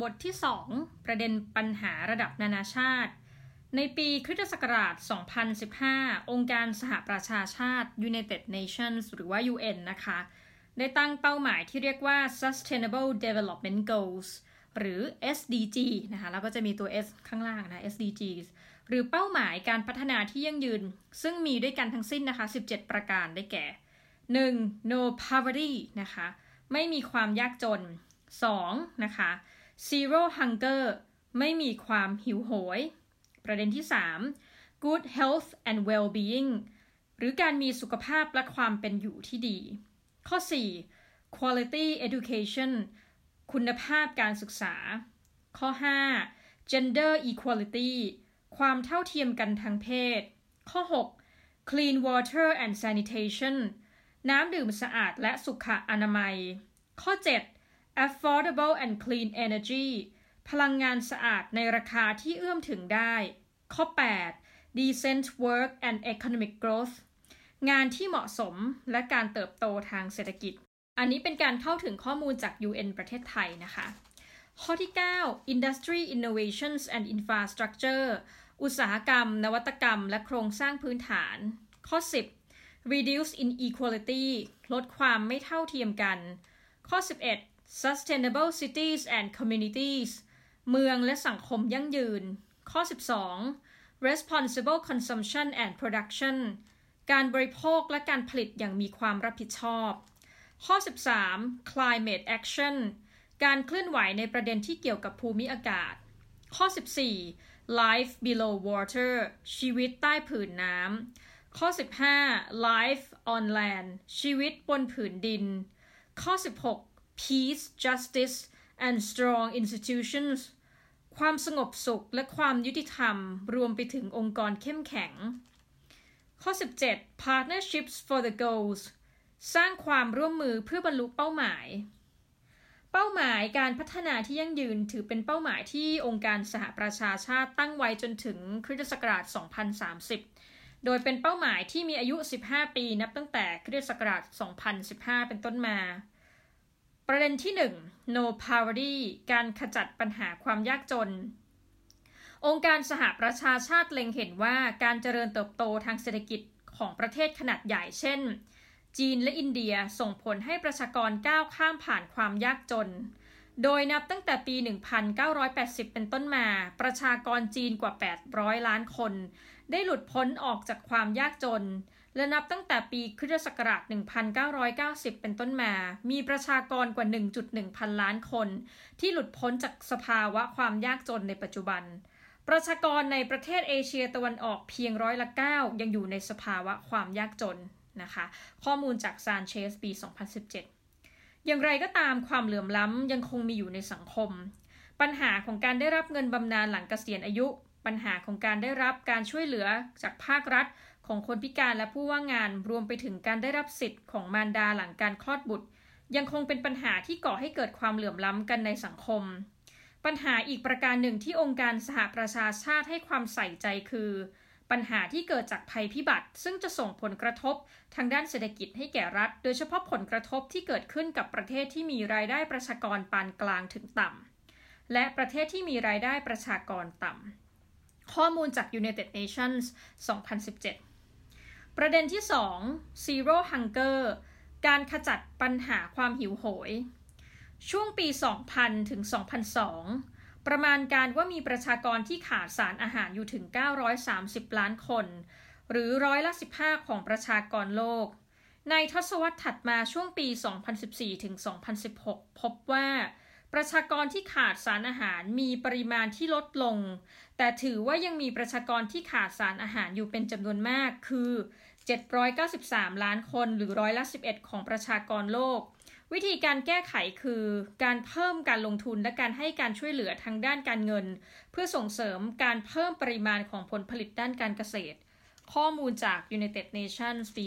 บทที่ 2 ประเด็นปัญหาระดับนานาชาติในปีคริสตศักราช 2015 องค์การสหประชาชาติ United Nations หรือว่า UN นะคะได้ตั้งเป้าหมายที่เรียกว่า Sustainable Development Goals หรือ SDG นะคะแล้วก็จะมีตัว S ข้างล่างนะ SDGs หรือเป้าหมายการพัฒนาที่ยั่งยืนซึ่งมีด้วยกันทั้งสิ้นนะคะ17ประการได้แก่ 1. No poverty นะคะไม่มีความยากจน 2. นะคะ Zero hunger ไม่มีความหิวโหยประเด็นที่ 3. Good health and well-being หรือการมีสุขภาพและความเป็นอยู่ที่ดีข้อ 4. Quality education คุณภาพการศึกษาข้อ 5. Gender equality ความเท่าเทียมกันทางเพศข้อ 6. Clean water and sanitation น้ำดื่มสะอาดและสุขอนามัยข้อ 7. Affordable and clean energy พลังงานสะอาดในราคาที่เอื้อมถึงได้ข้อ 8. Decent work and economic growth งานที่เหมาะสมและการเติบโตทางเศรษฐกิจอันนี้เป็นการเข้าถึงข้อมูลจาก UN ประเทศไทยนะคะข้อที่ 9 Industry Innovations and Infrastructure อุตสาหกรรมนวัตกรรมและโครงสร้างพื้นฐานข้อ 10 Reduce inequality ลดความไม่เท่าเทียมกันข้อ 11 Sustainable Cities and Communities เมืองและสังคมยั่งยืนข้อ 12 Responsible Consumption and Production การบริโภคและการผลิตอย่างมีความรับผิดชอบข้อ 13 Climate Action การเคลื่อนไหวในประเด็นที่เกี่ยวกับภูมิอากาศข้อ 14 Life Below Water ชีวิตใต้ผืนน้ำข้อ 15 Life on Land ชีวิตบนผืนดินข้อ 16 Peace, Justice and Strong Institutions ความสงบสุขและความยุติธรรมรวมไปถึงองค์กรเข้มแข็งข้อ 17 Partnerships for the Goals สร้างความร่วมมือเพื่อบรรลุเป้าหมายการพัฒนาที่ยั่งยืนถือเป็นเป้าหมายที่องค์การสหประชาชาติตั้งไว้จนถึงคริสตศักราช 2030 โดยเป็นเป้าหมายที่มีอายุ 15 ปีนับตั้งแต่คริสตศักราช 2015 เป็นต้นมาประเด็นที่ 1 No poverty การขจัดปัญหาความยากจนองค์การสหประชาชาติเล็งเห็นว่าการเจริญเติบโตทางเศรษฐกิจของประเทศขนาดใหญ่เช่นจีนและอินเดียส่งผลให้ประชากรก้าวข้ามผ่านความยากจนโดยนับตั้งแต่ปี 1980 เป็นต้นมาประชากรจีนกว่า 800 ล้านคนได้หลุดพ้นออกจากความยากจนและนับตั้งแต่ปีคริสตศักราช 1990 เป็นต้นมามีประชากรกว่า 1.1 พันล้านคนที่หลุดพ้นจากสภาวะความยากจนในปัจจุบันประชากรในประเทศเอเชียตะวันออกเพียง9%ยังอยู่ในสภาวะความยากจนนะคะข้อมูลจากซานเชสปี 2017 อย่างไรก็ตามความเหลื่อมล้ำยังคงมีอยู่ในสังคมปัญหาของการได้รับเงินบำนาญหลังเกษียณอายุปัญหาของการได้รับการช่วยเหลือจากภาครัฐของคนพิการและผู้ว่างงานรวมไปถึงการได้รับสิทธิ์ของมารดาหลังการคลอดบุตรยังคงเป็นปัญหาที่ก่อให้เกิดความเหลื่อมล้ำกันในสังคมปัญหาอีกประการหนึ่งที่องค์การสหประชาชาติให้ความใส่ใจคือปัญหาที่เกิดจากภัยพิบัติซึ่งจะส่งผลกระทบทางด้านเศรษฐกิจให้แก่รัฐโดยเฉพาะผลกระทบที่เกิดขึ้นกับประเทศที่มีรายได้ประชากรปานกลางถึงต่ำและประเทศที่มีรายได้ประชากรต่ำข้อมูลจาก United Nations 2017 ประเด็นที่ 2 Zero Hunger การขจัดปัญหาความหิวโหยช่วงปี 2000 ถึง 2002 ประมาณการว่ามีประชากรที่ขาดสารอาหารอยู่ถึง 930 ล้านคนหรือ15%ของประชากรโลกในทศวรรษถัดมาช่วงปี 2014 ถึง 2016 พบว่าประชากรที่ขาดสารอาหารมีปริมาณที่ลดลงแต่ถือว่ายังมีประชากรที่ขาดสารอาหารอยู่เป็นจำนวนมากคือ793ล้านคนหรือ11%ของประชากรโลกวิธีการแก้ไขคือการเพิ่มการลงทุนและการให้การช่วยเหลือทางด้านการเงินเพื่อส่งเสริมการเพิ่มปริมาณของผลผลิตด้านการเกษตรข้อมูลจาก United Nations ปี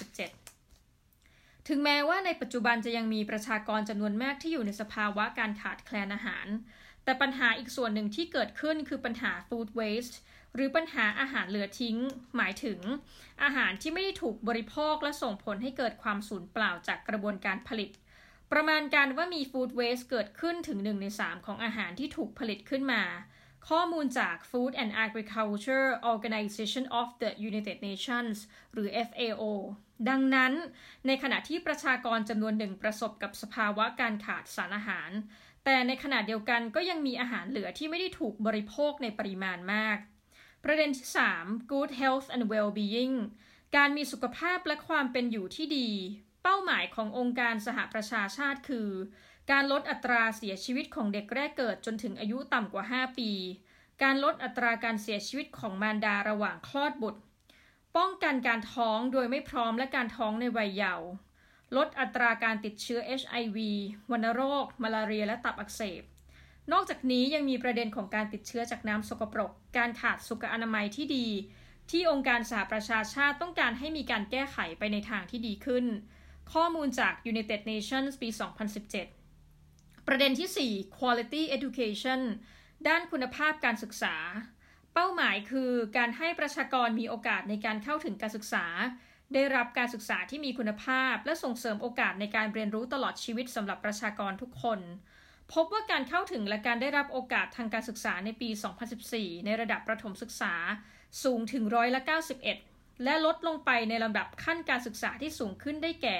2017 ถึงแม้ว่าในปัจจุบันจะยังมีประชากรจำนวนมากที่อยู่ในสภาวะการขาดแคลนอาหารแต่ปัญหาอีกส่วนหนึ่งที่เกิดขึ้นคือปัญหา food waste หรือปัญหาอาหารเหลือทิ้งหมายถึงอาหารที่ไม่ได้ถูกบริโภคและส่งผลให้เกิดความสูญเปล่าจากกระบวนการผลิตประมาณการว่ามี Food Waste เกิดขึ้นถึง1 ใน 3ของอาหารที่ถูกผลิตขึ้นมาข้อมูลจาก Food and Agriculture Organization of the United Nations หรือ FAO ดังนั้นในขณะที่ประชากรจำนวนหนึ่งประสบกับสภาวะการขาดสารอาหารแต่ในขณะเดียวกันก็ยังมีอาหารเหลือที่ไม่ได้ถูกบริโภคในปริมาณมากประเด็นที่ 3 Good Health and Well-being การมีสุขภาพและความเป็นอยู่ที่ดีเป้าหมายขององค์การสหประชาชาติคือการลดอัตราเสียชีวิตของเด็กแรกเกิดจนถึงอายุต่ำกว่า 5 ปีการลดอัตราการเสียชีวิตของมารดาระหว่างคลอดบุตรป้องกันการท้องโดยไม่พร้อมและการท้องในวัยเยาว์ลดอัตราการติดเชื้อ HIV วัณโรคมาลาเรียและตับอักเสบนอกจากนี้ยังมีประเด็นของการติดเชื้อจากน้ำสกปรกการขาดสุขอนามัยที่ดีที่องค์การสหประชาชาติต้องการให้มีการแก้ไขไปในทางที่ดีขึ้นข้อมูลจาก United Nations ปี 2017 ประเด็นที่ 4 Quality Education ด้านคุณภาพการศึกษาเป้าหมายคือการให้ประชากรมีโอกาสในการเข้าถึงการศึกษาได้รับการศึกษาที่มีคุณภาพและส่งเสริมโอกาสในการเรียนรู้ตลอดชีวิตสำหรับประชากรทุกคนพบว่าการเข้าถึงและการได้รับโอกาสทางการศึกษาในปี 2014 ในระดับประถมศึกษาสูงถึง91%และลดลงไปในลำดับขั้นการศึกษาที่สูงขึ้นได้แก่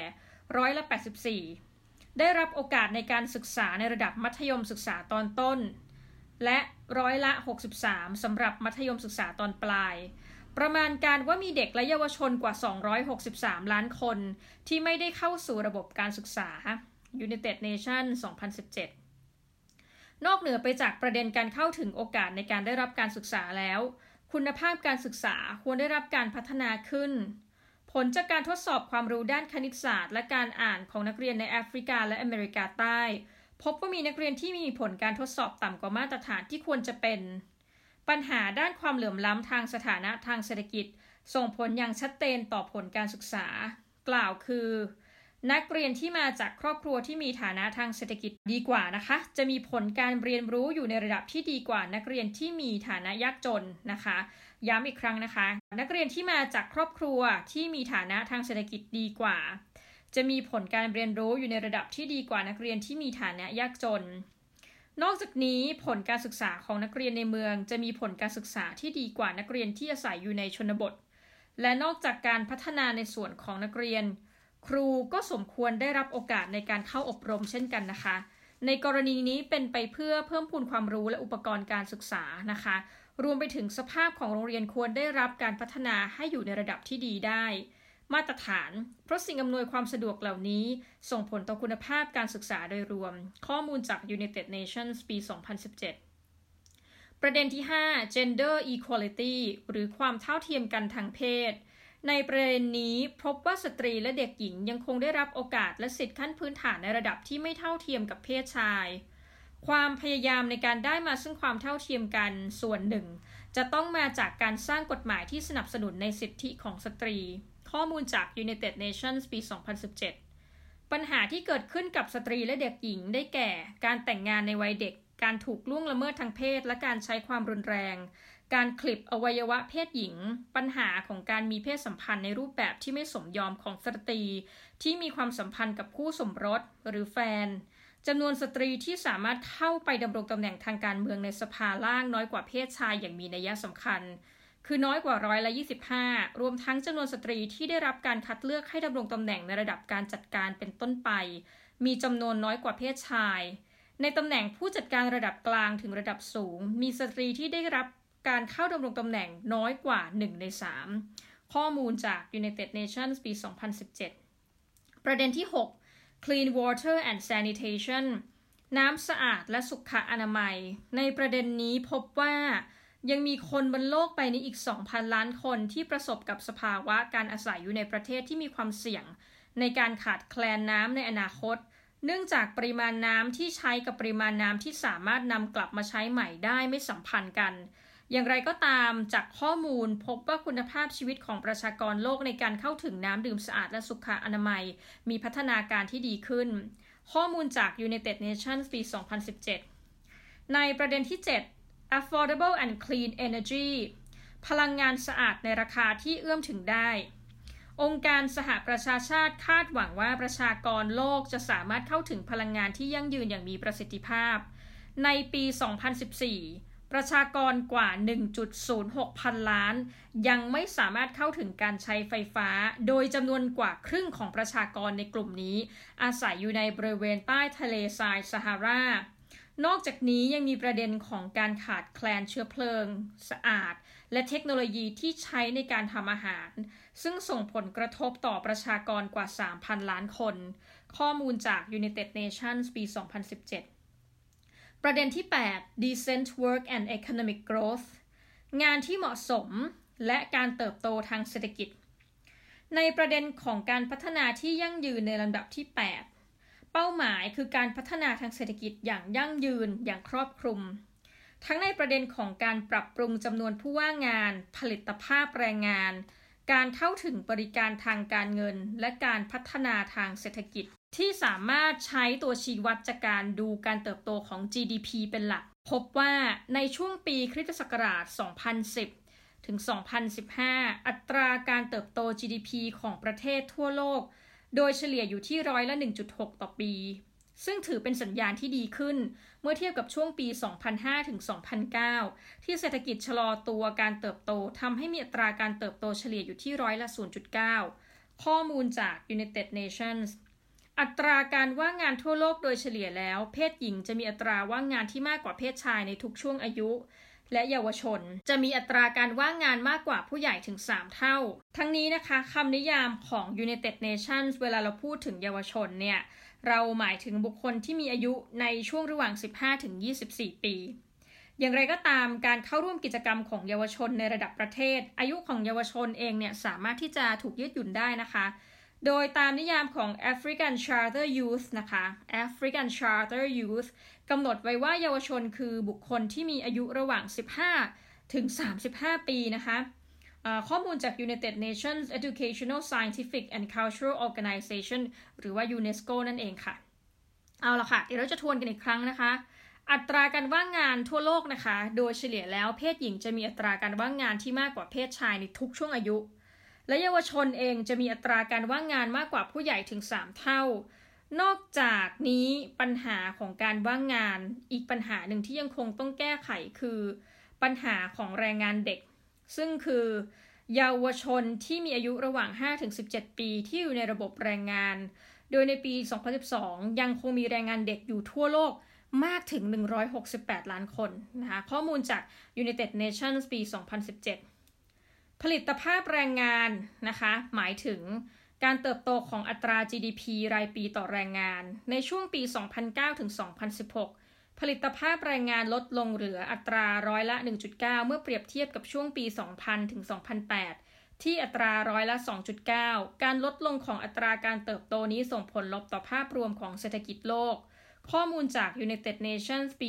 84%ได้รับโอกาสในการศึกษาในระดับมัธยมศึกษาตอนต้นและ63%สำหรับมัธยมศึกษาตอนปลายประมาณการว่ามีเด็กและเยาวชนกว่า263ล้านคนที่ไม่ได้เข้าสู่ระบบการศึกษา United Nations 2017 นอกเหนือไปจากประเด็นการเข้าถึงโอกาสในการได้รับการศึกษาแล้วคุณภาพการศึกษาควรได้รับการพัฒนาขึ้นผลจากการทดสอบความรู้ด้านคณิตศาสตร์และการอ่านของนักเรียนในแอฟริกาและอเมริกาใต้พบว่ามีนักเรียนที่มีผลการทดสอบต่ำกว่ามาตรฐานที่ควรจะเป็นปัญหาด้านความเหลื่อมล้ำทางสถานะทางเศรษฐกิจส่งผลอย่างชัดเจนต่อผลการศึกษากล่าวคือนักเรียนที่มาจากครอบครัวที่มีฐานะทางเศรษฐกิจดีกว่านะคะจะมีผลการเรียนรู้อยู่ในระดับที่ดีกว่านักเรียนที่มีฐานะยากจนนะคะย้ำอีกครั้งนะคะนักเรียนที่มาจากครอบครัวที่มีฐานะทางเศรษฐกิจดีกว่าจะมีผลการเรียนรู้อยู่ในระดับที่ดีกว่านักเรียนที่มีฐานะยากจนนอกจากนี้ผลการศึกษาของนักเรียนในเมืองจะมีผลการศึกษาที่ดีกว่านักเรียนที่อาศัยอยู่ในชนบทและนอกจากการพัฒนาในส่วนของนักเรียนครูก็สมควรได้รับโอกาสในการเข้าอบรมเช่นกันนะคะในกรณีนี้เป็นไปเพื่อเพิ่มพูนความรู้และอุปกรณ์การศึกษานะคะรวมไปถึงสภาพของโรงเรียนควรได้รับการพัฒนาให้อยู่ในระดับที่ดีได้มาตรฐานเพราะสิ่งอำนวยความสะดวกเหล่านี้ส่งผลต่อคุณภาพการศึกษาโดยรวมข้อมูลจาก United Nations ปี 2017 ประเด็นที่ 5 Gender Equality หรือความเท่าเทียมกันทางเพศในประเด็นนี้พบว่าสตรีและเด็กหญิงยังคงได้รับโอกาสและสิทธิขั้นพื้นฐานในระดับที่ไม่เท่าเทียมกับเพศชายความพยายามในการได้มาซึ่งความเท่าเทียมกันส่วนหนึ่งจะต้องมาจากการสร้างกฎหมายที่สนับสนุนในสิทธิของสตรีข้อมูลจาก United Nations ปี 2017 ปัญหาที่เกิดขึ้นกับสตรีและเด็กหญิงได้แก่การแต่งงานในวัยเด็กการถูกล่วงละเมิดทางเพศและการใช้ความรุนแรงการคลิปอวัยวะเพศหญิงปัญหาของการมีเพศสัมพันธ์ในรูปแบบที่ไม่สมยอมของสตรีที่มีความสัมพันธ์กับคู่สมรสหรือแฟนจำนวนสตรีที่สามารถเข้าไปดำรงตำแหน่งทางการเมืองในสภาล่างน้อยกว่าเพศชายอย่างมีนัยสำคัญคือน้อยกว่า25%รวมทั้งจำนวนสตรีที่ได้รับการคัดเลือกให้ดำรงตำแหน่งในระดับการจัดการเป็นต้นไปมีจำนวนน้อยกว่าเพศชายในตำแหน่งผู้จัดการระดับกลางถึงระดับสูงมีสตรีที่ได้รับการเข้าดำรงตำแหน่งน้อยกว่า1 ใน 3ข้อมูลจาก United Nations ปี 2017 ประเด็นที่ 6 Clean Water and Sanitation น้ำสะอาดและสุขอนามัยในประเด็นนี้พบว่ายังมีคนบนโลกใบนี้อีก 2,000 ล้านคนที่ประสบกับสภาวะการอาศัยอยู่ในประเทศที่มีความเสี่ยงในการขาดแคลนน้ำในอนาคตเนื่องจากปริมาณน้ำที่ใช้กับปริมาณน้ำที่สามารถนำกลับมาใช้ใหม่ได้ไม่สัมพันธ์กันอย่างไรก็ตามจากข้อมูลพบว่าคุณภาพชีวิตของประชากรโลกในการเข้าถึงน้ำดื่มสะอาดและสุขอนามัยมีพัฒนาการที่ดีขึ้นข้อมูลจาก United Nations ปี 2017 ในประเด็นที่ 7 Affordable and Clean Energy พลังงานสะอาดในราคาที่เอื้อมถึงได้องค์การสหประชาชาติคาดหวังว่าประชากรโลกจะสามารถเข้าถึงพลังงานที่ยั่งยืนอย่างมีประสิทธิภาพในปี 2014 ประชากรกว่า 1.06 พันล้านยังไม่สามารถเข้าถึงการใช้ไฟฟ้าโดยจำนวนกว่าครึ่งของประชากรในกลุ่มนี้อาศัยอยู่ในบริเวณใต้ทะเลทรายซาฮารานอกจากนี้ยังมีประเด็นของการขาดแคลนเชื้อเพลิงสะอาดและเทคโนโลยีที่ใช้ในการทำอาหารซึ่งส่งผลกระทบต่อประชากรกว่า 3,000 ล้านคนข้อมูลจาก United Nations ปี 2017 ประเด็นที่ 8 Decent Work and Economic Growth งานที่เหมาะสมและการเติบโตทางเศรษฐกิจในประเด็นของการพัฒนาที่ยั่งยืนในลำดับที่ 8เป้าหมายคือการพัฒนาทางเศรษฐกิจอย่างยั่งยืนอย่างครอบคลุมทั้งในประเด็นของการปรับปรุงจำนวนผู้ว่างงานผลิตภาพแรงงานการเข้าถึงบริการทางการเงินและการพัฒนาทางเศรษฐกิจที่สามารถใช้ตัวชี้วัดจากการดูการเติบโตของ GDP เป็นหลักพบว่าในช่วงปีคริสตศักราช 2010 ถึง 2015 อัตราการเติบโต GDP ของประเทศทั่วโลกโดยเฉลี่ยอยู่ที่101.6 ต่อปีซึ่งถือเป็นสัญญาณที่ดีขึ้นเมื่อเทียบกับช่วงปี 2005 ถึง 2009 ที่เศรษฐกิจชะลอตัวการเติบโตทำให้มีอัตราการเติบโตเฉลี่ยอยู่ที่0.9 ข้อมูลจาก United Nations อัตราการว่างงานทั่วโลกโดยเฉลี่ยแล้วเพศหญิงจะมีอัตราว่างงานที่มากกว่าเพศชายในทุกช่วงอายุและเยาวชนจะมีอัตราการว่างงานมากกว่าผู้ใหญ่ถึง3เท่าทั้งนี้นะคะคำนิยามของ United Nations เวลาเราพูดถึงเยาวชนเนี่ยเราหมายถึงบุคคลที่มีอายุในช่วงระหว่าง 15-24 ปีอย่างไรก็ตามการเข้าร่วมกิจกรรมของเยาวชนในระดับประเทศอายุของเยาวชนเองเนี่ยสามารถที่จะถูกยืดหยุ่นได้นะคะโดยตามนิยามของ African Charter Youth นะคะ African Charter Youth กำหนดไว้ว่าเยาวชนคือบุคคลที่มีอายุระหว่าง 15 ถึง 35 ปีนะคะข้อมูลจาก United Nations Educational Scientific and Cultural Organization หรือว่า UNESCO นั่นเองค่ะเอาล่ะค่ะเดี๋ยวเราจะทวนกันอีกครั้งนะคะอัตราการว่างงานทั่วโลกนะคะโดยเฉลี่ยแล้วเพศหญิงจะมีอัตราการว่างงานที่มากกว่าเพศชายในทุกช่วงอายุและเยาวชนเองจะมีอัตราการว่างงานมากกว่าผู้ใหญ่ถึง3เท่านอกจากนี้ปัญหาของการว่างงานอีกปัญหาหนึ่งที่ยังคงต้องแก้ไขคือปัญหาของแรงงานเด็กซึ่งคือเยาวชนที่มีอายุระหว่าง 5-17 ปีที่อยู่ในระบบแรงงานโดยในปี 2012 ยังคงมีแรงงานเด็กอยู่ทั่วโลกมากถึง168 ล้านคนนะคะข้อมูลจาก United Nations ปี 2017 ผลิตภาพแรงงานนะคะหมายถึงการเติบโตของอัตรา GDP รายปีต่อแรงงานในช่วงปี 2009 ถึง 2016 ผลิตภาพแรงงานลดลงเหลืออัตราร้อยละ 1.9 เมื่อเปรียบเทียบกับช่วงปี 2000 ถึง 2008 ที่อัตราร้อยละ 2.9 การลดลงของอัตราการเติบโตนี้ส่งผลลบต่อภาพรวมของเศรษฐกิจโลกข้อมูลจาก United Nations ปี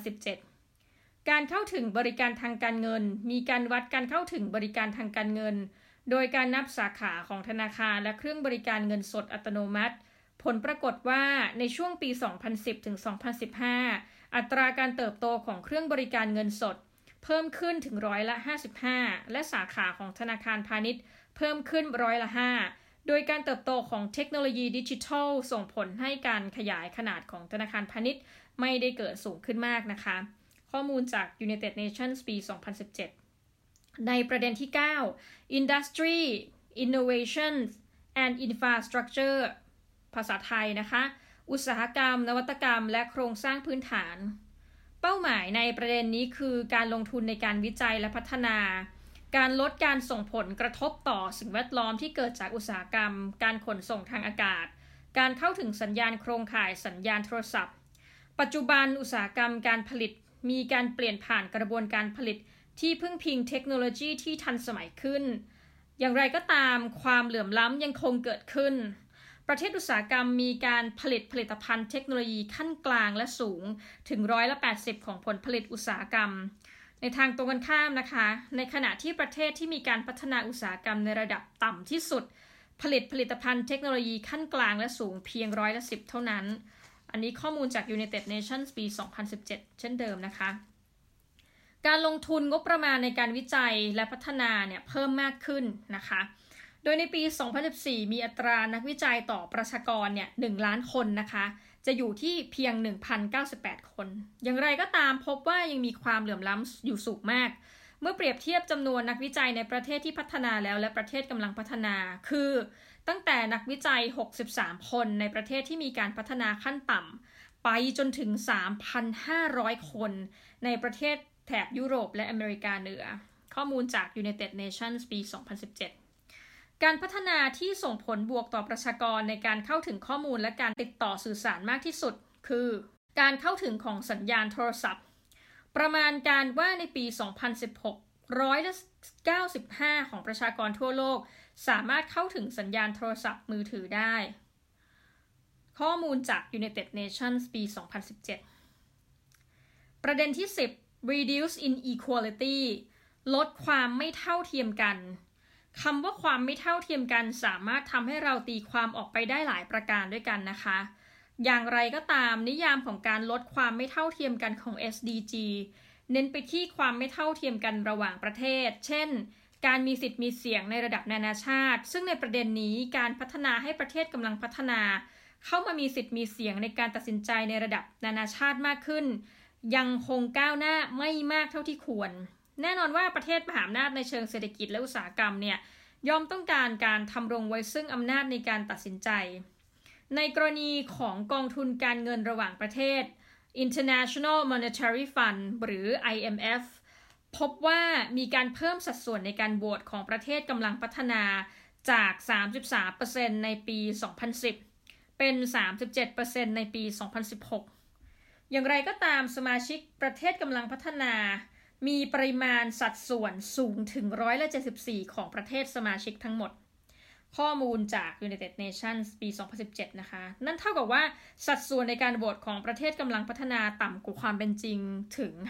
2017 การเข้าถึงบริการทางการเงินมีการวัดการเข้าถึงบริการทางการเงินโดยการนับสาขาของธนาคารและเครื่องบริการเงินสดอัตโนมัติผลปรากฏว่าในช่วงปี 2010 ถึง 2015 อัตราการเติบโตของเครื่องบริการเงินสดเพิ่มขึ้นถึงร้อยละ 55 และสาขาของธนาคารพาณิชย์เพิ่มขึ้นร้อยละ 5 โดยการเติบโตของเทคโนโลยีดิจิทัลส่งผลให้การขยายขนาดของธนาคารพาณิชย์ไม่ได้เกิดสูงขึ้นมากนะคะข้อมูลจาก United Nations ปี 2017 ในประเด็นที่ 9 Industry Innovation and Infrastructure ภาษาไทยนะคะอุตสาหกรรมนวัตกรรมและโครงสร้างพื้นฐานเป้าหมายในประเด็นนี้คือการลงทุนในการวิจัยและพัฒนาการลดการส่งผลกระทบต่อสิ่งแวดล้อมที่เกิดจากอุตสาหกรรมการขนส่งทางอากาศการเข้าถึงสัญญาณโครงข่ายสัญญาณโทรศัพท์ปัจจุบันอุตสาหกรรมการผลิตมีการเปลี่ยนผ่านกระบวนการผลิตที่พึ่งพิงเทคโนโลยีที่ทันสมัยขึ้นอย่างไรก็ตามความเหลื่อมล้ำยังคงเกิดขึ้นประเทศอุตสาหกรรมมีการผลิตผลิตภัณฑ์เทคโนโลยีขั้นกลางและสูงถึง80%ของผลผลิตอุตสาหกรรมในทางตรงกันข้ามนะคะในขณะที่ประเทศที่มีการพัฒนาอุตสาหกรรมในระดับต่ำที่สุดผลิตภัณฑ์เทคโนโลยีขั้นกลางและสูงเพียง10%เท่านั้นอันนี้ข้อมูลจาก United Nations ปี 2017 เช่นเดิมนะคะการลงทุนงบประมาณในการวิจัยและพัฒนาเนี่ยเพิ่มมากขึ้นนะคะโดยในปี 2014 มีอัตรานักวิจัยต่อประชากรเนี่ย 1 ล้านคนนะคะจะอยู่ที่เพียง 1,098 คนอย่างไรก็ตามพบว่ายังมีความเหลื่อมล้ำอยู่สูงมากเมื่อเปรียบเทียบจำนวนนักวิจัยในประเทศที่พัฒนาแล้วและประเทศกำลังพัฒนาคือตั้งแต่นักวิจัย63คนในประเทศที่มีการพัฒนาขั้นต่ำไปจนถึง 3,500 คนในประเทศแถบยุโรปและอเมริกาเหนือข้อมูลจาก United Nations ปี 2017 การพัฒนาที่ส่งผลบวกต่อประชากรในการเข้าถึงข้อมูลและการติดต่อสื่อสารมากที่สุดคือการเข้าถึงของสัญญาณโทรศัพท์ประมาณการว่าในปี 2016 95% ของประชากรทั่วโลกสามารถเข้าถึงสัญญาณโทรศัพท์มือถือได้ข้อมูลจาก United Nations ปี 2017 ประเด็นที่ 10 Reduce inequality ลดความไม่เท่าเทียมกันคำว่าความไม่เท่าเทียมกันสามารถทำให้เราตีความออกไปได้หลายประการด้วยกันนะคะอย่างไรก็ตามนิยามของการลดความไม่เท่าเทียมกันของ SDG เน้นไปที่ความไม่เท่าเทียมกันระหว่างประเทศเช่นการมีสิทธิ์มีเสียงในระดับนานาชาติซึ่งในประเด็นนี้การพัฒนาให้ประเทศกำลังพัฒนาเข้ามามีสิทธิ์มีเสียงในการตัดสินใจในระดับนานาชาติมากขึ้นยังคงก้าวหน้าไม่มากเท่าที่ควรแน่นอนว่าประเทศมหาอำนาจในเชิงเศรษฐกิจและอุตสาหกรรมเนี่ยย่อมต้องการการทำรงไว้ซึ่งอำนาจในการตัดสินใจในกรณีของกองทุนการเงินระหว่างประเทศ International Monetary Fund หรือ IMF พบว่ามีการเพิ่มสัดส่วนในการโหวตของประเทศกำลังพัฒนาจาก 33% ในปี 2010 เป็น 37% ในปี 2016 อย่างไรก็ตามสมาชิกประเทศกำลังพัฒนามีปริมาณสัดส่วนสูงถึง 74% ของประเทศสมาชิกทั้งหมดข้อมูลจาก United Nations ปี 2017 นะคะนั่นเท่ากับว่าสัดส่วนในการโหวตของประเทศกำลังพัฒนาต่ำกว่าความเป็นจริงถึง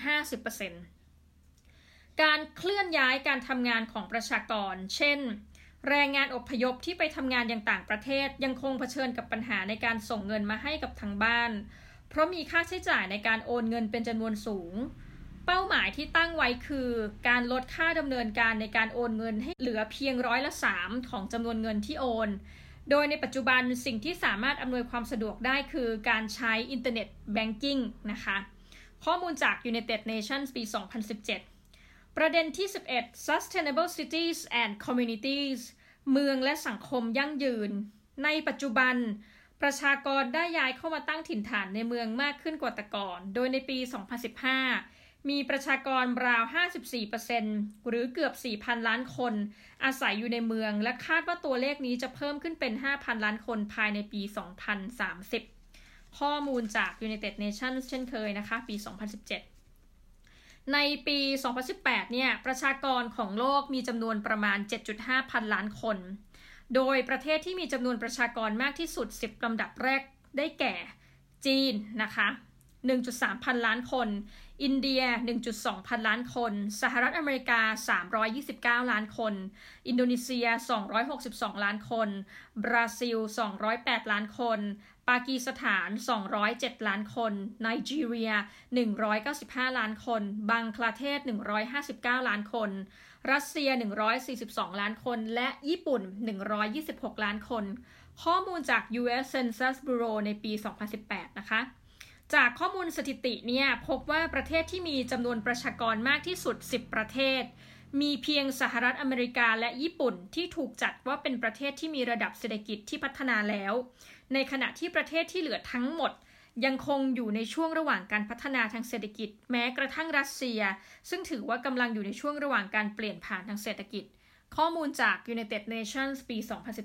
50% การเคลื่อนย้ายการทำงานของประชากรเช่นแรงงานอพยพที่ไปทำงานอย่างต่างประเทศยังคงเผชิญกับปัญหาในการส่งเงินมาให้กับทางบ้านเพราะมีค่าใช้จ่ายในการโอนเงินเป็นจำนวนสูงเป้าหมายที่ตั้งไว้คือการลดค่าดำเนินการในการโอนเงินให้เหลือเพียง3%ของจำนวนเงินที่โอนโดยในปัจจุบันสิ่งที่สามารถอำนวยความสะดวกได้คือการใช้อินเทอร์เน็ตแบงกิ้งนะคะข้อมูลจาก United Nations ปี 2017 ประเด็นที่ 11 Sustainable Cities and Communities เมืองและสังคมยั่งยืนในปัจจุบันประชากรได้ย้ายเข้ามาตั้งถิ่นฐานในเมืองมากขึ้นกว่าแต่ก่อนโดยในปี 2015มีประชากรราว 54% หรือเกือบ 4,000 ล้านคนอาศัยอยู่ในเมืองและคาดว่าตัวเลขนี้จะเพิ่มขึ้นเป็น 5,000 ล้านคนภายในปี 2030 ข้อมูลจาก United Nations เช่นเคยนะคะปี 2017 ในปี 2018 เนี่ยประชากรของโลกมีจำนวนประมาณ 7.5 พันล้านคนโดยประเทศที่มีจำนวนประชากรมากที่สุด10ลำดับแรกได้แก่จีนนะคะ 1.3 พันล้านคนอินเดีย 1.2 พันล้านคนสหรัฐอเมริกา329ล้านคนอินโดนีเซีย262ล้านคนบราซิล208ล้านคนปากีสถาน207ล้านคนไนจีเรีย195ล้านคนบังคลาเทศ159ล้านคนรัสเซีย142ล้านคนและญี่ปุ่น126ล้านคนข้อมูลจาก US Census Bureau ในปี 2018 นะคะจากข้อมูลสถิติเนี่ยพบว่าประเทศที่มีจำนวนประชากรมากที่สุด10ประเทศมีเพียงสหรัฐอเมริกาและญี่ปุ่นที่ถูกจัดว่าเป็นประเทศที่มีระดับเศรษฐกิจที่พัฒนาแล้วในขณะที่ประเทศที่เหลือทั้งหมดยังคงอยู่ในช่วงระหว่างการพัฒนาทางเศรษฐกิจแม้กระทั่งรัสเซียซึ่งถือว่ากำลังอยู่ในช่วงระหว่างการเปลี่ยนผ่านทางเศรษฐกิจข้อมูลจาก United Nations ปี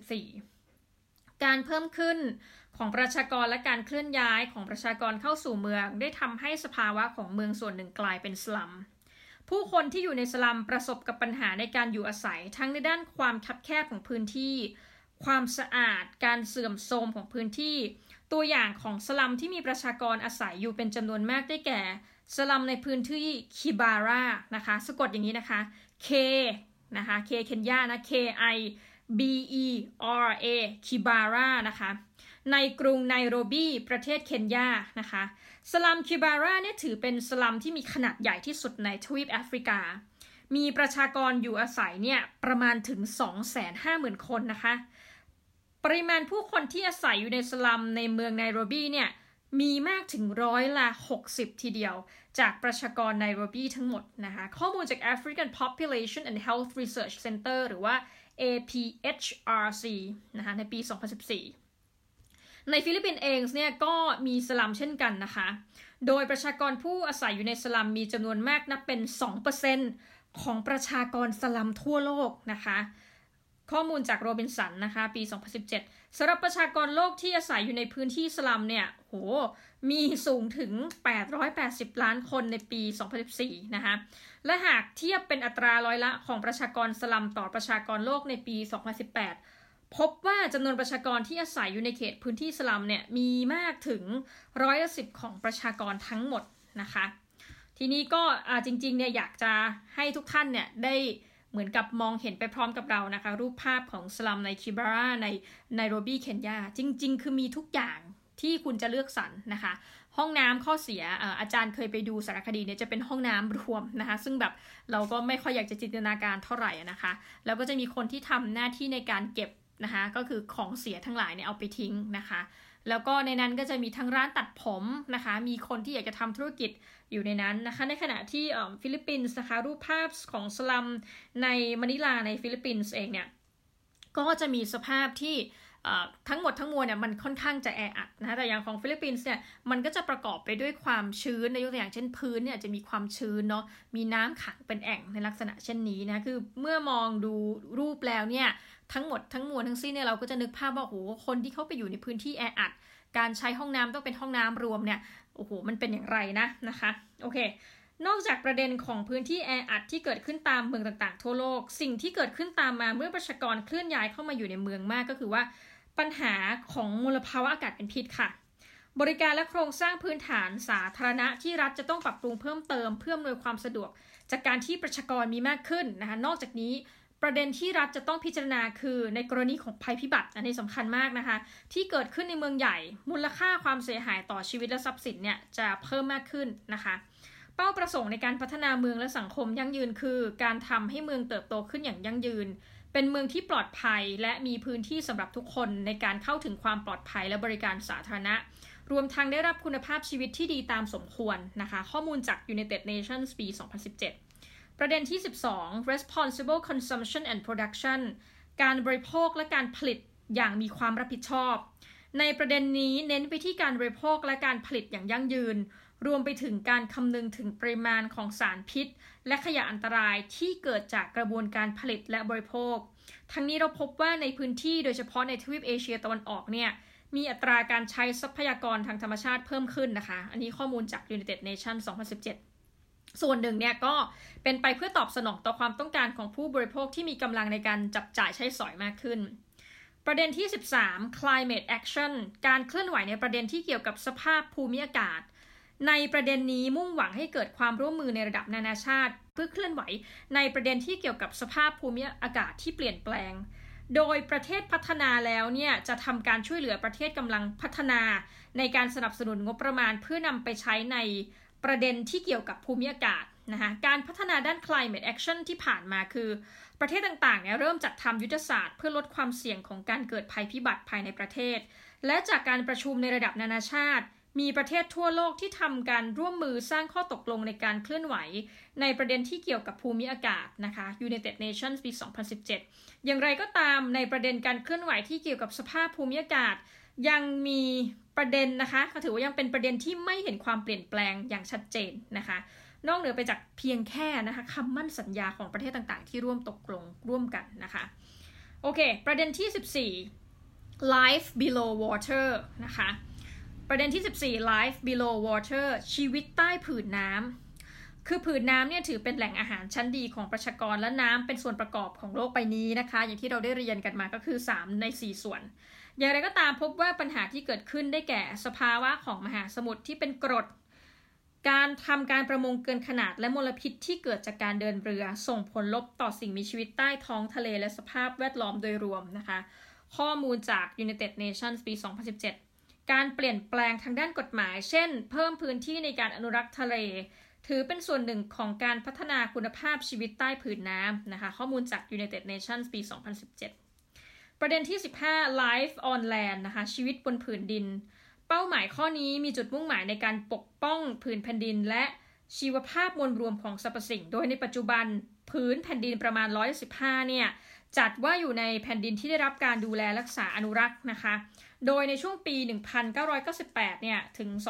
2014 การเพิ่มขึ้นของประชากรและการเคลื่อนย้ายของประชากรเข้าสู่เมืองได้ทำให้สภาวะของเมืองส่วนหนึ่งกลายเป็นสลัมผู้คนที่อยู่ในสลัมประสบกับปัญหาในการอยู่อาศัยทั้งในด้านความคับแคบของพื้นที่ความสะอาดการเสื่อมโทรมของพื้นที่ตัวอย่างของสลัมที่มีประชากรอาศัยอยู่เป็นจำนวนมากได้แก่สลัมในพื้นที่คิบาร่านะคะสะกดอย่างนี้นะคะ K นะคะ K เคนยานะ K I B E R A คิบาร่านะคะในกรุงไนโรบีประเทศเคนยานะคะสลัมคิบาร่าเนี่ยถือเป็นสลัมที่มีขนาดใหญ่ที่สุดในทวีปแอฟริกามีประชากรอยู่อาศัยเนี่ยประมาณถึง 250,000 คนนะคะปริมาณผู้คนที่อาศัยอยู่ในสลัมในเมืองไนโรบีเนี่ยมีมากถึง60%ทีเดียวจากประชากรไนโรบีทั้งหมดนะคะข้อมูลจาก African Population and Health Research Center หรือว่า APHRC นะคะในปี 2014 ในฟิลิปปินส์เองเนี่ยก็มีสลัมเช่นกันนะคะโดยประชากรผู้อาศัยอยู่ในสลัมมีจำนวนมากนับเป็น 2% ของประชากรสลัมทั่วโลกนะคะข้อมูลจากโรบินสันนะคะปี 2017 สำหรับประชากรโลกที่อาศัยอยู่ในพื้นที่สลัมเนี่ยมีสูงถึง880ล้านคนในปี 2014 นะคะและหากเทียบเป็นอัตราร้อยละของประชากรสลัมต่อประชากรโลกในปี 2018 พบว่าจำนวนประชากรที่อาศัยอยู่ในเขตพื้นที่สลัมเนี่ยมีมากถึง10%ของประชากรทั้งหมดนะคะทีนี้ก็จริงๆเนี่ยอยากจะให้ทุกท่านเนี่ยได้เหมือนกับมองเห็นไปพร้อมกับเรานะคะรูปภาพของสลัมในคิบาราในไนโรบีเคนยาจริงๆคือมีทุกอย่างที่คุณจะเลือกสรรนะคะห้องน้ำข้อเสียอาจารย์เคยไปดูสารคดีเนี่ยจะเป็นห้องน้ำรวมนะคะซึ่งแบบเราก็ไม่ค่อยอยากจะจินตนาการเท่าไหร่นะคะแล้วก็จะมีคนที่ทำหน้าที่ในการเก็บนะคะก็คือของเสียทั้งหลายเนี่ยเอาไปทิ้งนะคะแล้วก็ในนั้นก็จะมีทั้งร้านตัดผมนะคะมีคนที่อยากจะทำธุรกิจอยู่ในนั้นนะคะในขณะที่ฟิลิปปินส์นะคะรูปภาพของสลัมในมะนิลาในฟิลิปปินส์เองเนี่ยก็จะมีสภาพที่ทั้งหมดทั้งมวลเนี่ยมันค่อนข้างจะแออัดนะแต่อย่างของฟิลิปปินส์เนี่ยมันก็จะประกอบไปด้วยความชื้นในยกตัวอย่างเช่นพื้นเนี่ยจะมีความชื้นเนาะมีน้ำขังเป็นแอ่งในลักษณะเช่นนี้นะคือเมื่อมองดูรูปแล้วเนี่ยทั้งหมดทั้งมวลทั้งสิ้นเนี่ยเราก็จะนึกภาพว่าคนที่เขาไปอยู่ในพื้นที่แออัดการใช้ห้องน้ำต้องเป็นห้องน้ำรวมเนี่ยมันเป็นอย่างไรนะคะโอเคนอกจากประเด็นของพื้นที่แออัดที่เกิดขึ้นตามเมืองต่างๆทั่วโลกสิ่งที่เกิดขึ้นตามมาเมื่อประชากรเคลื่อนย้ายเข้ามาอยู่ในเมืองมากก็คือว่าปัญหาของมลภาวะอากาศเป็นพิษค่ะบริการและโครงสร้างพื้นฐานสาธารณะที่รัฐจะต้องปรับปรุงเพิ่มเติมเพื่ออำนวยความสะดวกจากการที่ประชากรมีมากขึ้นนะคะนอกจากนี้ประเด็นที่รัฐจะต้องพิจารณาคือในกรณีของภัยพิบัติอันนี้สำคัญมากนะคะที่เกิดขึ้นในเมืองใหญ่มูลค่าความเสียหายต่อชีวิตและทรัพย์สินเนี่ยจะเพิ่มมากขึ้นนะคะเป้าประสงค์ในการพัฒนาเมืองและสังคมยั่งยืนคือการทำให้เมืองเติบโตขึ้นอย่างยั่งยืนเป็นเมืองที่ปลอดภัยและมีพื้นที่สำหรับทุกคนในการเข้าถึงความปลอดภัยและบริการสาธารณะรวมทั้งได้รับคุณภาพชีวิตที่ดีตามสมควรนะคะข้อมูลจาก United Nations ปี 2017 ประเด็นที่ 12 Responsible Consumption and Production การบริโภคและการผลิตอย่างมีความรับผิดชอบในประเด็นนี้เน้นไปที่การบริโภคและการผลิตอย่างยั่งยืนรวมไปถึงการคำนึงถึงปริมาณของสารพิษและขยะอันตรายที่เกิดจากกระบวนการผลิตและบริโภคทั้งนี้เราพบว่าในพื้นที่โดยเฉพาะในทวีปเอเชียตะวันออกเนี่ยมีอัตราการใช้ทรัพยากรทางธรรมชาติเพิ่มขึ้นนะคะอันนี้ข้อมูลจาก United Nations 2017 ส่วนหนึ่งเนี่ยก็เป็นไปเพื่อตอบสนองต่อความต้องการของผู้บริโภคที่มีกำลังในการจับจ่ายใช้สอยมากขึ้นประเด็นที่ 13 Climate Action การเคลื่อนไหวในประเด็นที่เกี่ยวกับสภาพภูมิอากาศในประเด็นนี้มุ่งหวังให้เกิดความร่วมมือในระดับนานาชาติเพื่อเคลื่อนไหวในประเด็นที่เกี่ยวกับสภาพภูมิอากาศที่เปลี่ยนแปลงโดยประเทศพัฒนาแล้วเนี่ยจะทำการช่วยเหลือประเทศกำลังพัฒนาในการสนับสนุนงบประมาณเพื่อนำไปใช้ในประเด็นที่เกี่ยวกับภูมิอากาศนะคะการพัฒนาด้าน climate action ที่ผ่านมาคือประเทศต่างๆเนี่ยเริ่มจัดทำยุทธศาสตร์เพื่อลดความเสี่ยงของการเกิดภัยพิบัติภายในประเทศและจากการประชุมในระดับนานาชาติมีประเทศทั่วโลกที่ทำการร่วมมือสร้างข้อตกลงในการเคลื่อนไหวในประเด็นที่เกี่ยวกับภูมิอากาศนะคะ United Nations ปี 2017 อย่างไรก็ตามในประเด็นการเคลื่อนไหวที่เกี่ยวกับสภาพภูมิอากาศยังมีประเด็นนะคะเขาถือว่ายังเป็นประเด็นที่ไม่เห็นความเปลี่ยนแปลงอย่างชัดเจนนะคะนอกเหนือไปจากเพียงแค่นะคะคำมั่นสัญญาของประเทศต่างๆที่ร่วมตกลงร่วมกันนะคะโอเคประเด็นที่ 14 Life Below Water นะคะประเด็นที่ 14 Life Below Water ชีวิตใต้ผืนน้ำคือผืนน้ำเนี่ยถือเป็นแหล่งอาหารชั้นดีของประชากรและน้ำเป็นส่วนประกอบของโลกใบนี้นะคะอย่างที่เราได้เรียนกันมาก็คือ3ใน4ส่วนอย่างไรก็ตามพบว่าปัญหาที่เกิดขึ้นได้แก่สภาวะของมหาสมุทรที่เป็นกรดการทำการประมงเกินขนาดและมลพิษที่เกิดจากการเดินเรือส่งผลลบต่อสิ่งมีชีวิตใต้ท้องทะเลและสภาพแวดล้อมโดยรวมนะคะข้อมูลจาก United Nations ปี 2017 การเปลี่ยนแปลงทางด้านกฎหมายเช่นเพิ่มพื้นที่ในการอนุรักษ์ทะเลถือเป็นส่วนหนึ่งของการพัฒนาคุณภาพชีวิตใต้ผืนน้ำนะคะข้อมูลจาก United Nations ปี 2017 ประเด็นที่ 15 Life on Land นะคะชีวิตบนผืนดินเป้าหมายข้อนี้มีจุดมุ่งหมายในการปกป้องผืนแผ่นดินและชีวภาพมวลรวมของสรรพสิ่งโดยในปัจจุบันผืนแผ่นดินประมาณ115เนี่ยจัดว่าอยู่ในแผ่นดินที่ได้รับการดูแลรักษาอนุรักษ์นะคะโดยในช่วงปี 1998 เนี่ยถึง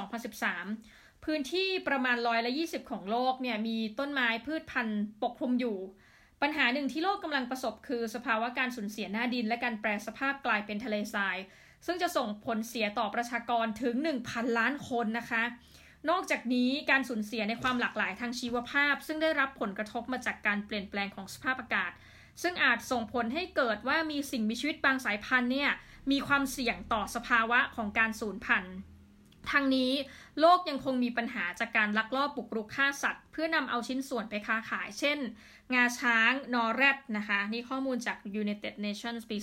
2013 พื้นที่ประมาณ20%ของโลกเนี่ยมีต้นไม้พืชพันธุ์ปกคลุมอยู่ปัญหาหนึ่งที่โลกกำลังประสบคือสภาวะการสูญเสียหน้าดินและการแปรสภาพกลายเป็นทะเลทรายซึ่งจะส่งผลเสียต่อประชากรถึง 1,000 ล้านคนนะคะนอกจากนี้การสูญเสียในความหลากหลายทางชีวภาพซึ่งได้รับผลกระทบมาจากการเปลี่ยนแปลงของสภาพอากาศซึ่งอาจส่งผลให้เกิดว่ามีสิ่งมีชีวิตบางสายพันธุ์เนี่ยมีความเสี่ยงต่อสภาวะของการสูญพันธุ์ทางนี้โลกยังคงมีปัญหาจากการลักลอบบุกรุกฆ่าสัตว์เพื่อนำเอาชิ้นส่วนไปค้าขายเช่นงาช้างนอแรดนะคะนี่ข้อมูลจาก United Nations ปี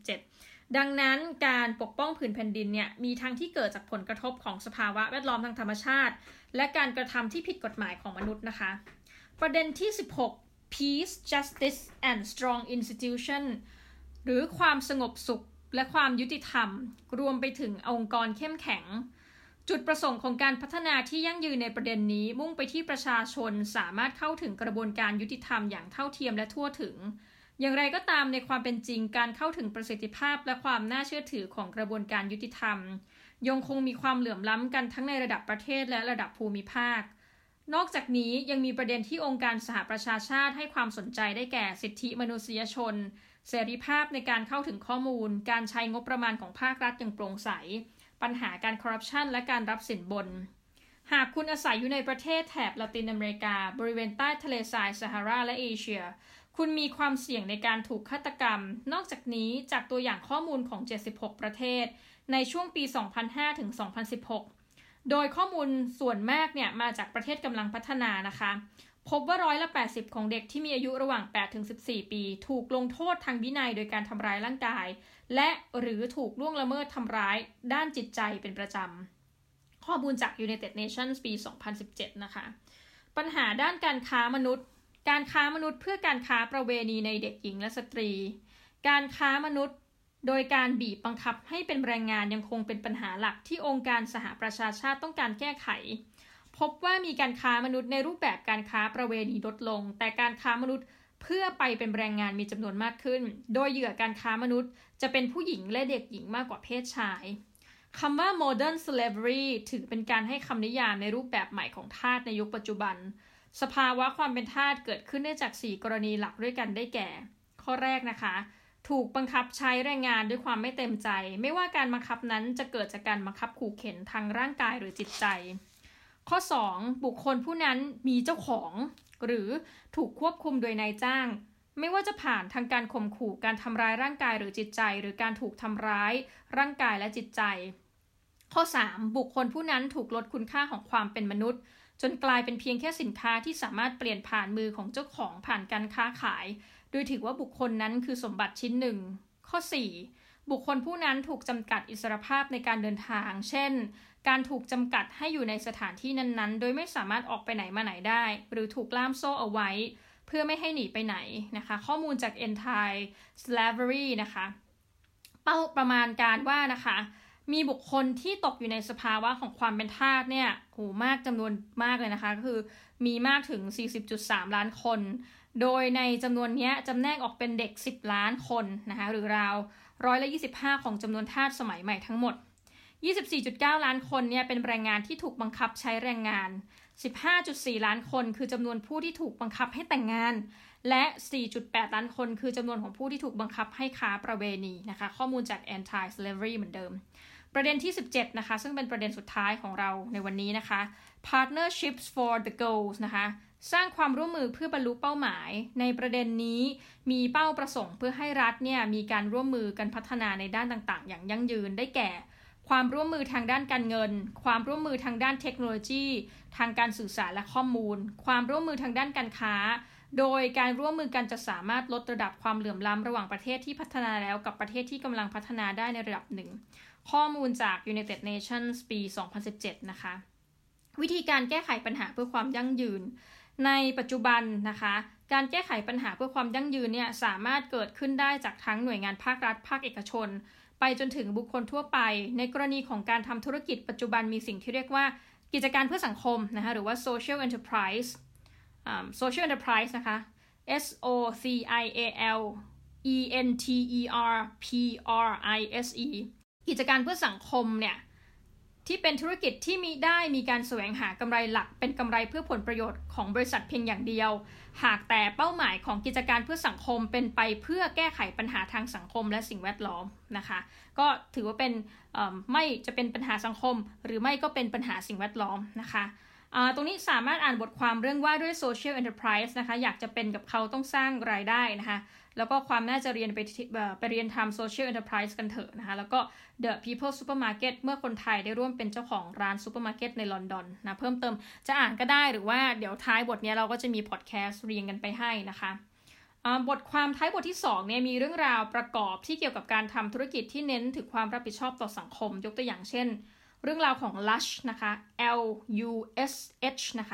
2017 ดังนั้นการปกป้องผืนแผ่นดินเนี่ยมีทั้งที่เกิดจากผลกระทบของสภาวะแวดล้อมทางธรรมชาติและการกระทำที่ผิดกฎหมายของมนุษย์นะคะประเด็นที่ 16 Peace, Justice and Strong Institution หรือความสงบสุขและความยุติธรรมรวมไปถึงองค์กรเข้มแข็งจุดประสงค์ของการพัฒนาที่ยั่งยืนในประเด็นนี้มุ่งไปที่ประชาชนสามารถเข้าถึงกระบวนการยุติธรรมอย่างเท่าเทียมและทั่วถึงอย่างไรก็ตามในความเป็นจริงการเข้าถึงประสิทธิภาพและความน่าเชื่อถือของกระบวนการยุติธรรมยังคงมีความเหลื่อมล้ำกันทั้งในระดับประเทศและระดับภูมิภาคนอกจากนี้ยังมีประเด็นที่องค์การสหประชาชาติให้ความสนใจได้แก่สิทธิมนุษยชนเสรีภาพในการเข้าถึงข้อมูลการใช้งบประมาณของภาครัฐอย่างโปร่งใสปัญหาการคอร์รัปชันและการรับสินบนหากคุณอาศัยอยู่ในประเทศแถบละตินอเมริกาบริเวณใต้ทะเลทรายซาฮาราและเอเชียคุณมีความเสี่ยงในการถูกฆาตกรรมนอกจากนี้จากตัวอย่างข้อมูลของ76ประเทศในช่วงปี 2005 ถึง 2016 โดยข้อมูลส่วนมากเนี่ยมาจากประเทศกำลังพัฒนานะคะพบว่า80%ของเด็กที่มีอายุระหว่าง 8-14 ปีถูกลงโทษทางวินัยโดยการทำร้ายร่างกายและหรือถูกล่วงละเมิดทำร้ายด้านจิตใจเป็นประจำข้อมูลจาก United Nations ปี 2017 นะคะปัญหาด้านการค้ามนุษย์การค้ามนุษย์เพื่อการค้าประเวณีในเด็กหญิงและสตรีการค้ามนุษย์โดยการบีบบังคับให้เป็นแรงงานยังคงเป็นปัญหาหลักที่องค์การสหประชาชาติต้องการแก้ไขพบว่ามีการค้ามนุษย์ในรูปแบบการค้าประเวณีลดลงแต่การค้ามนุษย์เพื่อไปเป็นแรงงานมีจำนวนมากขึ้นโดยเหยื่อการค้ามนุษย์จะเป็นผู้หญิงและเด็กหญิงมากกว่าเพศชายคำว่า modern slavery ถือเป็นการให้คำนิยามในรูปแบบใหม่ของทาสในยุคปัจจุบันสภาวะความเป็นทาสเกิดขึ้นได้จาก4กรณีหลักด้วยกันได้แก่ข้อแรกนะคะถูกบังคับใช้แรงงานด้วยความไม่เต็มใจไม่ว่าการบังคับนั้นจะเกิดจากการบังคับขู่เข็นทางร่างกายหรือจิตใจข้อ2บุคคลผู้นั้นมีเจ้าของหรือถูกควบคุมโดยนายจ้างไม่ว่าจะผ่านทางการข่มขู่การทำร้ายร่างกายหรือจิตใจหรือการถูกทำร้ายร่างกายและจิตใจข้อ3บุคคลผู้นั้นถูกลดคุณค่าของความเป็นมนุษย์จนกลายเป็นเพียงแค่สินค้าที่สามารถเปลี่ยนผ่านมือของเจ้าของผ่านการค้าขายโดยถือว่าบุคคลนั้นคือสมบัติชิ้นหนึ่งข้อ4บุคคลผู้นั้นถูกจำกัดอิสรภาพในการเดินทางเช่นการถูกจำกัดให้อยู่ในสถานที่นั้นๆโดยไม่สามารถออกไปไหนมาไหนได้หรือถูกล่ามโซ่เอาไว้เพื่อไม่ให้หนีไปไหนนะคะข้อมูลจาก Anti-Slavery นะคะเป้าประมาณการว่านะคะมีบุคคลที่ตกอยู่ในสภาวะของความเป็นทาสเนี่ยมากจำนวนมากเลยนะคะก็คือมีมากถึง 40.3 ล้านคนโดยในจำนวนนี้จำแนกออกเป็นเด็ก10ล้านคนนะคะหรือราว25%ของจำนวนทาสสมัยใหม่ทั้งหมด 24.9 ล้านคนเนี่ยเป็นแรงงานที่ถูกบังคับใช้แรงงาน 15.4 ล้านคนคือจำนวนผู้ที่ถูกบังคับให้แต่งงานและ 4.8 ล้านคนคือจำนวนของผู้ที่ถูกบังคับให้ค้าประเวณีนะคะข้อมูลจาก Anti-Slavery เหมือนเดิมประเด็นที่17นะคะซึ่งเป็นประเด็นสุดท้ายของเราในวันนี้นะคะ Partnerships for the Goals นะคะสร้างความร่วมมือเพื่อบรรลุเป้าหมายในประเด็นนี้มีเป้าประสงค์เพื่อให้รัฐเนี่ยมีการร่วมมือกันพัฒนาในด้านต่างๆอย่างยั่งยืนได้แก่ความร่วมมือทางด้านการเงินความร่วมมือทางด้านเทคโนโลยีทางการสื่อสารและข้อมูลความร่วมมือทางด้านการค้าโดยการร่วมมือกันจะสามารถลดระดับความเหลื่อมล้ำระหว่างประเทศที่พัฒนาแล้วกับประเทศที่กำลังพัฒนาได้ในระดับหนึ่งข้อมูลจาก United Nations ปี 2017 นะคะวิธีการแก้ไขปัญหาเพื่อความยั่งยืนในปัจจุบันนะคะการแก้ไขปัญหาเพื่อความยั่งยืนเนี่ยสามารถเกิดขึ้นได้จากทั้งหน่วยงานภาครัฐภาคเอกชนไปจนถึงบุคคลทั่วไปในกรณีของการทำธุรกิจปัจจุบันมีสิ่งที่เรียกว่ากิจการเพื่อสังคมนะคะหรือว่า social enterprise social enterprise นะคะ SOCIAL ENTERPRISE กิจการเพื่อสังคมเนี่ยที่เป็นธุรกิจที่มีการแสวงหากำไรหลักเป็นกำไรเพื่อผลประโยชน์ของบริษัทเพียงอย่างเดียวหากแต่เป้าหมายของกิจการเพื่อสังคมเป็นไปเพื่อแก้ไขปัญหาทางสังคมและสิ่งแวดล้อมนะคะก็ถือว่าเป็นไม่จะเป็นปัญหาสังคมหรือไม่ก็เป็นปัญหาสิ่งแวดล้อมนะคะตรงนี้สามารถอ่านบทความเรื่องว่าด้วย social enterprise นะคะอยากจะเป็นกับเขาต้องสร้างรายได้นะคะแล้วก็ความน่าจะเรียนไปเรียนทำ social enterprise กันเถอะนะคะแล้วก็ The People Supermarket เมื่อคนไทยได้ร่วมเป็นเจ้าของร้านซูเปอร์มาร์เก็ตในลอนดอนนะเพิ่มเติมจะอ่านก็ได้หรือว่าเดี๋ยวท้ายบทนี้เราก็จะมีพอดแคสต์เรียงกันไปให้นะคะบทความท้ายบทที่2เนี่ยมีเรื่องราวประกอบที่เกี่ยวกับการทำธุรกิจที่เน้นถึงความรับผิดชอบต่อสังคมยกตัวอย่างเช่นเรื่องราวของ Lush นะคะ LUSH นะคะ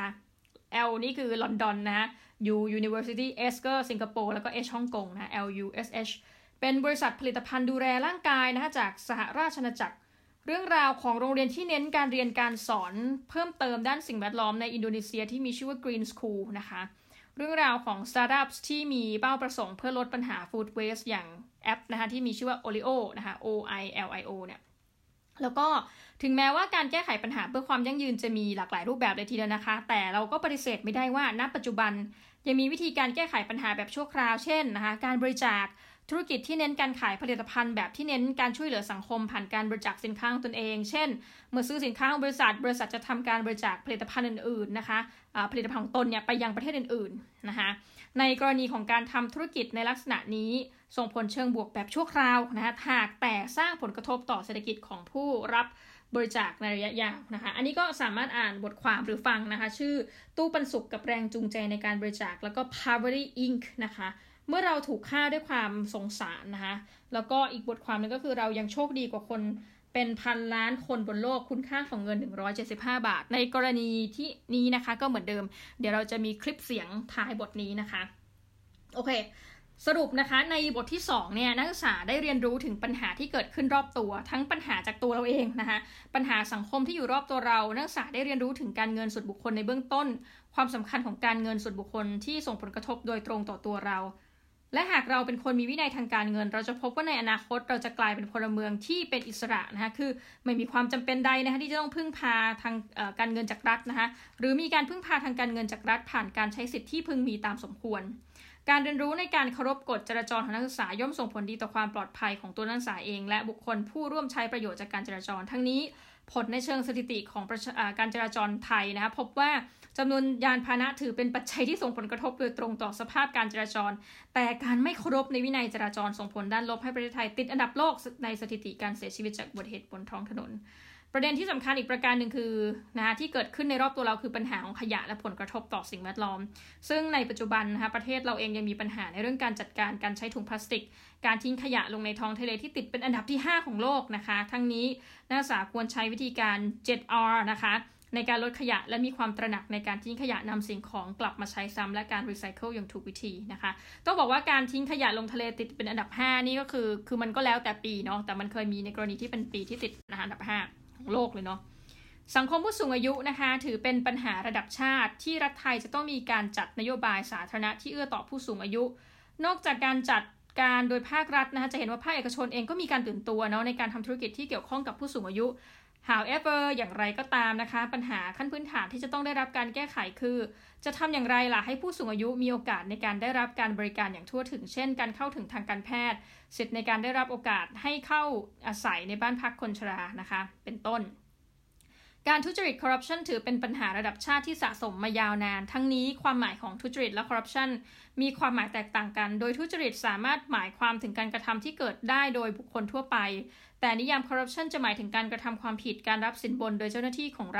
L นี่คือลอนดอนนะ U University S ก็สิงคโปร์แล้วก็ H ฮ่องกงนะ LUSH เป็นบริษัทผลิตภัณฑ์ดูแลร่างกายนะคะจากสหราชอาณาจักรเรื่องราวของโรงเรียนที่เน้นการเรียนการสอนเพิ่มเติมด้านสิ่งแวดล้อมในอินโดนีเซียที่มีชื่อว่า Green School นะคะเรื่องราวของ Startups ที่มีเป้าประสงค์เพื่อลดปัญหา Food Waste อย่างแอปนะคะที่มีชื่อว่า Olio นะคะ OILIO เนี่ยแล้วก็ถึงแม้ว่าการแก้ไขปัญหาเพื่อความยั่งยืนจะมีหลากหลายรูปแบบเลยทีเดียวนะคะแต่เราก็ปฏิเสธไม่ได้ว่าณปัจจุบันยังมีวิธีการแก้ไขปัญหาแบบชั่วคราวเช่นนะคะการบริจาคธุรกิจที่เน้นการขายผลิตภัณฑ์แบบที่เน้นการช่วยเหลือสังคมผ่านการบริจาคสินค้าของตนเองเช่นเมื่อซื้อสินค้าของบริษัทจะทำการบริจาคผลิตภัณฑ์อื่นๆนะคะผลิตภัณฑ์ของตนเนี่ยไปยังประเทศอื่นๆนะคะในกรณีของการทำธุรกิจในลักษณะนี้ส่งผลเชิงบวกแบบชั่วคราวนะคะหากแต่สร้างผลกระทบต่อเศรษฐกิจของผู้รับบริจาคในระยะยาวนะคะอันนี้ก็สามารถอ่านบทความหรือฟังนะคะชื่อตู้ปันสุขกับแรงจูงใจในการบริจาคแล้วก็ Poverty Inc นะคะเมื่อเราถูกฆ่าด้วยความสงสารนะคะแล้วก็อีกบทความนึงก็คือเรายังโชคดีกว่าคนเป็นพันล้านคนบนโลกคุณค่าของเงิน175 บาทในกรณีที่นี้นะคะก็เหมือนเดิมเดี๋ยวเราจะมีคลิปเสียงท้ายบทนี้นะคะโอเคสรุปนะคะในบทที่2เนี่ยนักศึกษาได้เรียนรู้ถึงปัญหาที่เกิดขึ้นรอบตัวทั้งปัญหาจากตัวเราเองนะคะปัญหาสังคมที่อยู่รอบตัวเรานักศึกษาได้เรียนรู้ถึงการเงินส่วนบุคคลในเบื้องต้นความสำคัญของการเงินส่วนบุคคลที่ส่งผลกระทบโดยตรงต่อตัวเราและหากเราเป็นคนมีวินัยทางการเงินเราจะพบว่าในอนาคตเราจะกลายเป็นพลเมืองที่เป็นอิสระนะคะคือไม่มีความจำเป็นใดนะคะที่จะต้องพึ่งพาทางการเงินจากรัฐนะคะหรือมีการพึ่งพาทางการเงินจากรัฐผ่านการใช้สิทธิที่พึงมีตามสมควรการเรียนรู้ในการเคารพกฎจราจรของนักศึกษาย่อมส่งผลดีต่อความปลอดภัยของตัวนักศึกษาเองและบุคคลผู้ร่วมใช้ประโยชน์จากการจราจรทั้งนี้ผลในเชิงสถิติของการจราจรไทยนะคะพบว่าจำนวนยานพาหนะถือเป็นปัจจัยที่ส่งผลกระทบโดยตรงต่อสภาพการจราจรแต่การไม่เคารพในวินัยจราจรส่งผลด้านลบให้ประเทศไทยติดอันดับโลกในสถิติการเสียชีวิตจากอุบัติเหตุบนท้องถนนประเด็นที่สำคัญอีกประการหนึ่งคือนะคะที่เกิดขึ้นในรอบตัวเราคือปัญหาของขยะและผลกระทบต่อสิ่งแวดล้อมซึ่งในปัจจุบันนะคะประเทศเราเองยังมีปัญหาในเรื่องการจัดการการใช้ถุงพลาสติกการทิ้งขยะลงในท้องทะเลที่ติดเป็นอันดับที่5ของโลกนะคะทั้งนี้นักศึกษาควรใช้วิธีการ 7R นะคะในการลดขยะและมีความตระหนักในการทิ้งขยะนำสิ่งของกลับมาใช้ซ้ำและการรีไซเคิลอย่างถูกวิธีนะคะต้องบอกว่าการทิ้งขยะลงทะเลติดเป็นอันดับ5นี่ก็คือมันก็แล้วแต่ปีเนาะแต่มันเคยมีในกรณีที่เป็นปีที่ติดอันดับ5ของโลกเลยเนาะสังคมผู้สูงอายุนะคะถือเป็นปัญหาระดับชาติที่รัฐไทยจะต้องมีการจัดนโยบายสาธารณะที่เอื้อต่อผู้สูงอายุนอกจากการจัดการโดยภาครัฐนะคะจะเห็นว่าภาคเอกชนเองก็มีการตื่นตัวเนาะในการทำธุรกิจที่เกี่ยวข้องกับผู้สูงอายุ however อย่างไรก็ตามนะคะปัญหาขั้นพื้นฐานที่จะต้องได้รับการแก้ไขคือจะทำอย่างไรล่ะให้ผู้สูงอายุมีโอกาสในการได้รับการบริการอย่างทั่วถึงเช่นการเข้าถึงทางการแพทย์สิทธิในการได้รับโอกาสให้เข้าอาศัยในบ้านพักคนชรานะคะเป็นต้นการทุจริตคอร์รัปชันถือเป็นปัญหาระดับชาติที่สะสมมายาวนานทั้งนี้ความหมายของทุจริตและคอร์รัปชันมีความหมายแตกต่างกันโดยทุจริตสามารถหมายความถึงการกระทำที่เกิดได้โดยบุคคลทั่วไปแต่นิยามคอร์รัปชันจะหมายถึงการกระทำความผิดการรับสินบนโดยเจ้าหน้าที่ของรัฐ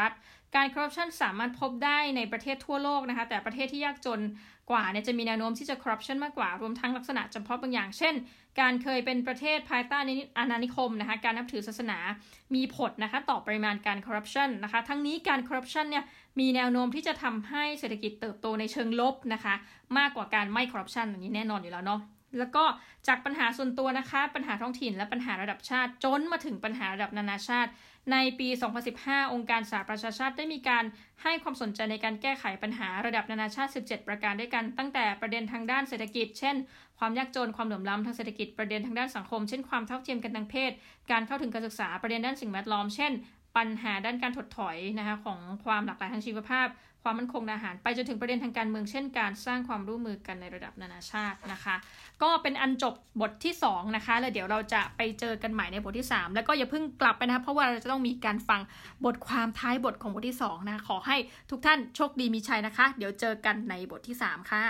การคอร์รัปชันสามารถพบได้ในประเทศทั่วโลกนะคะแต่ประเทศที่ยากจนกว่าเนี่ยจะมีแนวโน้มที่จะคอร์รัปชันมากกว่ารวมทั้งลักษณะจำเพาะบางอย่างเช่นการเคยเป็นประเทศภายใต้อาณานิคมนะคะการนับถือศาสนามีผลนะคะต่อปริมาณการคอร์รัปชันนะคะทั้งนี้การคอร์รัปชันเนี่ยมีแนวโน้มที่จะทำให้เศรษฐกิจเติบโตในเชิงลบนะคะมากกว่าการไม่คอร์รัปชันอันนี้แน่นอนอยู่แล้วเนาะแล้วก็จากปัญหาส่วนตัวนะคะปัญหาท้องถิ่นและปัญหาระดับชาติจนมาถึงปัญหาระดับนานาชาติในปี 2015 องค์การสหประชาชาติได้มีการให้ความสนใจในการแก้ไขปัญหาระดับนานาชาติ 17 ประการด้วยกันตั้งแต่ประเด็นทางด้านเศรษฐกิจเช่นความยากจนความเหลื่อมล้ำทางเศรษฐกิจประเด็นทางด้านสังคมเช่นความเท่าเทียมกันทางเพศการเข้าถึงการศึกษาประเด็นด้านสิ่งแวดล้อมเช่นปัญหาด้านการถดถอยนะคะของความหลากหลายทางชีวภาพความมั่นคงอาหารไปจนถึงประเด็นทางการเมืองเช่นการสร้างความร่วมมือกันในระดับนานาชาตินะคะก็เป็นอันจบบทที่2นะคะแล้วเดี๋ยวเราจะไปเจอกันใหม่ในบทที่3แล้วก็อย่าเพิ่งกลับไปนะคะเพราะว่าเราจะต้องมีการฟังบทความท้ายบทของบทที่2นะขอให้ทุกท่านโชคดีมีชัยนะคะเดี๋ยวเจอกันในบทที่3ค่ะ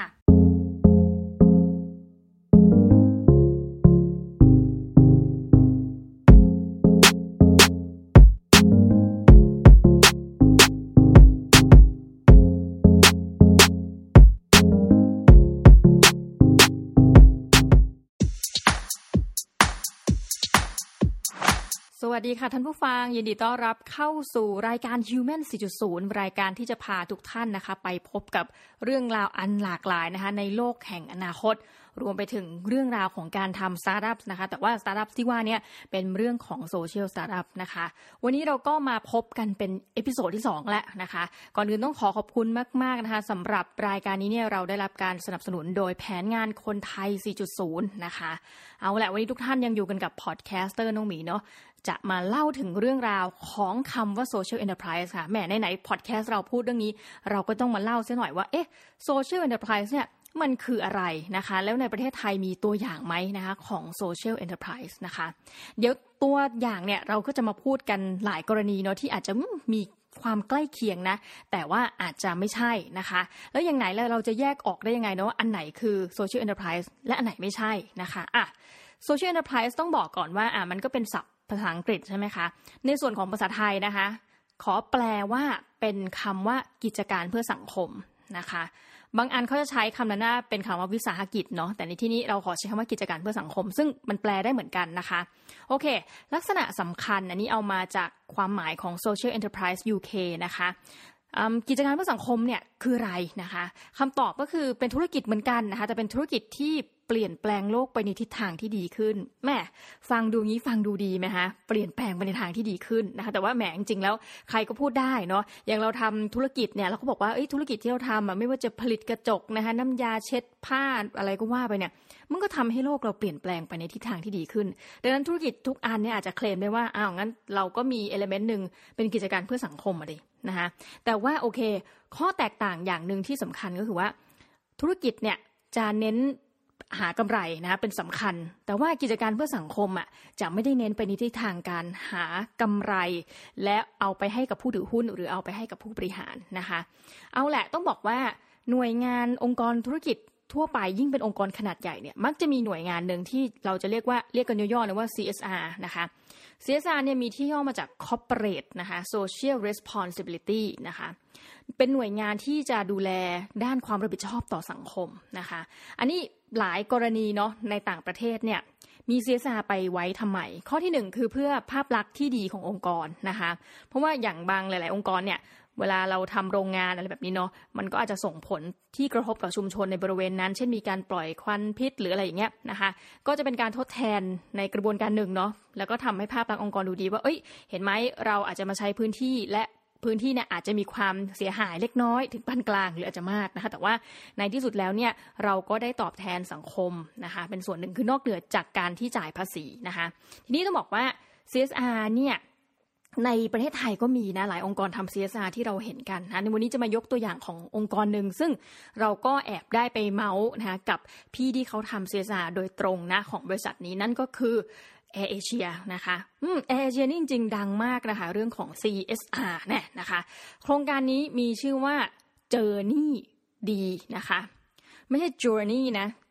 สวัสดีค่ะท่านผู้ฟังยินดีต้อนรับเข้าสู่รายการ Human 4.0 รายการที่จะพาทุกท่านนะคะไปพบกับเรื่องราวอันหลากหลายนะคะในโลกแห่งอนาคตรวมไปถึงเรื่องราวของการทำสตาร์ทอัพนะคะแต่ว่าสตาร์ทอัพที่ว่าเนี่ยเป็นเรื่องของโซเชียลสตาร์ทอัพนะคะวันนี้เราก็มาพบกันเป็นเอพิโซดที่2แล้วนะคะก่อนอื่นต้องขอบคุณมากๆนะคะสำหรับรายการนี้เนี่ยเราได้รับการสนับสนุนโดยแผนงานคนไทย 4.0 นะคะเอาละวันนี้ทุกท่านยังอยู่กันกับพอดแคสเตอร์น้องหมีเนาะจะมาเล่าถึงเรื่องราวของคำว่า Social Enterprise ค่ะแหมไหนๆพอดแคสต์เราพูดเรื่องนี้เราก็ต้องมาเล่าซะหน่อยว่าSocial Enterprise เนี่ยมันคืออะไรนะคะแล้วในประเทศไทยมีตัวอย่างไหมนะคะของ Social Enterprise นะคะเดี๋ยวตัวอย่างเนี่ยเราก็จะมาพูดกันหลายกรณีเนาะที่อาจจะมีความใกล้เคียงนะแต่ว่าอาจจะไม่ใช่นะคะแล้วอย่างไหนแล้วเราจะแยกออกได้ยังไงเนาะอันไหนคือ Social Enterprise และอันไหนไม่ใช่นะคะSocial Enterprise ต้องบอกก่อนว่ามันก็เป็นศัพท์ภาษาอังกฤษใช่ไหมคะในส่วนของภาษาไทยนะคะขอแปลว่าเป็นคำว่ากิจการเพื่อสังคมนะคะบางอันเขาจะใช้คำนั้นเป็นคำว่าวิสาหกิจเนาะแต่ในที่นี้เราขอใช้คำว่ากิจการเพื่อสังคมซึ่งมันแปลได้เหมือนกันนะคะโอเคลักษณะสำคัญอันนี้เอามาจากความหมายของ Social Enterprise UK นะคะกิจการเพื่อสังคมเนี่ยคืออะไรนะคะคำตอบก็คือเป็นธุรกิจเหมือนกันนะคะแต่เป็นธุรกิจที่เปลี่ยนแปลงโลกไปในทิศทางที่ดีขึ้นแม่ฟังดูงี้ฟังดูดีไหมคะเปลี่ยนแปลงไปในทางที่ดีขึ้นนะคะแต่ว่าแหมจริงๆแล้วใครก็พูดได้เนาะอย่างเราทำธุรกิจเนี่ยเราก็บอกว่าธุรกิจที่เราทำไม่ว่าจะผลิตกระจกนะคะน้ำยาเช็ดผ้าอะไรก็ว่าไปเนี่ยมันก็ทำให้โลกเราเปลี่ยนแปลงไปในทิศทางที่ดีขึ้นดังนั้นธุรกิจทุกอันเนี่ยอาจจะเคลมได้ว่างั้นเราก็มีเอลิเมนต์นึงเป็นกิจการเพื่อสังคมดินะคะแต่ว่าโอเคข้อแตกต่างอย่างนึงที่สำคัญก็คือว่าธุรกิจเนี่ยจะเน้นหากำไรนะคะเป็นสำคัญแต่ว่ากิจการเพื่อสังคมจะไม่ได้เน้นไปในทิศทางการหากำไรและเอาไปให้กับผู้ถือหุ้นหรือเอาไปให้กับผู้บริหารนะคะเอาแหละต้องบอกว่าหน่วยงานองค์กรธุรกิจทั่วไปยิ่งเป็นองค์กรขนาดใหญ่เนี่ยมักจะมีหน่วยงานหนึ่งที่เราจะเรียกกันย่อๆนะว่า CSR นะคะ CSR เนี่ยมีที่ย่อมาจาก Corporate นะคะ Social Responsibility นะคะเป็นหน่วยงานที่จะดูแลด้านความรับผิดชอบต่อสังคมนะคะอันนี้หลายกรณีเนาะในต่างประเทศเนี่ยมี CSR ไปไว้ทำไมข้อที่1คือเพื่อภาพลักษณ์ที่ดีขององค์กรนะคะเพราะว่าอย่างบางหลายๆองค์กรเนี่ยเวลาเราทำโรงงานอะไรแบบนี้เนาะมันก็อาจจะส่งผลที่กระทบกับชุมชนในบริเวณนั้นเช่นมีการปล่อยควันพิษหรืออะไรอย่างเงี้ยนะคะก็จะเป็นการทดแทนในกระบวนการหนึ่งเนาะแล้วก็ทำให้ภาพลักษณ์องค์กรดูดีว่าเห็นไหมเราอาจจะมาใช้พื้นที่และพื้นที่เนี่ยอาจจะมีความเสียหายเล็กน้อยถึงปานกลางหรืออาจจะมากนะคะแต่ว่าในที่สุดแล้วเนี่ยเราก็ได้ตอบแทนสังคมนะคะเป็นส่วนหนึ่งคือนอกเหนือจากการที่จ่ายภาษีนะคะทีนี้ต้องบอกว่า CSR เนี่ยในประเทศไทยก็มีนะหลายองค์กรทำ CSR ที่เราเห็นกันนะในวันนี้จะมายกตัวอย่างขององค์กรหนึ่งซึ่งเราก็แอบได้ไปเมาส์นะคะกับพี่ที่เขาทำ CSR โดยตรงนะของบริษัทนี้นั่นก็คือAir Asia นะคะAir Asia นี่จริงๆดังมากนะคะเรื่องของ CSR เนี่ยนะคะโครงการนี้มีชื่อว่า Journey D นะคะไม่ใช่ Journey นะ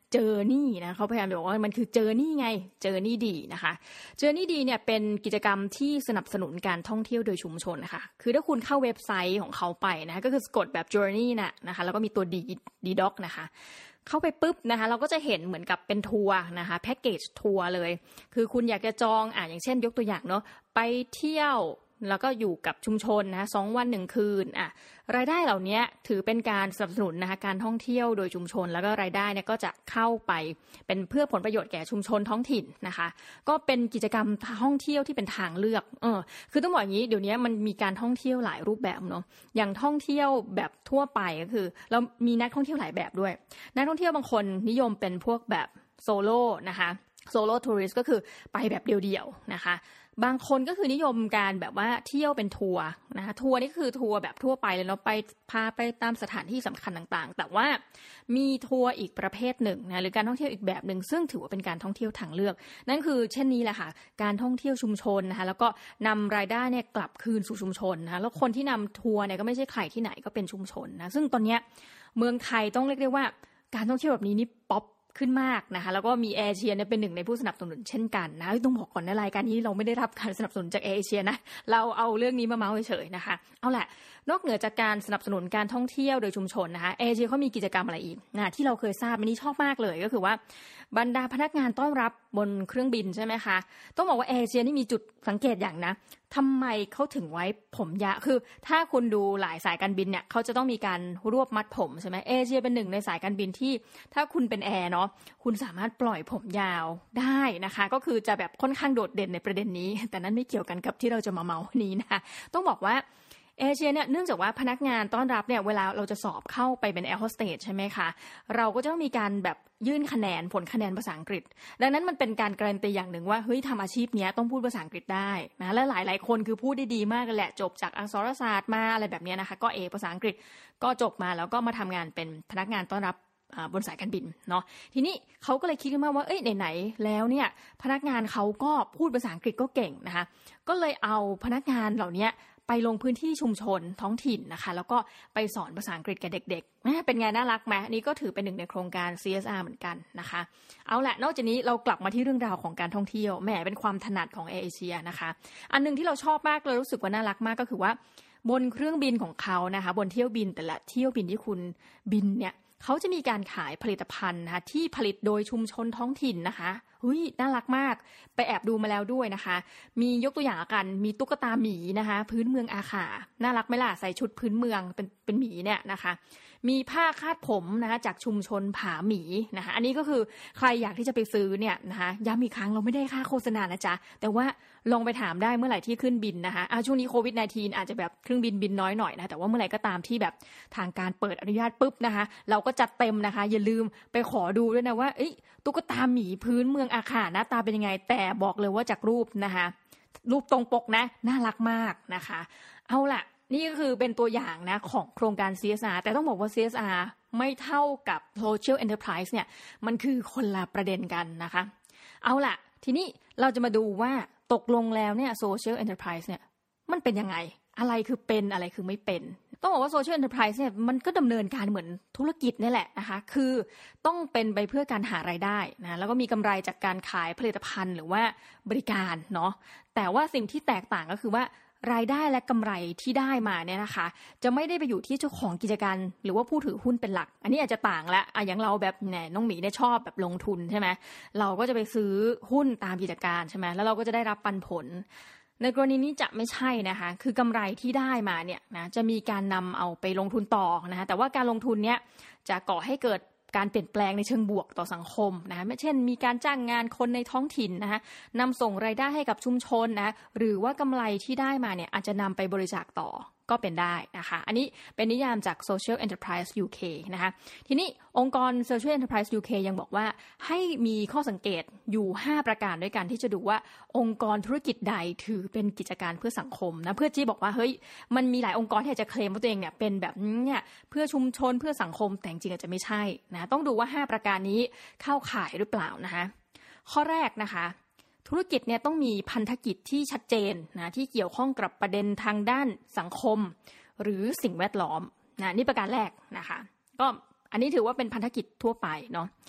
เจอร์นี่นะเขาพยายามบอกว่ามันคือเจอร์นี่ไงเจอร์นี่ดีนะคะเจอร์นี่ดีเนี่ยเป็นกิจกรรมที่สนับสนุนการท่องเที่ยวโดยชุมชนนะคะคือถ้าคุณเข้าเว็บไซต์ของเขาไปนะก็คือกดแบบ journey นะคะแล้วก็มีตัว D doc นะคะเข้าไปปุ๊บนะคะเราก็จะเห็นเหมือนกับเป็นทัวร์นะคะแพ็กเกจทัวร์เลยคือคุณอยากจะจองอย่างเช่นยกตัวอย่างเนาะไปเที่ยวแล้วก็อยู่กับชุมชนนะ2 วัน1 คืนรายได้เหล่านี้ถือเป็นการสนับสนุนนะคะการท่องเที่ยวโดยชุมชนแล้วก็รายได้เนี่ยก็จะเข้าไปเป็นเพื่อผลประโยชน์แก่ชุมชนท้องถิ่นนะคะก็เป็นกิจกรรมท่องเที่ยวที่เป็นทางเลือกคือต้องบอกอย่างนี้เดี๋ยวนี้มันมีการท่องเที่ยวหลายรูปแบบเนาะอย่างท่องเที่ยวแบบทั่วไปก็คือเรามีนักท่องเที่ยวหลายแบบด้วยนักท่องเที่ยวบางคนนิยมเป็นพวกแบบโซโล่นะคะโซโล่ทัวริสต์ก็คือไปแบบเดี่ยวๆนะคะบางคนก็คือนิยมการแบบว่าเที่ยวเป็นทัวร์นะคะทัวร์นี่คือทัวร์แบบทั่วไปเลยเนาะไปพาไปตามสถานที่สำคัญต่างๆแต่ว่ามีทัวร์อีกประเภทหนึ่งนะหรือการท่องเที่ยวอีกแบบหนึ่งซึ่งถือว่าเป็นการท่องเที่ยวทางเลือกนั่นคือเช่นนี้แหละค่ะการท่องเที่ยวชุมชนนะคะแล้วก็นำรายได้เนี่ยกลับคืนสู่ชุมชนนะคะแล้วคนที่นำทัวร์เนี่ยก็ไม่ใช่ใครที่ไหนก็เป็นชุมชนนะซึ่งตอนนี้เมืองไทยต้องเรียกได้ว่าการท่องเที่ยวแบบนี้นี่ป๊อปขึ้นมากนะคะแล้วก็มีแอร์เอเชียเนี่ยเป็นหนึ่งในผู้สนับสนุนเช่นกันนะต้องบอกก่อนในรายการนี้เราไม่ได้รับการสนับสนุนจากแอร์เอเชียนะเราเอาเรื่องนี้มาเมาส์เฉยๆนะคะเอาแหละนอกเหนือจากการสนับสนุนการท่องเที่ยวโดยชุมชนนะคะแอร์เอเชียเขามีกิจกรรมอะไรอีกนะที่เราเคยทราบอันนี้ชอบมากเลยก็คือว่าบรรดาพนักงานต้อนรับบนเครื่องบินใช่ไหมคะต้องบอกว่าแอร์เอเชียนี่มีจุดสังเกตอย่างนะทำไมเขาถึงไว้ผมยาวคือถ้าคุณดูหลายสายการบินเนี่ยเขาจะต้องมีการรวบมัดผมใช่ไหมแอร์เอเชียเป็นหนึ่งในสายการบินที่ถ้าคุณเป็นแอร์เนาะคุณสามารถปล่อยผมยาวได้นะคะก็คือจะแบบค่อนข้างโดดเด่นในประเด็นนี้แต่นั้นไม่เกี่ยวกันกับที่เราจะมาเมาส์นี้นะคะต้องบอกว่าเอเชียเนี่ยเนื่องจากว่าพนักงานต้อนรับเนี่ยเวลาเราจะสอบเข้าไปเป็นแอร์โฮสเตสใช่ไหมคะเราก็จะต้องมีการแบบยื่นคะแนนผลคะแนนภาษาอังกฤษดังนั้นมันเป็นการการันตีอย่างหนึ่งว่าเฮ้ยทำอาชีพนี้ต้องพูดภาษาอังกฤษได้นะและหลายๆคนคือพูดได้ดีมากเลยแหละจบจากอักษรศาสตร์มาอะไรแบบนี้นะคะก็ภาษาอังกฤษก็จบมาแล้วก็มาทำงานเป็นพนักงานต้อนรับบนสายการบินเนาะทีนี้เขาก็เลยคิดขึ้นมาว่าไหนๆแล้วเนี่ยพนักงานเขาก็พูดภาษาอังกฤษก็เก่งนะคะก็เลยเอาพนักงานเหล่านี้ไปลงพื้นที่ชุมชนท้องถิ่นนะคะแล้วก็ไปสอนภาษาอังกฤษกับเด็กๆเป็นไงน่ารักไหมนี่ก็ถือเป็นหนึ่งในโครงการ CSR เหมือนกันนะคะเอาละนอกจากนี้เรากลับมาที่เรื่องราวของการท่องเที่ยวแหมเป็นความถนัดของแอร์เอเชียนะคะอันนึงที่เราชอบมากเลยรู้สึกว่าน่ารักมากก็คือว่าบนเครื่องบินของเขานะคะบนเที่ยวบินแต่ละเที่ยวบินที่คุณบินเนี่ยเขาจะมีการขายผลิตภัณฑ์นะคะที่ผลิตโดยชุมชนท้องถิ่นนะคะน่ารักมากไปแอบดูมาแล้วด้วยนะคะมียกตัวอย่างกันมีตุ๊กตาหมีนะคะพื้นเมืองอาขาน่ารักไหมล่ะใส่ชุดพื้นเมืองเป็นหมีเนี่ยนะคะมีผ้าคาดผมนะคะจากชุมชนผาหมีนะคะอันนี้ก็คือใครอยากที่จะไปซื้อเนี่ยนะคะย้ำอีกครั้งเราไม่ได้ค่าโฆษณานะจ๊ะแต่ว่าลองไปถามได้เมื่อไหร่ที่ขึ้นบินนะคะช่วงนี้โควิด -19 อาจจะแบบเครื่องบินน้อยหน่อยนะแต่ว่าเมื่อไหร่ก็ตามที่แบบทางการเปิดอนุญาตปุ๊บนะคะเราก็จัดเต็มนะคะอย่าลืมไปขอดูด้วยนะว่าตุ๊กตาหมีพื้นเมืองอาขาหน้าตาเป็นยังไงแต่บอกเลยว่าจากรูปนะคะรูปตรงปกนะน่ารักมากนะคะเอาล่ะนี่ก็คือเป็นตัวอย่างนะของโครงการ CSR แต่ต้องบอกว่า CSR ไม่เท่ากับ Social Enterprise เนี่ยมันคือคนละประเด็นกันนะคะเอาล่ะทีนี้เราจะมาดูว่าตกลงแล้วเนี่ย Social Enterprise เนี่ยมันเป็นยังไงอะไรคือเป็นอะไรคือไม่เป็นต้องบอกว่า Social Enterprise เนี่ยมันก็ดำเนินการเหมือนธุรกิจนี่แหละนะคะคือต้องเป็นไปเพื่อการหารายได้นะแล้วก็มีกำไรจากการขายผลิตภัณฑ์หรือว่าบริการเนาะแต่ว่าสิ่งที่แตกต่างก็คือว่ารายได้และกำไรที่ได้มาเนี่ยนะคะจะไม่ได้ไปอยู่ที่เจ้าของกิจการหรือว่าผู้ถือหุ้นเป็นหลักอันนี้อาจจะต่างละอย่างเราแบบน้องหมีเนี่ยชอบแบบลงทุนใช่ไหมเราก็จะไปซื้อหุ้นตามกิจการใช่ไหมแล้วเราก็จะได้รับปันผลในกรณีนี้จะไม่ใช่นะคะคือกำไรที่ได้มาเนี่ยนะจะมีการนำเอาไปลงทุนต่อนะคะแต่ว่าการลงทุนเนี่ยจะก่อให้เกิดการเปลี่ยนแปลงในเชิงบวกต่อสังคมนะคะเช่นมีการจ้างงานคนในท้องถิ่นนะคะนำส่งรายได้ให้กับชุมชนนะหรือว่ากำไรที่ได้มาเนี่ยอาจจะนำไปบริจาคต่อก็เป็นได้นะคะอันนี้เป็นนิยามจาก Social Enterprise UK นะคะทีนี้องค์กร Social Enterprise UK ยังบอกว่าให้มีข้อสังเกตอยู่5ประการด้วยกันที่จะดูว่าองค์กรธุรกิจใดถือเป็นกิจการเพื่อสังคมนะเพื่อที่บอกว่าเฮ้ยมันมีหลายองค์กรที่จะเคลมว่าตัวเองเนี่ยเป็นแบบเนี่ยเพื่อชุมชนเพื่อสังคมแต่จริงๆอาจจะไม่ใช่นะต้องดูว่า5ประการนี้เข้าข่ายหรือเปล่านะคะข้อแรกนะคะธุรกิจเนี่ยต้องมีพันธกิจที่ชัดเจนนะที่เกี่ยวข้องกับประเด็นทางด้านสังคมหรือสิ่งแวดล้อมนะนี่ประการแรกนะคะก็อันนี้ถือว่าเป็นพันธกิจทั่วไปเนาะ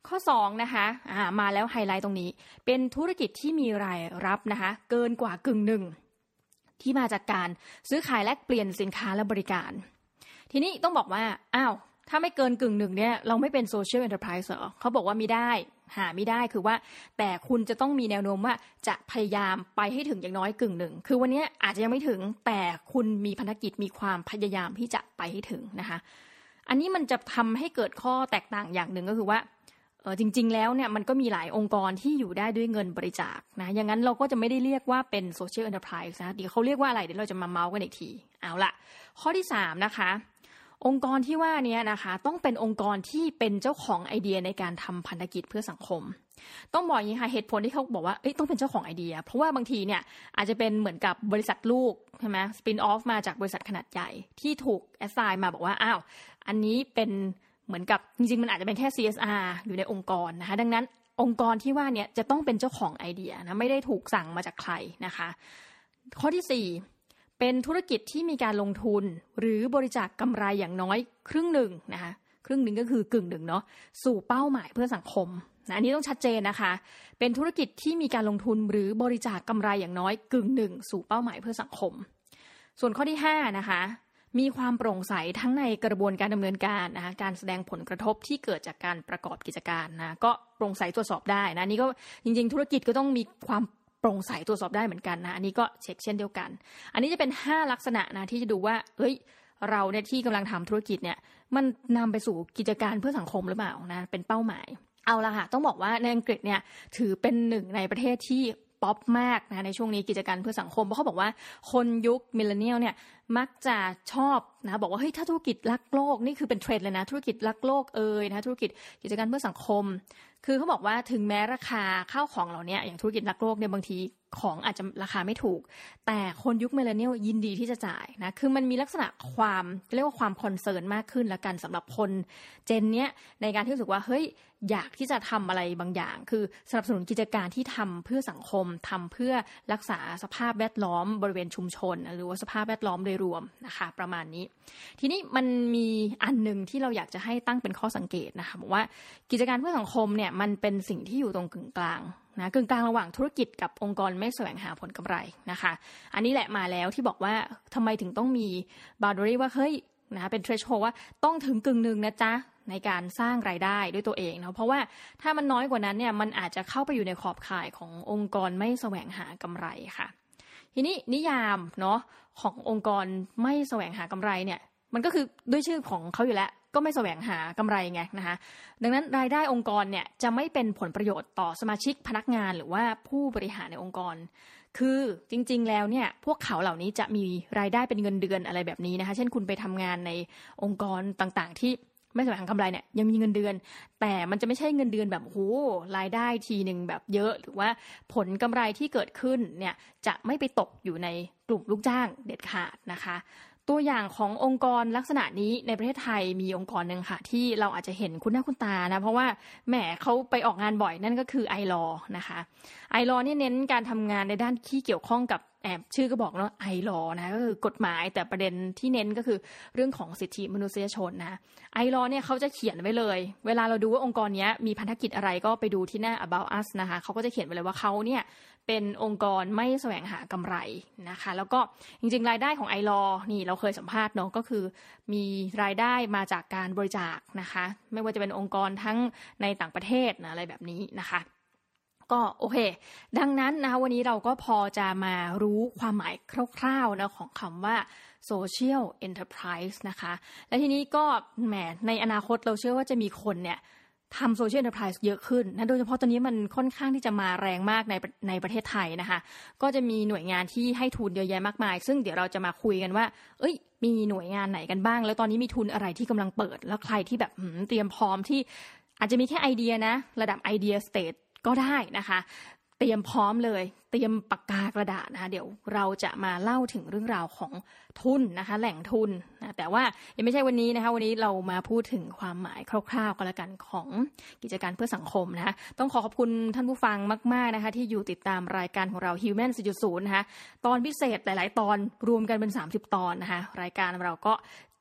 ข้อ2นะคะมาแล้วไฮไลท์ตรงนี้เป็นธุรกิจที่มีรายรับนะคะเกินกว่ากึ่งหนึ่งที่มาจากการซื้อขายแลกเปลี่ยนสินค้าและบริการทีนี้ต้องบอกว่าถ้าไม่เกินกึ่งหนึ่งเนี่ยเราไม่เป็นโซเชียลเอ็นเตอร์ไพรส์เหรอเขาบอกว่าไม่ได้หาไม่ได้คือว่าแต่คุณจะต้องมีแนวโน้มว่าจะพยายามไปให้ถึงอย่างน้อยกึ่งหนึ่งคือวันนี้อาจจะยังไม่ถึงแต่คุณมีภารกิจมีความพยายามที่จะไปให้ถึงนะคะอันนี้มันจะทำให้เกิดข้อแตกต่างอย่างหนึ่งก็คือว่าจริงๆแล้วเนี่ยมันก็มีหลายองค์กรที่อยู่ได้ด้วยเงินบริจาคนะอย่างนั้นเราก็จะไม่ได้เรียกว่าเป็นโซเชียลเอ็นเตอร์ไพรส์นะเดี๋ยวเขาเรียกว่าอะไรเดี๋ยวเราจะมาเมาส์กันอีกทีเอาละข้อที่3นะคะองค์กรที่ว่านี้นะคะต้องเป็นองค์กรที่เป็นเจ้าของไอเดียในการทำพันธกิจเพื่อสังคมต้องบอกอย่างนี้ค่ะเหตุผลที่เขาบอกว่าต้องเป็นเจ้าของไอเดียเพราะว่าบางทีเนี่ยอาจจะเป็นเหมือนกับบริษัทลูกใช่ไหมสปินออฟมาจากบริษัทขนาดใหญ่ที่ถูกแอสไซน์มาบอกว่าอันนี้เป็นเหมือนกับจริงๆมันอาจจะเป็นแค่ CSR อยู่ในองค์กรนะคะดังนั้นองค์กรที่ว่าเนี่ยจะต้องเป็นเจ้าของไอเดียนะไม่ได้ถูกสั่งมาจากใครนะคะข้อที่4เป็นธุรกิจที่มีการลงทุนหรือบริจาคกำไรอย่างน้อยครึ่งหนึ่งนะคะครึ่งหนึ่งก็คือกึ่งหนึ่งเนาะสู่เป้าหมายเพื่อสังคมนะอันนี้ต้องชัดเจนนะคะเป็นธุรกิจที่มีการลงทุนหรือบริจาคกำไรอย่างน้อยกึ่งหนึ่งสู่เป้าหมายเพื่อสังคมส่วนข้อที่5นะคะมีความโปร่งใสทั้งในกระบวนการดำเนินการนะคะการแสดงผลกระทบที่เกิดจากการประกอบกิจการนะก็โปร่งใสตรวจสอบได้นะนี่ก็จริงๆธุรกิจก็ต้องมีความโปร่งใสตรวจสอบได้เหมือนกันนะอันนี้ก็เช็คเช่นเดียวกันอันนี้จะเป็น5ลักษณะนะที่จะดูว่าเราเนี่ยที่กำลังทำธุรกิจเนี่ยมันนำไปสู่กิจการเพื่อสังคมหรือเปล่านะเป็นเป้าหมายเอาละค่ะต้องบอกว่าในอังกฤษเนี่ยถือเป็นหนึ่งในประเทศที่ป๊อปมากนะในช่วงนี้กิจการเพื่อสังคมเพราะเขาบอกว่าคนยุคมิลเลนเนียลเนี่ยมักจะชอบนะบอกว่าถ้าธุรกิจรักโลกนี่คือเป็นเทรนด์เลยนะธุรกิจรักโลกนะธุรกิจกิจการเพื่อสังคมคือเขาบอกว่าถึงแม้ราคาข้าวของเหล่านี้อย่างธุรกิจรักโลกเนี่ยบางทีของอาจจะราคาไม่ถูกแต่คนยุคมิลเลนเนียลยินดีที่จะจ่ายนะคือมันมีลักษณะความเรียกว่าความคอนเซิร์นมากขึ้นละกันสำหรับคนเจนเนี้ยในการที่รู้สึกว่าอยากที่จะทำอะไรบางอย่างคือสนับสนุนกิจการที่ทำเพื่อสังคมทำเพื่อรักษาสภาพแวดล้อมบริเวณชุมชนหรือว่าสภาพแวดล้อมโดยรวมนะคะประมาณนี้ทีนี้มันมีอันนึงที่เราอยากจะให้ตั้งเป็นข้อสังเกตนะคะบอกว่ากิจการเพื่อสังคมเนี่ยมันเป็นสิ่งที่อยู่ตรงกึ่งกลางนะกึ่งกลางระหว่างธุรกิจกับองค์กรไม่แสวงหาผลกำไรนะคะอันนี้แหละมาแล้วที่บอกว่าทำไมถึงต้องมีบาวน์ดารี่ว่านะเป็น threshold ว่าต้องถึงกึ่งนึงนะจ๊ะในการสร้างรายได้ด้วยตัวเองนะเพราะว่าถ้ามันน้อยกว่านั้นเนี่ยมันอาจจะเข้าไปอยู่ในขอบข่ายขององค์กรไม่แสวงหากำไรค่ะทีนี้นิยามเนาะขององค์กรไม่แสวงหากำไรเนี่ยมันก็คือด้วยชื่อของเขาอยู่แล้วก็ไม่แสวงหากำไรไงนะคะดังนั้นรายได้องค์กรเนี่ยจะไม่เป็นผลประโยชน์ต่อสมาชิกพนักงานหรือว่าผู้บริหารในองค์กรคือจริงๆแล้วเนี่ยพวกเขาเหล่านี้จะมีรายได้เป็นเงินเดือนอะไรแบบนี้นะคะเช่นคุณไปทำงานในองค์กรต่างๆที่ไม่แสวงหากำไรเนี่ยยังมีเงินเดือนแต่มันจะไม่ใช่เงินเดือนแบบรายได้ทีนึงแบบเยอะหรือว่าผลกำไรที่เกิดขึ้นเนี่ยจะไม่ไปตกอยู่ในกลุ่มลูกจ้างเด็ดขาดนะคะตัวอย่างขององค์กรลักษณะนี้ในประเทศไทยมีองค์กรหนึ่งค่ะที่เราอาจจะเห็นคุ้นหน้าคุ้นตานะเพราะว่าแหมเขาไปออกงานบ่อยนั่นก็คือไอลอนะคะไอลอนี่เน้นการทำงานในด้านที่เกี่ยวข้องกับชื่อก็บอกเนาะไอลอนะก็คือกฎหมายแต่ประเด็นที่เน้นก็คือเรื่องของสิทธิมนุษยชนนะไอลอเนี่ยเขาจะเขียนไว้เลยเวลาเราดูว่าองค์กรนี้มีพันธกิจอะไรก็ไปดูที่หน้า About Us นะคะเขาก็จะเขียนไว้เลยว่าเขาเนี่ยเป็นองค์กรไม่แสวงหากำไรนะคะแล้วก็จริงๆรายได้ของไอลอนี่เราเคยสัมภาษณ์เนาะก็คือมีรายได้มาจากการบริจาคนะคะไม่ว่าจะเป็นองค์กรทั้งในต่างประเทศนะอะไรแบบนี้นะคะก็โอเคดังนั้นนะคะวันนี้เราก็พอจะมารู้ความหมายคร่าวๆนะของคำว่า social enterprise นะคะและทีนี้ก็แหมในอนาคตเราเชื่อว่าจะมีคนเนี่ยทำ social enterprise เยอะขึ้นนะโดยเฉพาะตอนนี้มันค่อนข้างที่จะมาแรงมากในประเทศไทยนะคะก็จะมีหน่วยงานที่ให้ทุนเยอะแยะมากมายซึ่งเดี๋ยวเราจะมาคุยกันว่ามีหน่วยงานไหนกันบ้างแล้วตอนนี้มีทุนอะไรที่กำลังเปิดแล้วใครที่แบบเตรียมพร้อมที่อาจจะมีแค่ไอเดียนะระดับไอเดียสเตจก็ได้นะคะเตรียมพร้อมเลยเตรียมปากกากระดาษนะคะเดี๋ยวเราจะมาเล่าถึงเรื่องราวของทุนนะคะแหล่งทุนนะแต่ว่ายังไม่ใช่วันนี้นะคะวันนี้เรามาพูดถึงความหมายคร่าวๆกันละกันของกิจการเพื่อสังคมนะคะต้องขอบคุณท่านผู้ฟังมากๆนะคะที่อยู่ติดตามรายการของเรา Human 4.0 นะคะตอนพิเศษหลายๆตอนรวมกันเป็น30ตอนนะคะรายการเราก็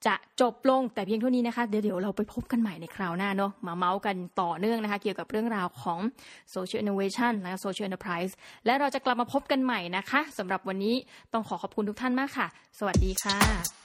จะจบลงแต่เพียงเท่านี้นะคะเดี๋ยวเราไปพบกันใหม่ในคราวหน้าเนาะมาเมาส์กันต่อเนื่องนะคะเกี่ยวกับเรื่องราวของ Social Innovation และ Social Enterprise และเราจะกลับมาพบกันใหม่นะคะสำหรับวันนี้ต้องขอบคุณทุกท่านมากค่ะสวัสดีค่ะ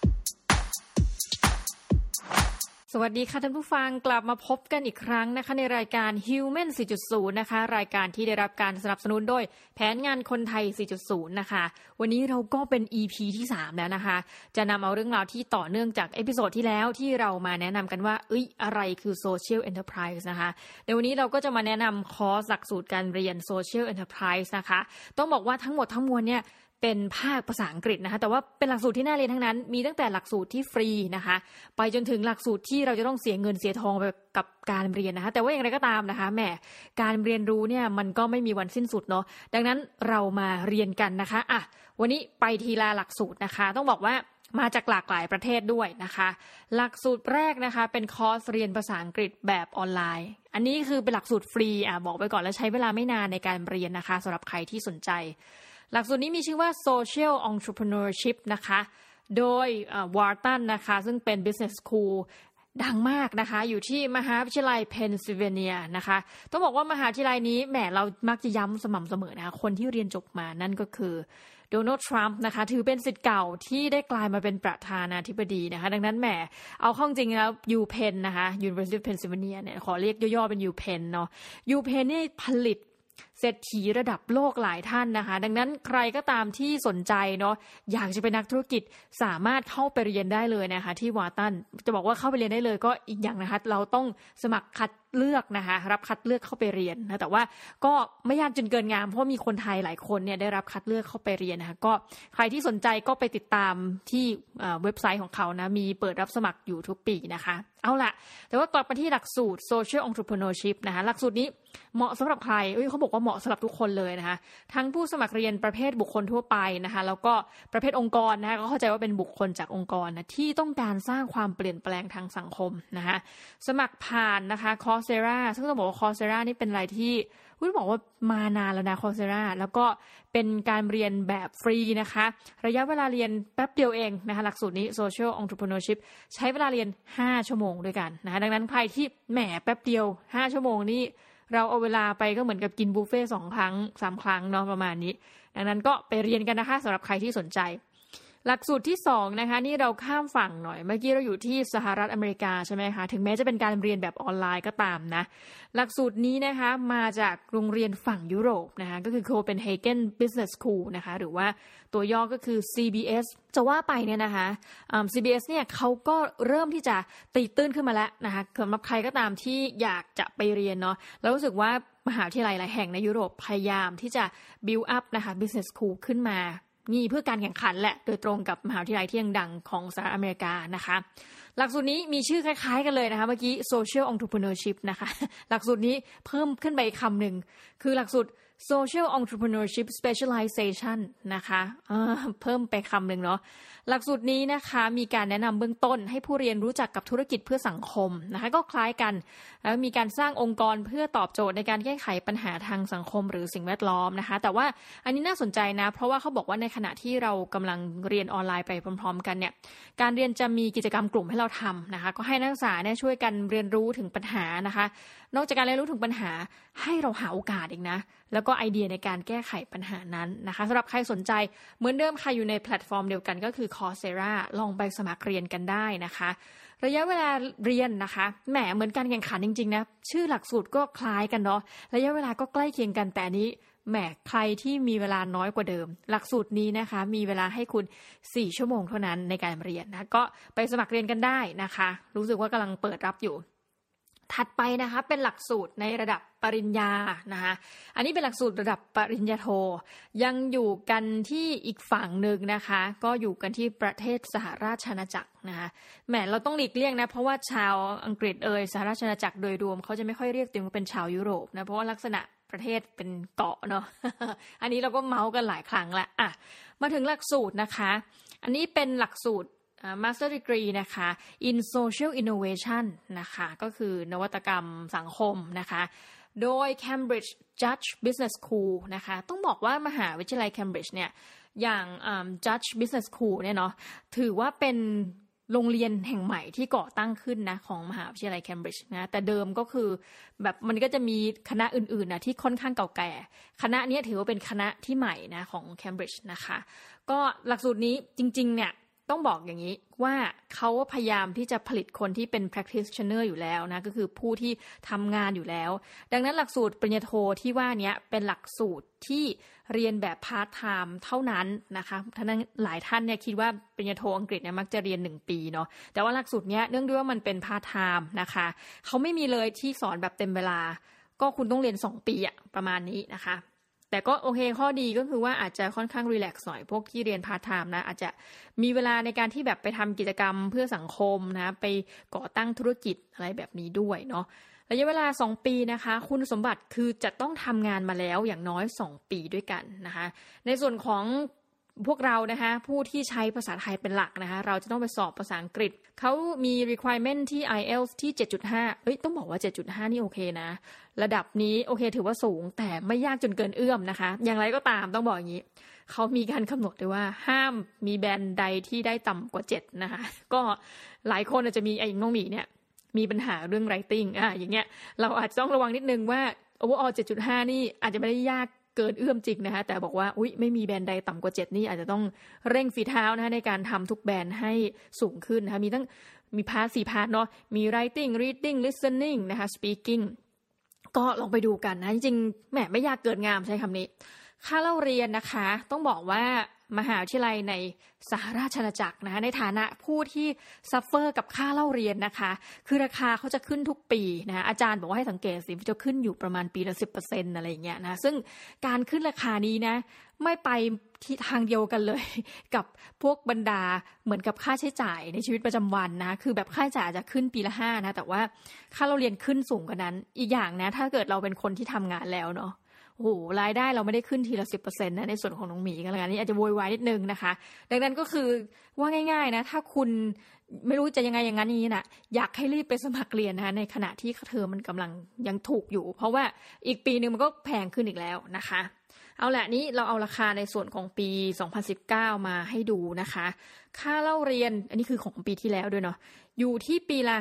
สวัสดีค่ะท่านผู้ฟังกลับมาพบกันอีกครั้งนะคะในรายการ Human 4.0 นะคะรายการที่ได้รับการสนับสนุนโดยแผนงานคนไทย 4.0 นะคะวันนี้เราก็เป็น EP ที่ 3 แล้วนะคะจะนำเอาเรื่องราวที่ต่อเนื่องจากเอพิโซดที่แล้วที่เรามาแนะนำกันว่าอะไรคือ Social Enterprise นะคะในวันนี้เราก็จะมาแนะนำคอร์สหลักสูตรการเรียน Social Enterprise นะคะต้องบอกว่าทั้งหมดทั้งมวลเนี่ยเป็นภาคภาษาอังกฤษนะคะแต่ว่าเป็นหลักสูตรที่น่าเรียนทั้งนั้นมีตั้งแต่หลักสูตรที่ฟรีนะคะไปจนถึงหลักสูตรที่เราจะต้องเสียเงินเสียทองไปกับการเรียนนะคะแต่ว่าอย่างไรก็ตามนะคะแหมการเรียนรู้เนี่ยมันก็ไม่มีวันสิ้นสุดเนาะดังนั้นเรามาเรียนกันนะคะวันนี้ไปทีละหลักสูตรนะคะต้องบอกว่ามาจากหลากหลายประเทศด้วยนะคะหลักสูตรแรกนะคะเป็นคอร์สเรียนภาษาอังกฤษแบบออนไลน์อันนี้คือเป็นหลักสูตรฟรีบอกไปก่อนแล้วใช้เวลาไม่นานในการเรียนนะคะสำหรับใครที่สนใจหลักสูตรนี้มีชื่อว่า Social Entrepreneurship นะคะโดยWharton นะคะซึ่งเป็น Business School ดังมากนะคะอยู่ที่มหาวิทยาลัยเพนซิลเวเนียนะคะต้องบอกว่ามหาวิทยาลัยนี้แหมเรามักจะย้ำสม่ำเสมอนะคะคนที่เรียนจบมานั่นก็คือโดนัลด์ทรัมป์นะคะถือเป็นศิษย์เก่าที่ได้กลายมาเป็นประธานาธิบดีนะคะดังนั้นแหมเอาเข้าจริงแล้ว UPenn นะคะ University of Pennsylvania เนี่ยขอเรียกย่อๆเป็น UPenn เนาะ UPenn นี่ผลิตเศรษฐีระดับโลกหลายท่านนะคะดังนั้นใครก็ตามที่สนใจเนาะอยากจะเป็นนักธุรกิจสามารถเข้าไปเรียนได้เลยนะคะที่วาตันจะบอกว่าเข้าไปเรียนได้เลยก็อีกอย่างนะคะเราต้องสมัครคัดเลือกนะคะรับคัดเลือกเข้าไปเรียนนะแต่ว่าก็ไม่ยากจนเกินงามเพราะมีคนไทยหลายคนเนี่ยได้รับคัดเลือกเข้าไปเรียนนะคะก็ใครที่สนใจก็ไปติดตามที่เว็บไซต์ของเขานะมีเปิดรับสมัครอยู่ทุกปีนะคะเอาล่ะแต่ว่ากลับมาที่หลักสูตร Social Entrepreneurship นะคะหลักสูตรนี้เหมาะสำหรับใครเขาบอกว่าเหมาะสำหรับทุกคนเลยนะคะทั้งผู้สมัครเรียนประเภทบุคคลทั่วไปนะคะแล้วก็ประเภทองค์กรนะคะก็เข้าใจว่าเป็นบุคคลจากองค์กรนะที่ต้องการสร้างความเปลี่ยนแปลงทางสังคมนะคะสมัครผ่านนะคะ Coursera ซึ่งต้องบอกว่า Coursera นี่เป็นอะไรที่บอกว่ามานานแล้วนะ Coursera แล้วก็เป็นการเรียนแบบฟรีนะคะระยะเวลาเรียนแป๊บเดียวเองนะคะหลักสูตรนี้ Social Entrepreneurship ใช้เวลาเรียน5ชั่วโมงด้วยกันนะคะดังนั้นใครที่แหมแป๊บเดียว5ชั่วโมงนี่เราเอาเวลาไปก็เหมือนกับกินบุฟเฟ่ต์2ครั้ง3ครั้งเนาะประมาณนี้ดังนั้นก็ไปเรียนกันนะคะสำหรับใครที่สนใจหลักสูตรที่2นะคะนี่เราข้ามฝั่งหน่อยเมื่อกี้เราอยู่ที่สหรัฐอเมริกาใช่ไหมคะถึงแม้จะเป็นการเรียนแบบออนไลน์ก็ตามนะหลักสูตรนี้นะคะมาจากโรงเรียนฝั่งยุโรปนะคะก็คือ Copenhagen Business School นะคะหรือว่าตัวย่อก็คือ CBS จะว่าไปเนี่ยนะคะCBS เนี่ยเขาก็เริ่มที่จะตีตื้นขึ้นมาแล้วนะคะสำหรับใครก็ตามที่อยากจะไปเรียนเนาะแล้วรู้สึกว่ามหาวิทยาลัยหลายแห่งในยุโรปพยายามที่จะ build up นะคะ Business School ขึ้นมานี่เพื่อการแข่งขันแหละโดยตรงกับมหาวิทยาลัยที่ดังของสหรัฐอเมริกานะคะหลักสูตรนี้มีชื่อคล้ายๆกันเลยนะคะเมื่อกี้ Social Entrepreneurship นะคะหลักสูตรนี้เพิ่มขึ้นไปอีกคำหนึ่งคือหลักสูตร Social Entrepreneurship Specialization นะคะเพิ่มไปคำหนึ่งเนาะหลักสูตรนี้นะคะมีการแนะนำเบื้องต้นให้ผู้เรียนรู้จักกับธุรกิจเพื่อสังคมนะคะก็คล้ายกันแล้วมีการสร้างองค์กรเพื่อตอบโจทย์ในการแก้ไขปัญหาทางสังคมหรือสิ่งแวดล้อมนะคะแต่ว่าอันนี้น่าสนใจนะเพราะว่าเขาบอกว่าในขณะที่เรากำลังเรียนออนไลน์ไปพร้อมๆกันเนี่ยการเรียนจะมีกิจกรรมกลุ่มให้เราทำนะคะก็ให้นักศึกษาเนี่ยช่วยกันเรียนรู้ถึงปัญหานะคะนอกจากการเรียนรู้ถึงปัญหาให้เราหาโอกาสอีกนะแล้วก็ไอเดียในการแก้ไขปัญหานั้นนะคะสำหรับใครสนใจเหมือนเดิมใครอยู่ในแพลตฟอร์มเดียวกันก็คือ Coursera ลองไปสมัครเรียนกันได้นะคะระยะเวลาเรียนนะคะแหมเหมือนการแข่งขันจริงๆนะชื่อหลักสูตรก็คล้ายกันเนาะระยะเวลาก็ใกล้เคียงกันแต่นี้แหมใครที่มีเวลาน้อยกว่าเดิมหลักสูตรนี้นะคะมีเวลาให้คุณ4ชั่วโมงเท่านั้นในการเรียนนะก็ไปสมัครเรียนกันได้นะคะรู้สึกว่ากำลังเปิดรับอยู่ถัดไปนะคะเป็นหลักสูตรในระดับปริญญานะคะอันนี้เป็นหลักสูตรระดับปริญญาโทยังอยู่กันที่อีกฝั่งหนึ่งนะคะก็อยู่กันที่ประเทศสหราชอาณาจักรนะคะแหมเราต้องหลีกเลี่ยงนะเพราะว่าชาวอังกฤษสหราชอาณาจักรโดยรวมเขาจะไม่ค่อยเรียกตัวเองว่าเป็นชาวยุโรปนะเพราะว่าลักษณะประเทศเป็นเกาะเนาะ อันนี้เราก็เมาส์กันหลายครั้งละมาถึงหลักสูตรนะคะอันนี้เป็นหลักสูตรMaster Degree นะคะ in Social Innovation นะคะก็คือนวัตกรรมสังคมนะคะโดย Cambridge Judge Business School นะคะต้องบอกว่ามหาวิทยาลัย Cambridge เนี่ยอย่างJudge Business School เนี่ยเนาะถือว่าเป็นโรงเรียนแห่งใหม่ที่ก่อตั้งขึ้นนะของมหาวิทยาลัยเคมบริดจ์นะแต่เดิมก็คือแบบมันก็จะมีคณะอื่นๆนะที่ค่อนข้างเก่าแก่คณะนี้ถือว่าเป็นคณะที่ใหม่นะของเคมบริดจ์นะคะก็หลักสูตรนี้จริงๆเนี่ยต้องบอกอย่างนี้ว่าเขาพยายามที่จะผลิตคนที่เป็น practitioner อยู่แล้วนะก็คือผู้ที่ทำงานอยู่แล้วดังนั้นหลักสูตรปริญญาโทที่ว่านี้เป็นหลักสูตรที่เรียนแบบพาร์ทไทม์เท่านั้นนะคะท่านหลายท่านเนี่ยคิดว่าปริญญาโทอังกฤษเนี่ยมักจะเรียน1ปีเนาะแต่ว่าหลักสูตรเนี้ยเนื่องด้วยว่ามันเป็นพาร์ทไทม์นะคะเขาไม่มีเลยที่สอนแบบเต็มเวลาก็คุณต้องเรียน2ปีอะประมาณนี้นะคะแต่ก็โอเคข้อดีก็คือว่าอาจจะค่อนข้างรีแลกซ์หน่อยพวกที่เรียนพาร์ทไทม์นะอาจจะมีเวลาในการที่แบบไปทำกิจกรรมเพื่อสังคมนะไปก่อตั้งธุรกิจอะไรแบบนี้ด้วยเนาะระยะเวลา2ปีนะคะคุณสมบัติคือจะต้องทำงานมาแล้วอย่างน้อย2ปีด้วยกันนะคะในส่วนของพวกเรานะคะผู้ที่ใช้ภาษาไทยเป็นหลักนะคะเราจะต้องไปสอบภาษาอังกฤษเขามี requirement ที่ IELTS ที่ 7.5 ต้องบอกว่า 7.5 นี่โอเคนะระดับนี้โอเคถือว่าสูงแต่ไม่ยากจนเกินเอื้อมนะคะอย่างไรก็ตามต้องบอกอย่างนี้เขามีการกำหนดด้วยว่าห้ามมีแบนด์ใดที่ได้ต่ำกว่า7นะคะก็หลายคนอาจจะมีอย่างน้องหมีเนี่ยมีปัญหาเรื่อง writing อย่างเงี้ยเราอาจจะต้องระวังนิดนึงว่า overall 7.5 นี่อาจจะไม่ได้ยากเกินเอื้อมจริงนะคะแต่บอกว่าไม่มีแบนด์ใดต่ำกว่า7นี่อาจจะต้องเร่งฝีเท้านะคะในการทำทุกแบนด์ให้สูงขึ้นนะคะมีพาร์ท4พาร์ทเนาะมี writing reading listening นะคะ speaking ก็ลองไปดูกันนะจริงๆแหมไม่ยากเกินงามใช้คำนี้ค่าเล่าเรียนนะคะต้องบอกว่ามหาวิทยาลัยในสหราชอาณาจักรนะคะในฐานะผู้ที่ซัฟเฟอร์กับค่าเล่าเรียนนะคะคือราคาเขาจะขึ้นทุกปีนะอาจารย์บอกว่าให้สังเกตสิจะขึ้นอยู่ประมาณปีละ 10% อะไรอย่างเงี้ยนะซึ่งการขึ้นราคานี้นะไม่ไปที่ทางเดียวกันเลยกับพวกบรรดาเหมือนกับค่าใช้จ่ายในชีวิตประจำวันนะคือแบบค่าใช้จ่ายจะขึ้นปีละ5นะแต่ว่าค่าเล่าเรียนขึ้นสูงกว่านั้นอีกอย่างนะถ้าเกิดเราเป็นคนที่ทำงานแล้วเนาะโอ้โหรายได้เราไม่ได้ขึ้นทีละ 10% นะในส่วนของน้องหมีกันแล้วกันนี่อาจจะโวยวายนิดนึงนะคะดังนั้นก็คือว่าง่ายๆนะถ้าคุณไม่รู้จะยังไงอย่างนั้นนี้นะอยากให้รีบไปสมัครเรียนนะคะในขณะที่เทอมมันกำลังยังถูกอยู่เพราะว่าอีกปีนึงมันก็แพงขึ้นอีกแล้วนะคะเอาละนี้เราเอาราคาในส่วนของปี2019มาให้ดูนะคะค่าเล่าเรียนอันนี้คือของปีที่แล้วด้วยเนาะอยู่ที่ปีละ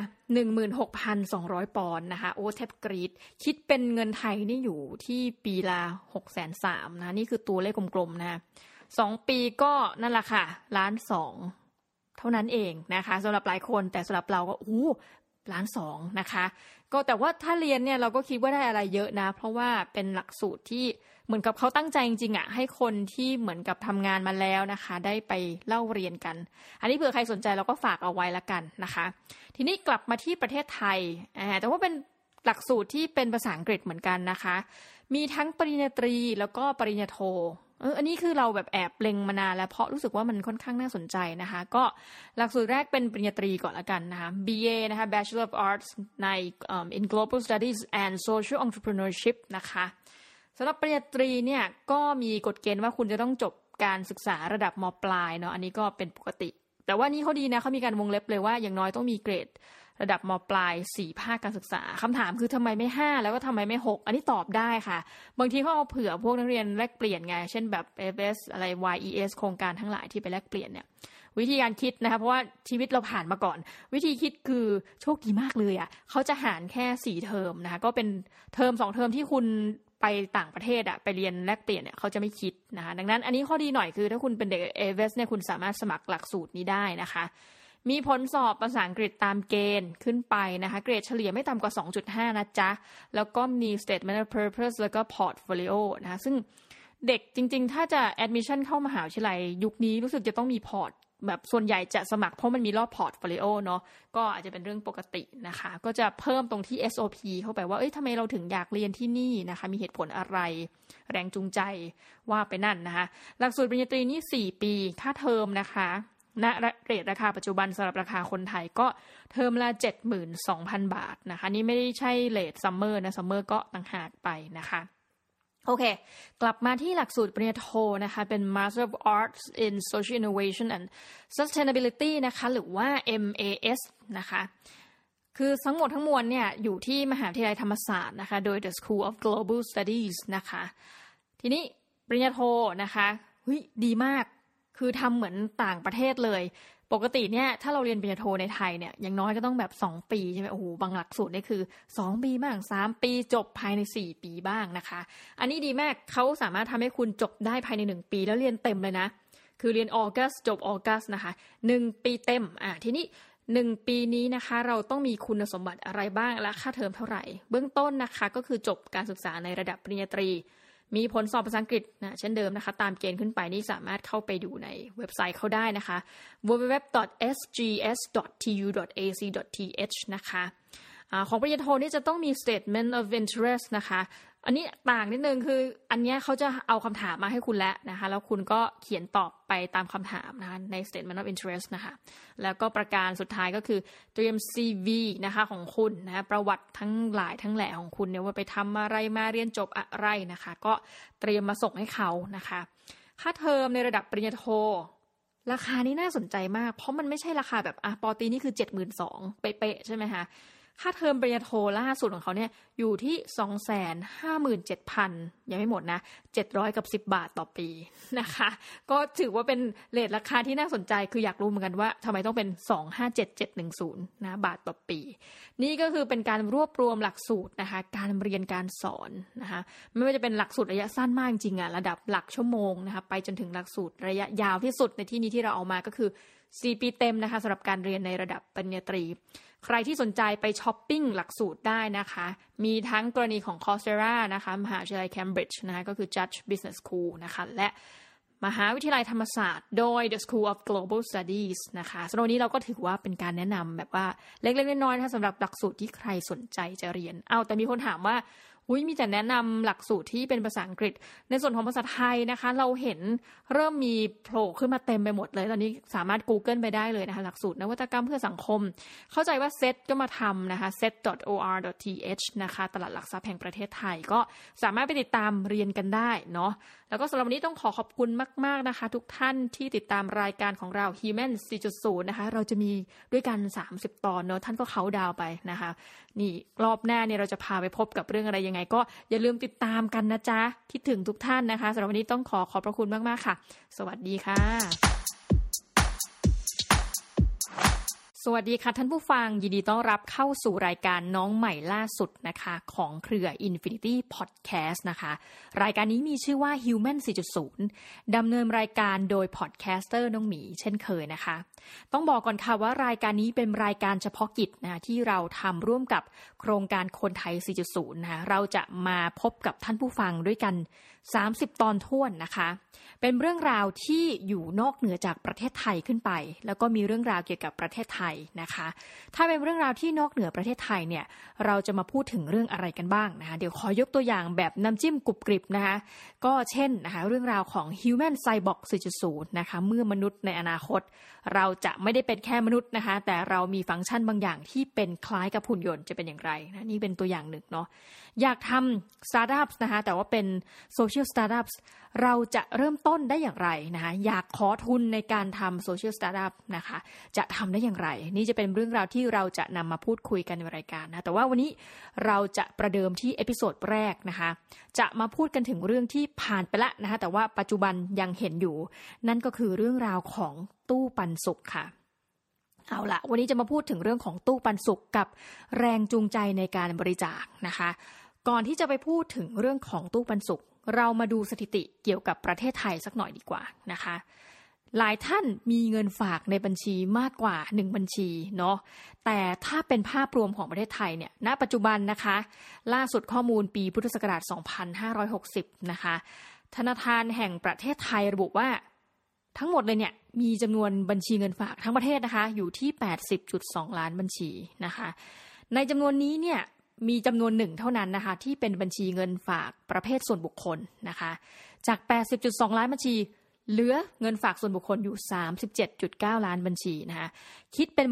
16,200 ปอนด์นะคะโอ้แทบกรีดคิดเป็นเงินไทยนี่อยู่ที่ปีละ630,000นะนี่คือตัวเลขกลมๆนะ2ปีก็นั่นแหละค่ะ1.2 ล้านเท่านั้นเองนะคะสำหรับหลายคนแต่สำหรับเราก็1.2 ล้านนะคะก็แต่ว่าถ้าเรียนเนี่ยเราก็คิดว่าได้อะไรเยอะนะเพราะว่าเป็นหลักสูตรที่เหมือนกับเขาตั้งใจจริงๆให้คนที่เหมือนกับทำงานมาแล้วนะคะได้ไปเล่าเรียนกันอันนี้เผื่อใครสนใจเราก็ฝากเอาไว้ละกันนะคะทีนี้กลับมาที่ประเทศไทยแต่ว่าเป็นหลักสูตรที่เป็นภาษาอังกฤษเหมือนกันนะคะมีทั้งปริญญาตรีแล้วก็ปริญญาโทอันนี้คือเราแบบแอบเล็งมานานแล้วเพราะรู้สึกว่ามันค่อนข้างน่าสนใจนะคะก็หลักสูตรแรกเป็นปริญญาตรีก่อนละกันนะคะ BA นะคะ Bachelor of Arts ใน in Global Studies and Social Entrepreneurship นะคะสำหรับปริญญาตรีเนี่ยก็มีกฎเกณฑ์ว่าคุณจะต้องจบการศึกษาระดับม.ปลายเนาะอันนี้ก็เป็นปกติแต่ว่านี่เขาดีนะเขามีการวงเล็บเลยว่าอย่างน้อยต้องมีเกรดระดับม.ปลาย4ภาคการศึกษาคำถามคือทำไมไม่5แล้วก็ทำไมไม่6อันนี้ตอบได้ค่ะบางทีเขาเอาเผื่อพวกนักเรียนแลกเปลี่ยนไงเช่นแบบ FS อะไร YES โครงการทั้งหลายที่ไปแลกเปลี่ยนเนี่ยวิธีการคิดนะคะเพราะว่าชีวิตเราผ่านมาก่อนวิธีคิดคือโชคดีมากเลยเขาจะหารแค่4เทอมนะคะก็เป็นเทอม2เทอมที่คุณไปต่างประเทศไปเรียนแลกเปลี่ยนเนี่ยเขาจะไม่คิดนะคะดังนั้นอันนี้ข้อดีหน่อยคือถ้าคุณเป็นเด็ก AVES เนี่ยคุณสามารถสมัครหลักสูตรนี้ได้นะคะมีผลสอบภาษาอังกฤษตามเกณฑ์ขึ้นไปนะคะเกรดเฉลี่ยไม่ต่ำกว่า 2.5 นะจ๊ะแล้วก็มี statement of purpose แล้วก็ portfolio นะคะซึ่งเด็กจริงๆถ้าจะ admission เข้ามหาวิทยาลัยยุคนี้รู้สึกจะต้องมีพอร์ตแบบส่วนใหญ่จะสมัครเพราะมันมีรอบ portfolio เนาะก็อาจจะเป็นเรื่องปกตินะคะก็จะเพิ่มตรงที่ SOP เข้าไปว่าทำไมเราถึงอยากเรียนที่นี่นะคะมีเหตุผลอะไรแรงจูงใจว่าไปนั่นนะคะหลักสูตรปริญญาตรีนี่4ปีค่าเทอมนะคะณเรทราคาปัจจุบันสำหรับราคาคนไทยก็เทอมละ 72,000 บาทนะคะนี่ไม่ได้ใช่เรทซัมเมอร์นะซัมเมอร์ก็ต่างหากไปนะคะโอเคกลับมาที่หลักสูตรปริญญาโทนะคะเป็น Master of Arts in Social Innovation and Sustainability นะคะหรือว่า MAS นะคะคือทั้งหมดทั้งมวลเนี่ยอยู่ที่มหาวิทยาลัยธรรมศาสตร์นะคะโดย The School of Global Studies นะคะทีนี้ปริญญาโทนะคะดีมากคือทำเหมือนต่างประเทศเลยปกติเนี่ยถ้าเราเรียนปริญญาโทในไทยเนี่ยอย่างน้อยก็ต้องแบบ2ปีใช่ไหมโอ้โหบางหลักสูตรนี่คือ2ปีบ้าง3ปีจบภายใน4ปีบ้างนะคะอันนี้ดีมากเขาสามารถทำให้คุณจบได้ภายใน1ปีแล้วเรียนเต็มเลยนะคือเรียนออกัสจบออกัสนะคะ1ปีเต็มทีนี้1ปีนี้นะคะเราต้องมีคุณสมบัติอะไรบ้างและค่าเทอมเท่าไหร่เบื้องต้นนะคะก็คือจบการศึกษาในระดับปริญญาตรีมีผลสอบภาษาอังกฤษนะเช่นเดิมนะคะตามเกณฑ์ขึ้นไปนี่สามารถเข้าไปดูในเว็บไซต์เขาได้นะคะ www.sgs.tu.ac.th นะคะของปริญญาโทนี่จะต้องมี statement of interest นะคะอันนี้ต่างนิดนึงคืออันนี้เขาจะเอาคำถามมาให้คุณแล้วนะคะแล้วคุณก็เขียนตอบไปตามคำถามนะคะใน statement of interest นะคะแล้วก็ประการสุดท้ายก็คือเตรียม CV นะคะของคุณนะคะประวัติทั้งหลายทั้งแหล่ของคุณเนี่ยว่าไปทำอะไรมาเรียนจบอะไรนะคะก็เตรียมมาส่งให้เขานะคะค่าเทอมในระดับปริญญาโทราคานี้น่าสนใจมากเพราะมันไม่ใช่ราคาแบบปอตรีนี่คือ 72,000 เป๊ะๆใช่ไหมคะค่าเทอมปริญญาโทล่าสุดของเขาเนี่ยอยู่ที่ 257,000 ยังไม่หมดนะ710 บาทต่อปีนะคะก็ถือว่าเป็นเรทราคาที่น่าสนใจคืออยากรู้เหมือนกันว่าทำไมต้องเป็น257,710นะบาทต่อปีนี่ก็คือเป็นการรวบรวมหลักสูตรนะคะการเรียนการสอนนะคะไม่ว่าจะเป็นหลักสูตรระยะสั้นมากจริงระดับหลักชั่วโมงนะคะไปจนถึงหลักสูตรระยะยาวที่สุดในที่นี้ที่เราเอามาก็คือ4 ปีเต็มนะคะสำหรับการเรียนในระดับปริญญาตรีใครที่สนใจไปช้อปปิ้งหลักสูตรได้นะคะมีทั้งกรณีของ Coursera นะคะมหาวิทยาลัย Cambridge นะคะก็คือ Judge Business School นะคะและมหาวิทยาลัยธรรมศาสตร์โดย The School of Global Studies นะคะสำหรับวันนี้เราก็ถือว่าเป็นการแนะนำแบบว่าเล็กๆน้อยๆนะคะสำหรับหลักสูตรที่ใครสนใจจะเรียนแต่มีคนถามว่ามีแต่แนะนำหลักสูตรที่เป็นภาษาอังกฤษในส่วนของภาษาไทยนะคะเราเห็นเริ่มมีโผล่ขึ้นมาเต็มไปหมดเลยตอนนี้สามารถ Google ไปได้เลยนะคะหลักสูตรนวัตกรรมเพื่อสังคมเข้าใจว่าเซตก็มาทำนะคะ set.or.th นะคะตลาดหลักทรัพย์แห่งประเทศไทยก็สามารถไปติดตามเรียนกันได้เนาะแล้วก็สำหรับวันนี้ต้องขอบคุณมากๆนะคะทุกท่านที่ติดตามรายการของเรา Human 4.0 นะคะเราจะมีด้วยกัน30 ตอนเนาะท่านก็เค้าดาวไปนะคะนี่รอบหน้าเนี่ยเราจะพาไปพบกับเรื่องอะไรยังไงก็อย่าลืมติดตามกันนะจ๊ะคิดถึงทุกท่านนะคะสำหรับวันนี้ต้องขอบพระคุณมากๆค่ะสวัสดีค่ะสวัสดีค่ะท่านผู้ฟังยินดีต้อนรับเข้าสู่รายการน้องใหม่ล่าสุดนะคะของเครือ Infinity Podcast นะคะรายการนี้มีชื่อว่า Human 4.0 ดำเนินรายการโดยพอดแคสเตอร์น้องหมีเช่นเคยนะคะต้องบอกก่อนค่ะว่ารายการนี้เป็นรายการเฉพาะกิจนะที่เราทำร่วมกับโครงการคนไทย 4.0 นะคะเราจะมาพบกับท่านผู้ฟังด้วยกัน30 ตอนท้วนนะคะเป็นเรื่องราวที่อยู่นอกเหนือจากประเทศไทยขึ้นไปแล้วก็มีเรื่องราวเกี่ยวกับประเทศไทยนะคะถ้าเป็นเรื่องราวที่นอกเหนือประเทศไทยเนี่ยเราจะมาพูดถึงเรื่องอะไรกันบ้างนะคะเดี๋ยวขอยกตัวอย่างแบบน้ำจิ้มกรุบกริบนะคะก็เช่นนะคะเรื่องราวของ Human Cyborg 4.0 นะคะเมื่อมนุษย์ในอนาคตเราจะไม่ได้เป็นแค่มนุษย์นะคะแต่เรามีฟังก์ชันบางอย่างที่เป็นคล้ายกับหุ่นยนต์จะเป็นอย่างไรนะนี่เป็นตัวอย่างหนึ่งเนาะอยากทำสตาร์ทอัพนะคะแต่ว่าเป็นโซเชียลสตาร์ทอัพเราจะเริ่มต้นได้อย่างไรนะคะอยากขอทุนในการทำโซเชียลสตาร์ทอัพนะคะจะทำได้อย่างไรนี่จะเป็นเรื่องราวที่เราจะนำมาพูดคุยกันในรายการนะแต่ว่าวันนี้เราจะประเดิมที่เอพิโซดแรกนะคะจะมาพูดกันถึงเรื่องที่ผ่านไปละนะคะแต่ว่าปัจจุบันยังเห็นอยู่นั่นก็คือเรื่องราวของตู้ปันสุขค่ะเอาละวันนี้จะมาพูดถึงเรื่องของตู้ปันสุขกับแรงจูงใจในการบริจาคนะคะก่อนที่จะไปพูดถึงเรื่องของตู้ปันสุขเรามาดูสถิติเกี่ยวกับประเทศไทยสักหน่อยดีกว่านะคะหลายท่านมีเงินฝากในบัญชีมากกว่า1บัญชีเนาะแต่ถ้าเป็นภาพรวมของประเทศไทยเนี่ยณปัจจุบันนะคะล่าสุดข้อมูลปีพุทธศักราช2560นะคะธนาคารแห่งประเทศไทยระบุว่าทั้งหมดเลยเนี่ยมีจำนวนบัญชีเงินฝากทั้งประเทศนะคะอยู่ที่ 80.2 ล้านบัญชีนะคะในจำนวนนี้เนี่ยมีจำนวนหนึ่งเท่านั้นนะคะที่เป็นบัญชีเงินฝากประเภทส่วนบุคคลนะคะจาก 80.2 ล้านบัญชีเหลือเงินฝากส่วนบุคคลอยู่ 37.9 ล้านบัญชีนะคะคิดเป็น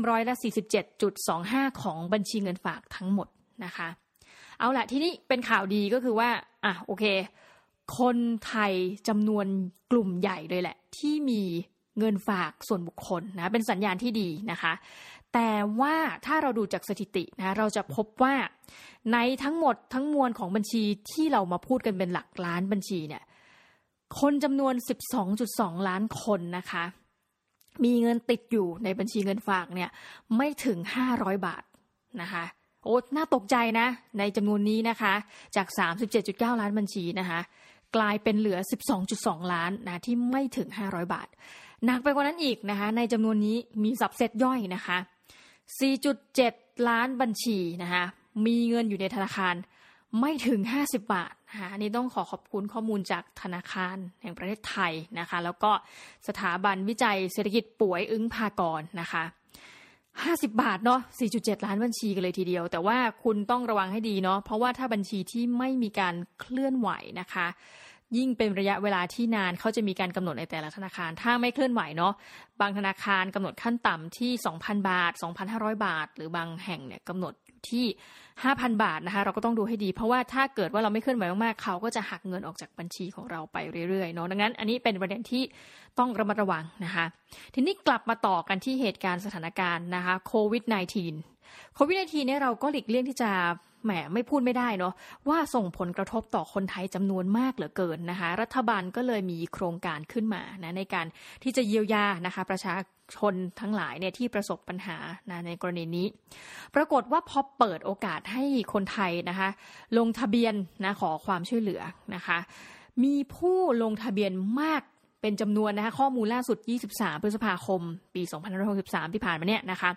47.25% ของบัญชีเงินฝากทั้งหมดนะคะเอาล่ะที่นี่เป็นข่าวดีก็คือว่าโอเคคนไทยจำนวนกลุ่มใหญ่เลยแหละที่มีเงินฝากส่วนบุคคลนะเป็นสัญญาณที่ดีนะคะแต่ว่าถ้าเราดูจากสถิตินะเราจะพบว่าในทั้งหมดทั้งมวลของบัญชีที่เรามาพูดกันเป็นหลักล้านบัญชีเนี่ยคนจำนวน 12.2 ล้านคนนะคะมีเงินติดอยู่ในบัญชีเงินฝากเนี่ยไม่ถึง500 บาทนะคะโอ้น่าตกใจนะในจำนวนนี้นะคะจาก 37.9 ล้านบัญชีนะคะกลายเป็นเหลือ 12.2 ล้านนะที่ไม่ถึง500 บาทหนักไปกว่านั้นอีกนะคะในจำนวนนี้มีซับเซตย่อยนะคะ 4.7 ล้านบัญชีนะคะมีเงินอยู่ในธนาคารไม่ถึง50 บาทนะคะอันนี้ต้องขอบคุณข้อมูลจากธนาคารแห่งประเทศไทยนะคะแล้วก็สถาบันวิจัยเศรษฐกิจป่วยอึ้งภากรนะคะ50 บาทเนาะ 4.7 ล้านบัญชีกันเลยทีเดียวแต่ว่าคุณต้องระวังให้ดีเนาะเพราะว่าถ้าบัญชีที่ไม่มีการเคลื่อนไหวนะคะยิ่งเป็นระยะเวลาที่นานเขาจะมีการกำหนดในแต่ละธนาคารถ้าไม่เคลื่อนไหวเนาะบางธนาคารกำหนดขั้นต่ำที่ 2,000 บาท 2,500 บาทหรือบางแห่งเนี่ยกำหนดที่ 5,000 บาทนะคะเราก็ต้องดูให้ดีเพราะว่าถ้าเกิดว่าเราไม่เคลื่อนไหวมากๆเขาก็จะหักเงินออกจากบัญชีของเราไปเรื่อยๆเนาะดังนั้นอันนี้เป็นประเด็นที่ต้องระมัดระวังนะคะทีนี้กลับมาต่อกันที่เหตุการณ์สถานการณ์นะคะโควิด -19 เนี่ยเราก็หลีกเลี่ยงที่จะแหมไม่พูดไม่ได้เนาะว่าส่งผลกระทบต่อคนไทยจำนวนมากเหลือเกินนะคะรัฐบาลก็เลยมีโครงการขึ้นมานะในการที่จะเยียวยานะคะประชาชนทั้งหลายเนี่ยที่ประสบปัญหานะในกรณีนี้ปรากฏว่าพอเปิดโอกาสให้คนไทยนะคะลงทะเบียนนะขอความช่วยเหลือนะคะมีผู้ลงทะเบียนมากเป็นจำนวนนะคะข้อมูลล่าสุด23 พฤษภาคมปี 2563 ที่ผ่านมาเนี่ยนะคะ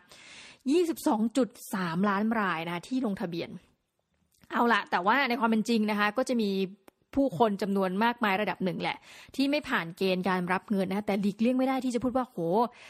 22.3 ล้านรายนะคะที่ลงทะเบียนเอาละแต่ว่าในความเป็นจริงนะคะก็จะมีผู้คนจำนวนมากมายระดับหนึ่งแหละที่ไม่ผ่านเกณฑ์การรับเงินนะแต่หลีกเลี่ยงไม่ได้ที่จะพูดว่าโห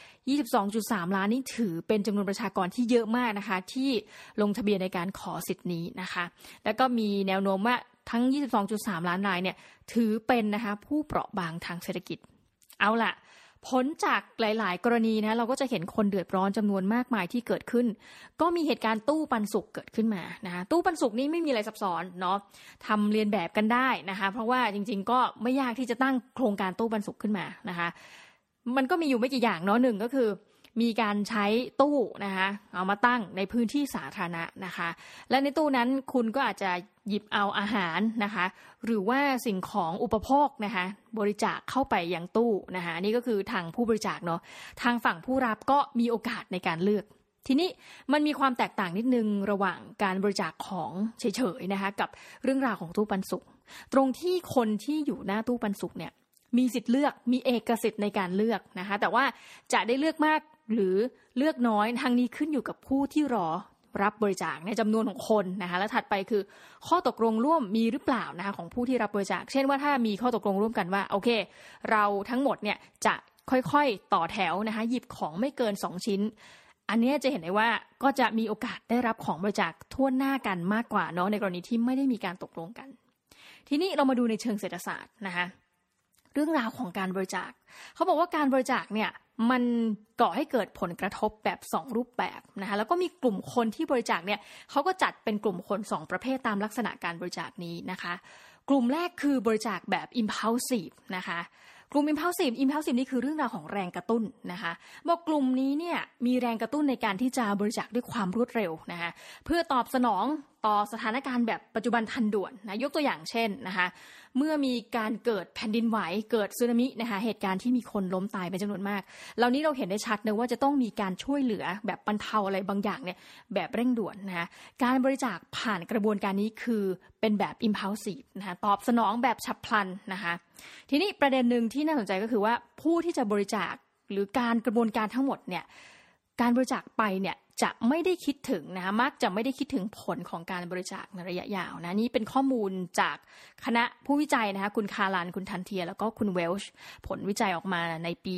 22.3 ล้านนี่ถือเป็นจำนวนประชากรที่เยอะมากนะคะที่ลงทะเบียนในการขอสิทธิ์นี้นะคะแล้วก็มีแนวโน้มว่าทั้ง 22.3 ล้านรายเนี่ยถือเป็นนะคะผู้เปราะบางทางเศรษฐกิจเอาล่ะผลจากหลายๆกรณีนะเราก็จะเห็นคนเดือดร้อนจำนวนมากมายที่เกิดขึ้นก็มีเหตุการณ์ตู้ปันสุกเกิดขึ้นมานะคะตู้ปันสุกนี่ไม่มีอะไรซับซ้อนเนาะทำเรียนแบบกันได้นะคะเพราะว่าจริงๆก็ไม่ยากที่จะตั้งโครงการตู้ปันสุกขึ้นมานะคะมันก็มีอยู่ไม่กี่อย่างเนาะหนึ่งก็คือมีการใช้ตู้นะคะเอามาตั้งในพื้นที่สาธารณะนะคะและในตู้นั้นคุณก็อาจจะหยิบเอาอาหารนะคะหรือว่าสิ่งของอุปโภคนะคะบริจาคเข้าไปยังตู้นะคะนี่ก็คือทางผู้บริจาคเนาะทางฝั่งผู้รับก็มีโอกาสในการเลือกทีนี้มันมีความแตกต่างนิดนึงระหว่างการบริจาคของเฉยๆนะคะกับเรื่องราวของตู้ปันสุกตรงที่คนที่อยู่หน้าตู้ปันสุกเนี่ยมีสิทธิ์เลือกมีเอกสิทธิ์ในการเลือกนะคะแต่ว่าจะได้เลือกมากหรือเลือกน้อยทางนี้ขึ้นอยู่กับผู้ที่รอรับบริจาคในจำนวนของคนนะคะและถัดไปคือข้อตกลงร่วมมีหรือเปล่านะคะของผู้ที่รับบริจาคเช่นว่าถ้ามีข้อตกลงร่วมกันว่าโอเคเราทั้งหมดเนี่ยจะค่อยๆต่อแถวนะคะหยิบของไม่เกิน2ชิ้นอันนี้จะเห็นได้ว่าก็จะมีโอกาสได้รับของบริจาคทั่วหน้ากันมากกว่าเนาะในกรณีที่ไม่ได้มีการตกลงกันทีนี้เรามาดูในเชิงเศรษฐศาสตร์นะคะเรื่องราวของการบริจาคเขาบอกว่าการบริจาคเนี่ยมันก่อให้เกิดผลกระทบแบบ2รูปแบบนะคะแล้วก็มีกลุ่มคนที่บริจาคเนี่ยเขาก็จัดเป็นกลุ่มคน2ประเภทตามลักษณะการบริจาคนี้นะคะกลุ่มแรกคือบริจาคแบบ impulsive นะคะกลุ่ม impulsive นี่คือเรื่องราวของแรงกระตุ้นนะคะบอกกลุ่มนี้เนี่ยมีแรงกระตุ้นในการที่จะบริจาคด้วยความรวดเร็วนะคะเพื่อตอบสนองต่อสถานการณ์แบบปัจจุบันทันด่วนนะยกตัวอย่างเช่นนะคะเมื่อมีการเกิดแผ่นดินไหวเกิดสึนามินะคะเหตุการณ์ที่มีคนล้มตายเป็นจำนวนมากเหล่านี้เราเห็นได้ชัดนะว่าจะต้องมีการช่วยเหลือแบบบรรเทาอะไรบางอย่างเนี่ยแบบเร่งด่วนนะคะการบริจาคผ่านกระบวนการนี้คือเป็นแบบ impulsive นะคะตอบสนองแบบฉับพลันนะคะทีนี้ประเด็นหนึ่งที่น่าสนใจก็คือว่าผู้ที่จะบริจาคหรือการกระบวนการทั้งหมดเนี่ยการบริจาคไปเนี่ยจะไม่ได้คิดถึงนะคะมักจะไม่ได้คิดถึงผลของการบริจาคในระยะยาวนะนี่เป็นข้อมูลจากคณะผู้วิจัยนะคะคุณคารันคุณทันเทียแล้วก็คุณเวลช์ผลวิจัยออกมาในปี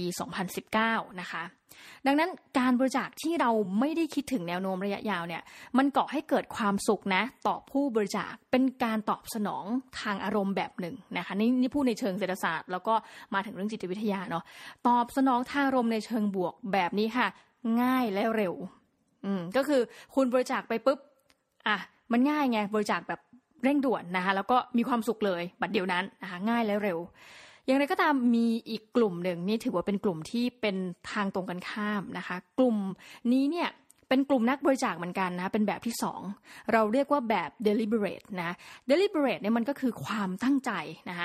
2019 นะคะดังนั้นการบริจาคที่เราไม่ได้คิดถึงแนวโน้มระยะยาวเนี่ยมันก่อให้เกิดความสุขนะต่อผู้บริจาคเป็นการตอบสนองทางอารมณ์แบบหนึ่งนะคะนี่พูดในเชิงเศรษฐศาสตร์แล้วก็มาถึงเรื่องจิตวิทยาเนาะตอบสนองทางอารมณ์ในเชิงบวกแบบนี้ค่ะง่ายและเร็วก็คือคุณบริจาคไปปุ๊บมันง่ายไงบริจาคแบบเร่งด่วนนะคะแล้วก็มีความสุขเลยบัดเดียวนั้นนะคะง่ายและเร็วอย่างไรก็ตามมีอีกกลุ่มหนึ่งนี่ถือว่าเป็นกลุ่มที่เป็นทางตรงกันข้ามนะคะกลุ่มนี้เนี่ยเป็นกลุ่มนักบริจาคเหมือนกันนะเป็นแบบที่2เราเรียกว่าแบบ deliberate นะ deliberate เนี่ยมันก็คือความตั้งใจนะคะ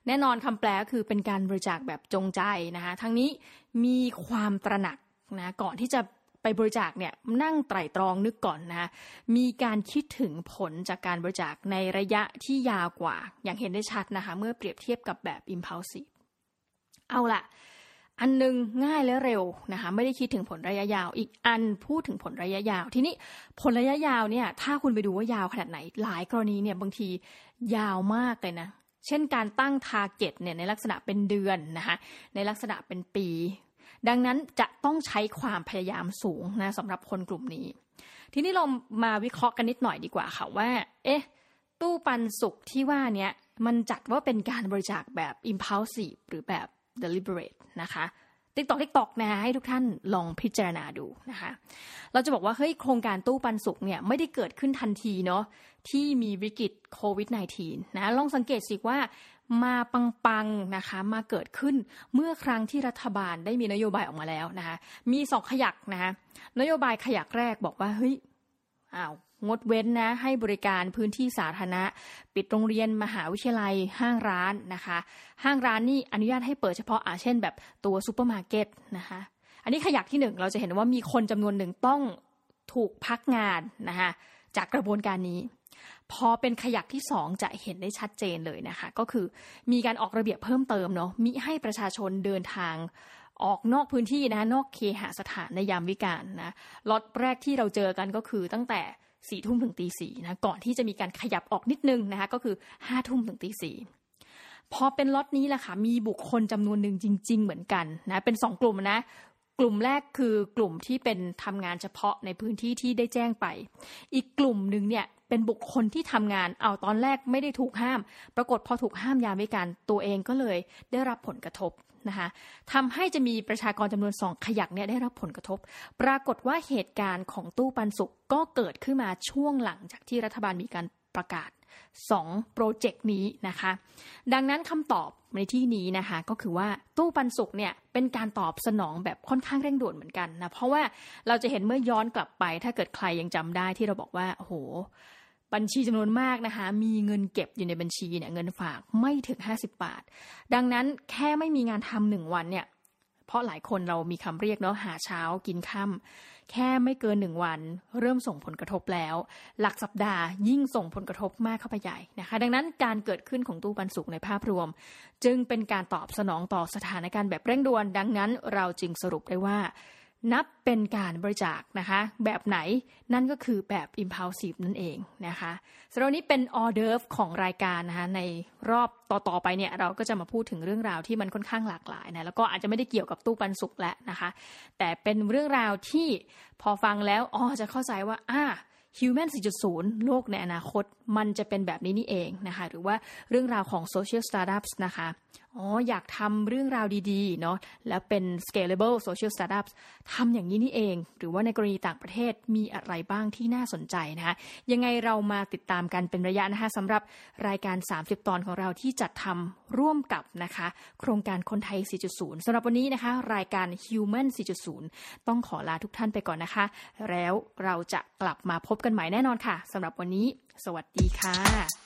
แน่นอนคำแปลคือเป็นการบริจาคแบบจงใจนะคะทั้งนี้มีความตระหนักนะก่อนที่จะไปบริจาคเนี่ยนั่งไตร่ตรองนึกก่อนนะคะมีการคิดถึงผลจากการบริจาคในระยะที่ยาวกว่าอย่างเห็นได้ชัดนะคะเมื่อเปรียบเทียบกับแบบ impulsive เอาล่ะอันนึงง่ายและเร็วนะคะไม่ได้คิดถึงผลระยะยาวอีกอันพูดถึงผลระยะยาวทีนี้ผลระยะยาวเนี่ยถ้าคุณไปดูว่ายาวขนาดไหนหลายกรณีเนี่ยบางทียาวมากเลยนะเช่นการตั้ง target เนี่ยในลักษณะเป็นเดือนนะคะในลักษณะเป็นปีดังนั้นจะต้องใช้ความพยายามสูงนะสำหรับคนกลุ่มนี้ทีนี้เรามาวิเคราะห์กันนิดหน่อยดีกว่าค่ะว่าตู้ปันสุขที่ว่านี้มันจัดว่าเป็นการบริจาคแบบ impulsive หรือแบบ deliberate นะคะ TikTok นะคะให้ทุกท่านลองพิจารณาดูนะคะเราจะบอกว่าเฮ้ยโครงการตู้ปันสุขเนี่ยไม่ได้เกิดขึ้นทันทีเนาะที่มีวิกฤตโควิด -19 นะลองสังเกตสิว่ามาปังๆนะคะมาเกิดขึ้นเมื่อครั้งที่รัฐบาลได้มีนโยบายออกมาแล้วนะคะมี2ขยักนะคะนโยบายขยักแรกบอกว่าเฮ้ยงดเว้นนะให้บริการพื้นที่สาธารณะปิดโรงเรียนมหาวิทยาลัยห้างร้านนะคะห้างร้านนี่อนุญาตให้เปิดเฉพาะเช่นแบบตัวซุปเปอร์มาร์เก็ตนะคะอันนี้ขยักที่1เราจะเห็นว่ามีคนจำนวนหนึ่งต้องถูกพักงานนะคะจากกระบวนการนี้พอเป็นขยักที่2จะเห็นได้ชัดเจนเลยนะคะก็คือมีการออกระเบียบเพิ่มเติมเนาะมิให้ประชาชนเดินทางออกนอกพื้นที่นะคะนอกเคหสถานในยามวิกาลนะล็อตแรกที่เราเจอกันก็คือตั้งแต่4 ทุ่มถึงตี 4นะก่อนที่จะมีการขยับออกนิดนึงนะคะก็คือ5 ทุ่มถึงตี 4พอเป็นล็อตนี้แหละค่ะมีบุคคลจำนวนหนึ่งจริงๆเหมือนกันนะเป็น2กลุ่มนะกลุ่มแรกคือกลุ่มที่เป็นทำงานเฉพาะในพื้นที่ที่ได้แจ้งไปอีกกลุ่มนึงเนี่ยเป็นบุคคลที่ทำงานตอนแรกไม่ได้ถูกห้ามปรากฏพอถูกห้ามยามวิกาลตัวเองก็เลยได้รับผลกระทบนะคะทำให้จะมีประชากรจำนวน2ขยักเนี่ยได้รับผลกระทบปรากฏว่าเหตุการณ์ของตู้ปันสุขก็เกิดขึ้นมาช่วงหลังจากที่รัฐบาลมีการประกาศ2โปรเจกต์นี้นะคะดังนั้นคำตอบในที่นี้นะคะก็คือว่าตู้ปันสุขเนี่ยเป็นการตอบสนองแบบค่อนข้างเร่งด่วนเหมือนกันนะเพราะว่าเราจะเห็นเมื่อย้อนกลับไปถ้าเกิดใครยังจำได้ที่เราบอกว่าโอ้โหบัญชีจำนวนมากนะคะมีเงินเก็บอยู่ในบัญชีเนี่ยเงินฝากไม่ถึง50 บาทดังนั้นแค่ไม่มีงานทำ1 วันเนี่ยเพราะหลายคนเรามีคำเรียกเนาะหาเช้ากินค่ำแค่ไม่เกิน1 วันเริ่มส่งผลกระทบแล้วหลักสัปดาห์ยิ่งส่งผลกระทบมากเข้าไปใหญ่นะคะดังนั้นการเกิดขึ้นของตู้ปันสุขในภาพรวมจึงเป็นการตอบสนองต่อสถานการณ์แบบเร่งด่วนดังนั้นเราจึงสรุปได้ว่านับเป็นการบริจาคนะคะแบบไหนนั่นก็คือแบบ impulsive นั่นเองนะคะสำหรับนี้เป็นออเดิร์ฟของรายการนะคะในรอบต่อไปเนี่ยเราก็จะมาพูดถึงเรื่องราวที่มันค่อนข้างหลากหลายนะแล้วก็อาจจะไม่ได้เกี่ยวกับตู้ปันสุขแล้วนะคะแต่เป็นเรื่องราวที่พอฟังแล้วจะเข้าใจว่าHuman 4.0 โลกในอนาคตมันจะเป็นแบบนี้นี่เองนะคะหรือว่าเรื่องราวของ Social Startups นะคะอยากทำเรื่องราวดีๆเนาะแล้วเป็น Scalable Social Startups ทำอย่างนี้นี่เองหรือว่าในกรณีต่างประเทศมีอะไรบ้างที่น่าสนใจนะคะยังไงเรามาติดตามกันเป็นระยะนะคะสำหรับรายการ30 ตอนของเราที่จัดทำร่วมกับนะคะโครงการคนไทย 4.0 สำหรับวันนี้นะคะรายการ Human 4.0 ต้องขอลาทุกท่านไปก่อนนะคะแล้วเราจะกลับมาพบกันใหม่แน่นอนค่ะสำหรับวันนี้สวัสดีค่ะ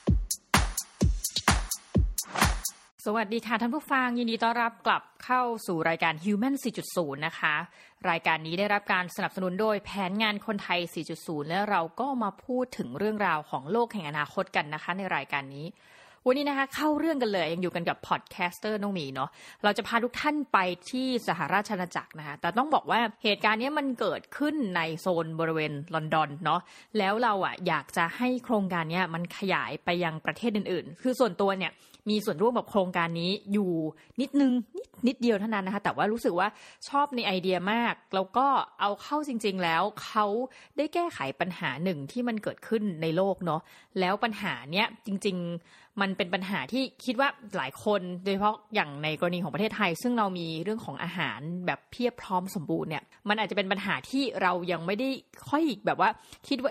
สวัสดีค่ะท่านผู้ฟังยินดีต้อนรับกลับเข้าสู่รายการ Human 4.0 นะคะรายการนี้ได้รับการสนับสนุนโดยแผนงานคนไทย 4.0 และเราก็มาพูดถึงเรื่องราวของโลกแห่งอนาคตกันนะคะในรายการนี้วันนี้นะคะเข้าเรื่องกันเลยยังอยู่กันกับพอดแคสเตอร์น้องหมีเนาะเราจะพาทุกท่านไปที่สหราชอาณาจักรนะคะแต่ต้องบอกว่าเหตุการณ์นี้มันเกิดขึ้นในโซนบริเวณลอนดอนเนาะแล้วเราอยากจะให้โครงการนี้มันขยายไปยังประเทศอื่นๆคือส่วนตัวเนี่ยมีส่วนร่วมกับโครงการนี้อยู่นิดเดียวเท่านั้นนะคะแต่ว่ารู้สึกว่าชอบในไอเดียมากแล้วก็เอาเข้าจริงๆแล้วเขาได้แก้ไขปัญหาหนึ่งที่มันเกิดขึ้นในโลกเนาะแล้วปัญหาเนี้ยจริงๆมันเป็นปัญหาที่คิดว่าหลายคนโดยเฉพาะอย่างในกรณีของประเทศไทยซึ่งเรามีเรื่องของอาหารแบบเพียบพร้อมสมบูรณ์เนี่ยมันอาจจะเป็นปัญหาที่เรายังไม่ได้ค่อยแบบว่าคิดว่า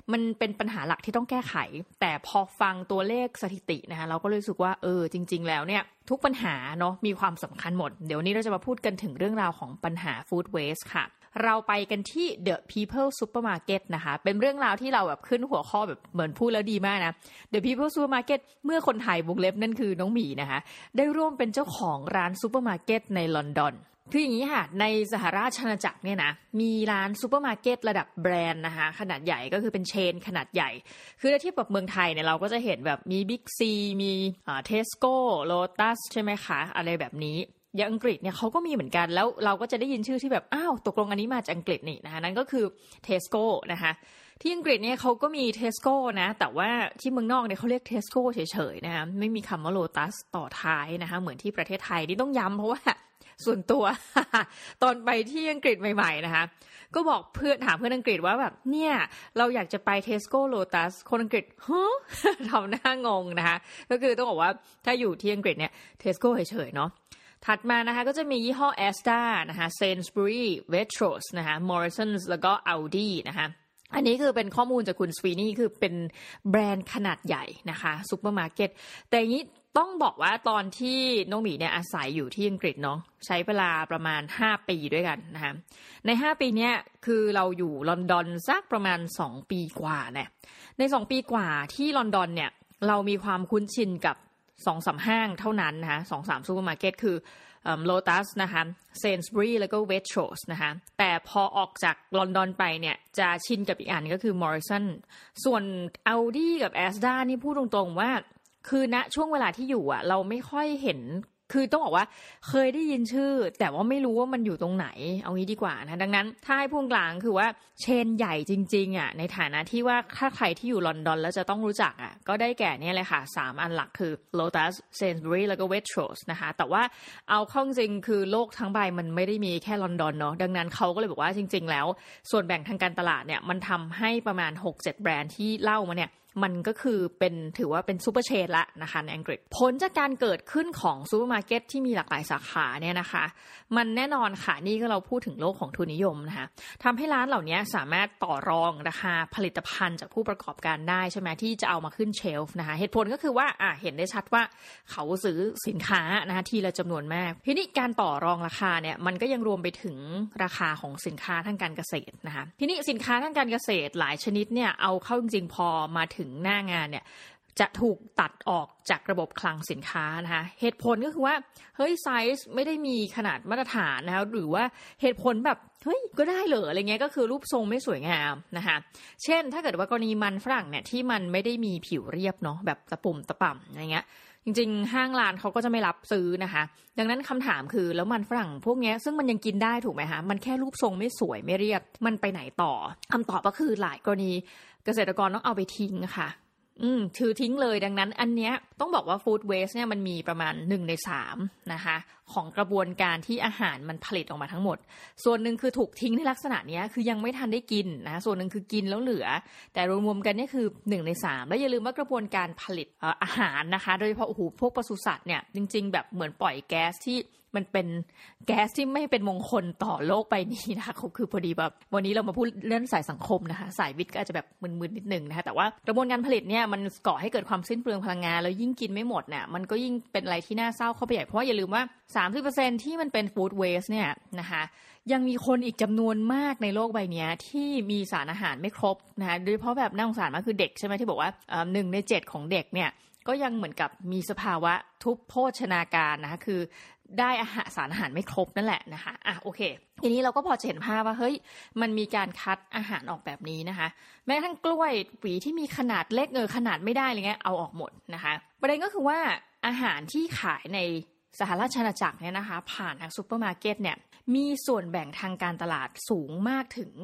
มันเป็นปัญหาหลักที่ต้องแก้ไขแต่พอฟังตัวเลขสถิตินะคะเราก็รู้สึกว่าจริงๆแล้วเนี่ยทุกปัญหาเนาะมีความสำคัญหมดเดี๋ยวนี้เราจะมาพูดกันถึงเรื่องราวของปัญหา food waste ค่ะเราไปกันที่ The People Supermarket นะคะเป็นเรื่องราวที่เราแบบขึ้นหัวข้อแบบเหมือนพูดแล้วดีมากนะ The People Supermarket เมื่อคนไทยวงเล็บนั่นคือน้องหมีนะคะได้ร่วมเป็นเจ้าของร้านซูเปอร์มาร์เก็ตในลอนดอนคืออย่างนี้ค่ะในสหราชอาณาจักรเนี่ยนะมีร้านซูเปอร์มาร์เก็ตระดับแบรนด์นะคะขนาดใหญ่ก็คือเป็นเชนขนาดใหญ่คือถ้าเทียบกับเมืองไทยเนี่ยเราก็จะเห็นแบบมีบิ๊กซีมีเทสโก้โลตัสใช่ไหมคะอะไรแบบนี้อย่างอังกฤษเนี่ยเขาก็มีเหมือนกันแล้วเราก็จะได้ยินชื่อที่แบบอ้าวตกลงอันนี้มาจากอังกฤษนี่นะคะนั่นก็คือเทสโก้นะคะที่อังกฤษเนี่ยเขาก็มีเทสโก้นะแต่ว่าที่เมืองนอกเนี่ยเขาเรียกเทสโก้เฉยๆนะคะไม่มีคำว่าโลตัสต่อท้ายนะคะเหมือนที่ประเทศไทยนี่ต้องย้ำเพราะว่าส่วนตัว ตอนไปที่อังกฤษใหม่ๆนะคะก็บอกเพื่อนถามเพื่อนอังกฤษว่าแบบเนี่ยเราอยากจะไปเทสโก้โลตัสคนอังกฤษฮะ ทำหน้างงนะคะก็คือต้องบอกว่าถ้าอยู่ที่อังกฤษเนี่ยเทสโก้เฉยๆเนาะถัดมานะคะก็จะมียี่ห้อ Asda นะคะ Sainsbury Waitrose นะคะ Morrisons แล้วก็ Aldi นะคะอันนี้คือเป็นข้อมูลจากคุณสวีนี่คือเป็นแบรนด์ขนาดใหญ่นะคะซุปเปอร์มาร์เก็ตแต่อย่างนี้ต้องบอกว่าตอนที่น้องหมีเนี่ยอาศัยอยู่ที่อังกฤษเนาะใช้เวลาประมาณ5ปีด้วยกันนะคะใน5ปีเนี้ยคือเราอยู่ลอนดอนสักประมาณ2ปีกว่าเนี่ยใน2ปีกว่าที่ลอนดอนเนี่ยเรามีความคุ้นชินกับ2-3 ห้างเท่านั้นนะคะ 2-3 ซูเปอร์มาร์เก็ตคือLotus นะคะ Sainsbury แล้วก็ Waitrose นะคะแต่พอออกจากลอนดอนไปเนี่ยจะชินกับอีกอันก็คือ Morrison ส่วน Aldi กับ Asda นี่พูดตรงๆว่าคือณช่วงเวลาที่อยู่อ่ะเราไม่ค่อยเห็นคือต้องบอกว่าเคยได้ยินชื่อแต่ว่าไม่รู้ว่ามันอยู่ตรงไหนเอางี้ดีกว่านะดังนั้นถ้าให้พูดกลางคือว่าเชนใหญ่จริงๆอ่ะในฐานะที่ว่าถ้าใครที่อยู่ลอนดอนแล้วจะต้องรู้จักอ่ะก็ได้แก่เนี่ยเลยค่ะ3อันหลักคือ Lotus Sainsbury แล้วก็ Waitrose นะคะแต่ว่าเอาเข้าจริงคือโลกทั้งใบมันไม่ได้มีแค่ลอนดอนเนาะดังนั้นเขาก็เลยบอกว่าจริงๆแล้วส่วนแบ่งทางการตลาดเนี่ยมันทำให้ประมาณ 6-7 แบรนด์ที่เล่ามาเนี่ยมันก็คือเป็นถือว่าเป็นซูเปอร์เชนละนะคะในอังกฤษผลจากการเกิดขึ้นของซูเปอร์มาร์เก็ตที่มีหลากหลายสาขาเนี่ยนะคะมันแน่นอนค่ะนี่ก็เราพูดถึงโลกของทุนนิยมนะคะทำให้ร้านเหล่านี้สามารถต่อรองราคาผลิตภัณฑ์จากผู้ประกอบการได้ใช่ไหมที่จะเอามาขึ้นเชลฟ์นะคะเหตุผลก็คือว่าเห็นได้ชัดว่าเขาซื้อสินค้านะคะทีละจำนวนมากทีนี้การต่อรองราคาเนี่ยมันก็ยังรวมไปถึงราคาของสินค้าทางการเกษตรนะคะทีนี้สินค้าทางการเกษตรหลายชนิดเนี่ยเอาเข้าจริงๆพอมาถึงหน้างานเนี่ยจะถูกตัดออกจากระบบคลังสินค้านะคะเหตุผลก็คือว่าเฮ้ยไซส์ไม่ได้มีขนาดมาตรฐานนะคะหรือว่าเหตุผลแบบเฮ้ยก็ได้เหรออะไรเงี้ยก็คือรูปทรงไม่สวยงามนะคะเช่นถ้าเกิดว่ากรณีมันฝรั่งเนี่ยที่มันไม่ได้มีผิวเรียบเนาะแบบตะปุ่มตะป่ำอะไรเงี้ยจริงๆห้างร้านเขาก็จะไม่รับซื้อนะคะดังนั้นคำถามคือแล้วมันฝรั่งพวกนี้ซึ่งมันยังกินได้ถูกไหมคะมันแค่รูปทรงไม่สวยไม่เรียบมันไปไหนต่อคำตอบก็คือหลายกรณีเกษตรกรต้องเอาไปทิ้งค่ะถือทิ้งเลยดังนั้นอันเนี้ยต้องบอกว่า food waste เนี่ยมันมีประมาณ1 ใน 3นะคะของกระบวนการที่อาหารมันผลิตออกมาทั้งหมดส่วนหนึ่งคือถูกทิ้งในลักษณะนี้คือยังไม่ทันได้กินนะส่วนหนึ่งคือกินแล้วเหลือแต่รวมๆกันนี่คือ1 ใน 3แล้วอย่าลืมว่ากระบวนการผลิตอาหารนะคะโดยเฉพาะพวกปศุสัตว์เนี่ยจริงๆแบบเหมือนปล่อยแก๊สที่มันเป็นแก๊สที่ไม่เป็นมงคลต่อโลกใบนี้นะคะคือพอดีแบบวันนี้เรามาพูดเรื่องสายสังคมนะคะสายวิทย์ก็อาจจะแบบมึนๆนิดนึงนะคะแต่ว่ากระบวนการผลิตเนี่ยมันก่อให้เกิดความสิ้นเปลืองพลังงานแล้วยิ่งกินไม่หมดเนี่ยมันก็ยิ่งเป็นอะไรที่น่าเศร้าเข้าไปใหญ่เพราะอย่าลืมว่า 30% ที่มันเป็น food waste เนี่ยนะคะยังมีคนอีกจำนวนมากในโลกใบนี้ที่มีสารอาหารไม่ครบนะคะโดยเฉพาะแบบน่าสงสารมากคือเด็กใช่ไหมที่บอกว่า1 ใน 7ของเด็กเนี่ยก็ยังเหมือนกับมีสภาวะทุพโภชนาการนะคะคือได้สารอาหารไม่ครบนั่นแหละนะคะโอเคทีนี้เราก็พอจะเห็นภาพว่าเฮ้ยมันมีการคัดอาหารออกแบบนี้นะคะแม้กระทั่งกล้วยหวีที่มีขนาดเล็กขนาดไม่ได้อะไรเงี้ยเอาออกหมดนะคะประเด็นก็คือว่าอาหารที่ขายในสหราชอาณาจักรเนี่ยนะคะผ่านทางซุปเปอร์มาร์เก็ตเนี่ยมีส่วนแบ่งทางการตลาดสูงมากถึง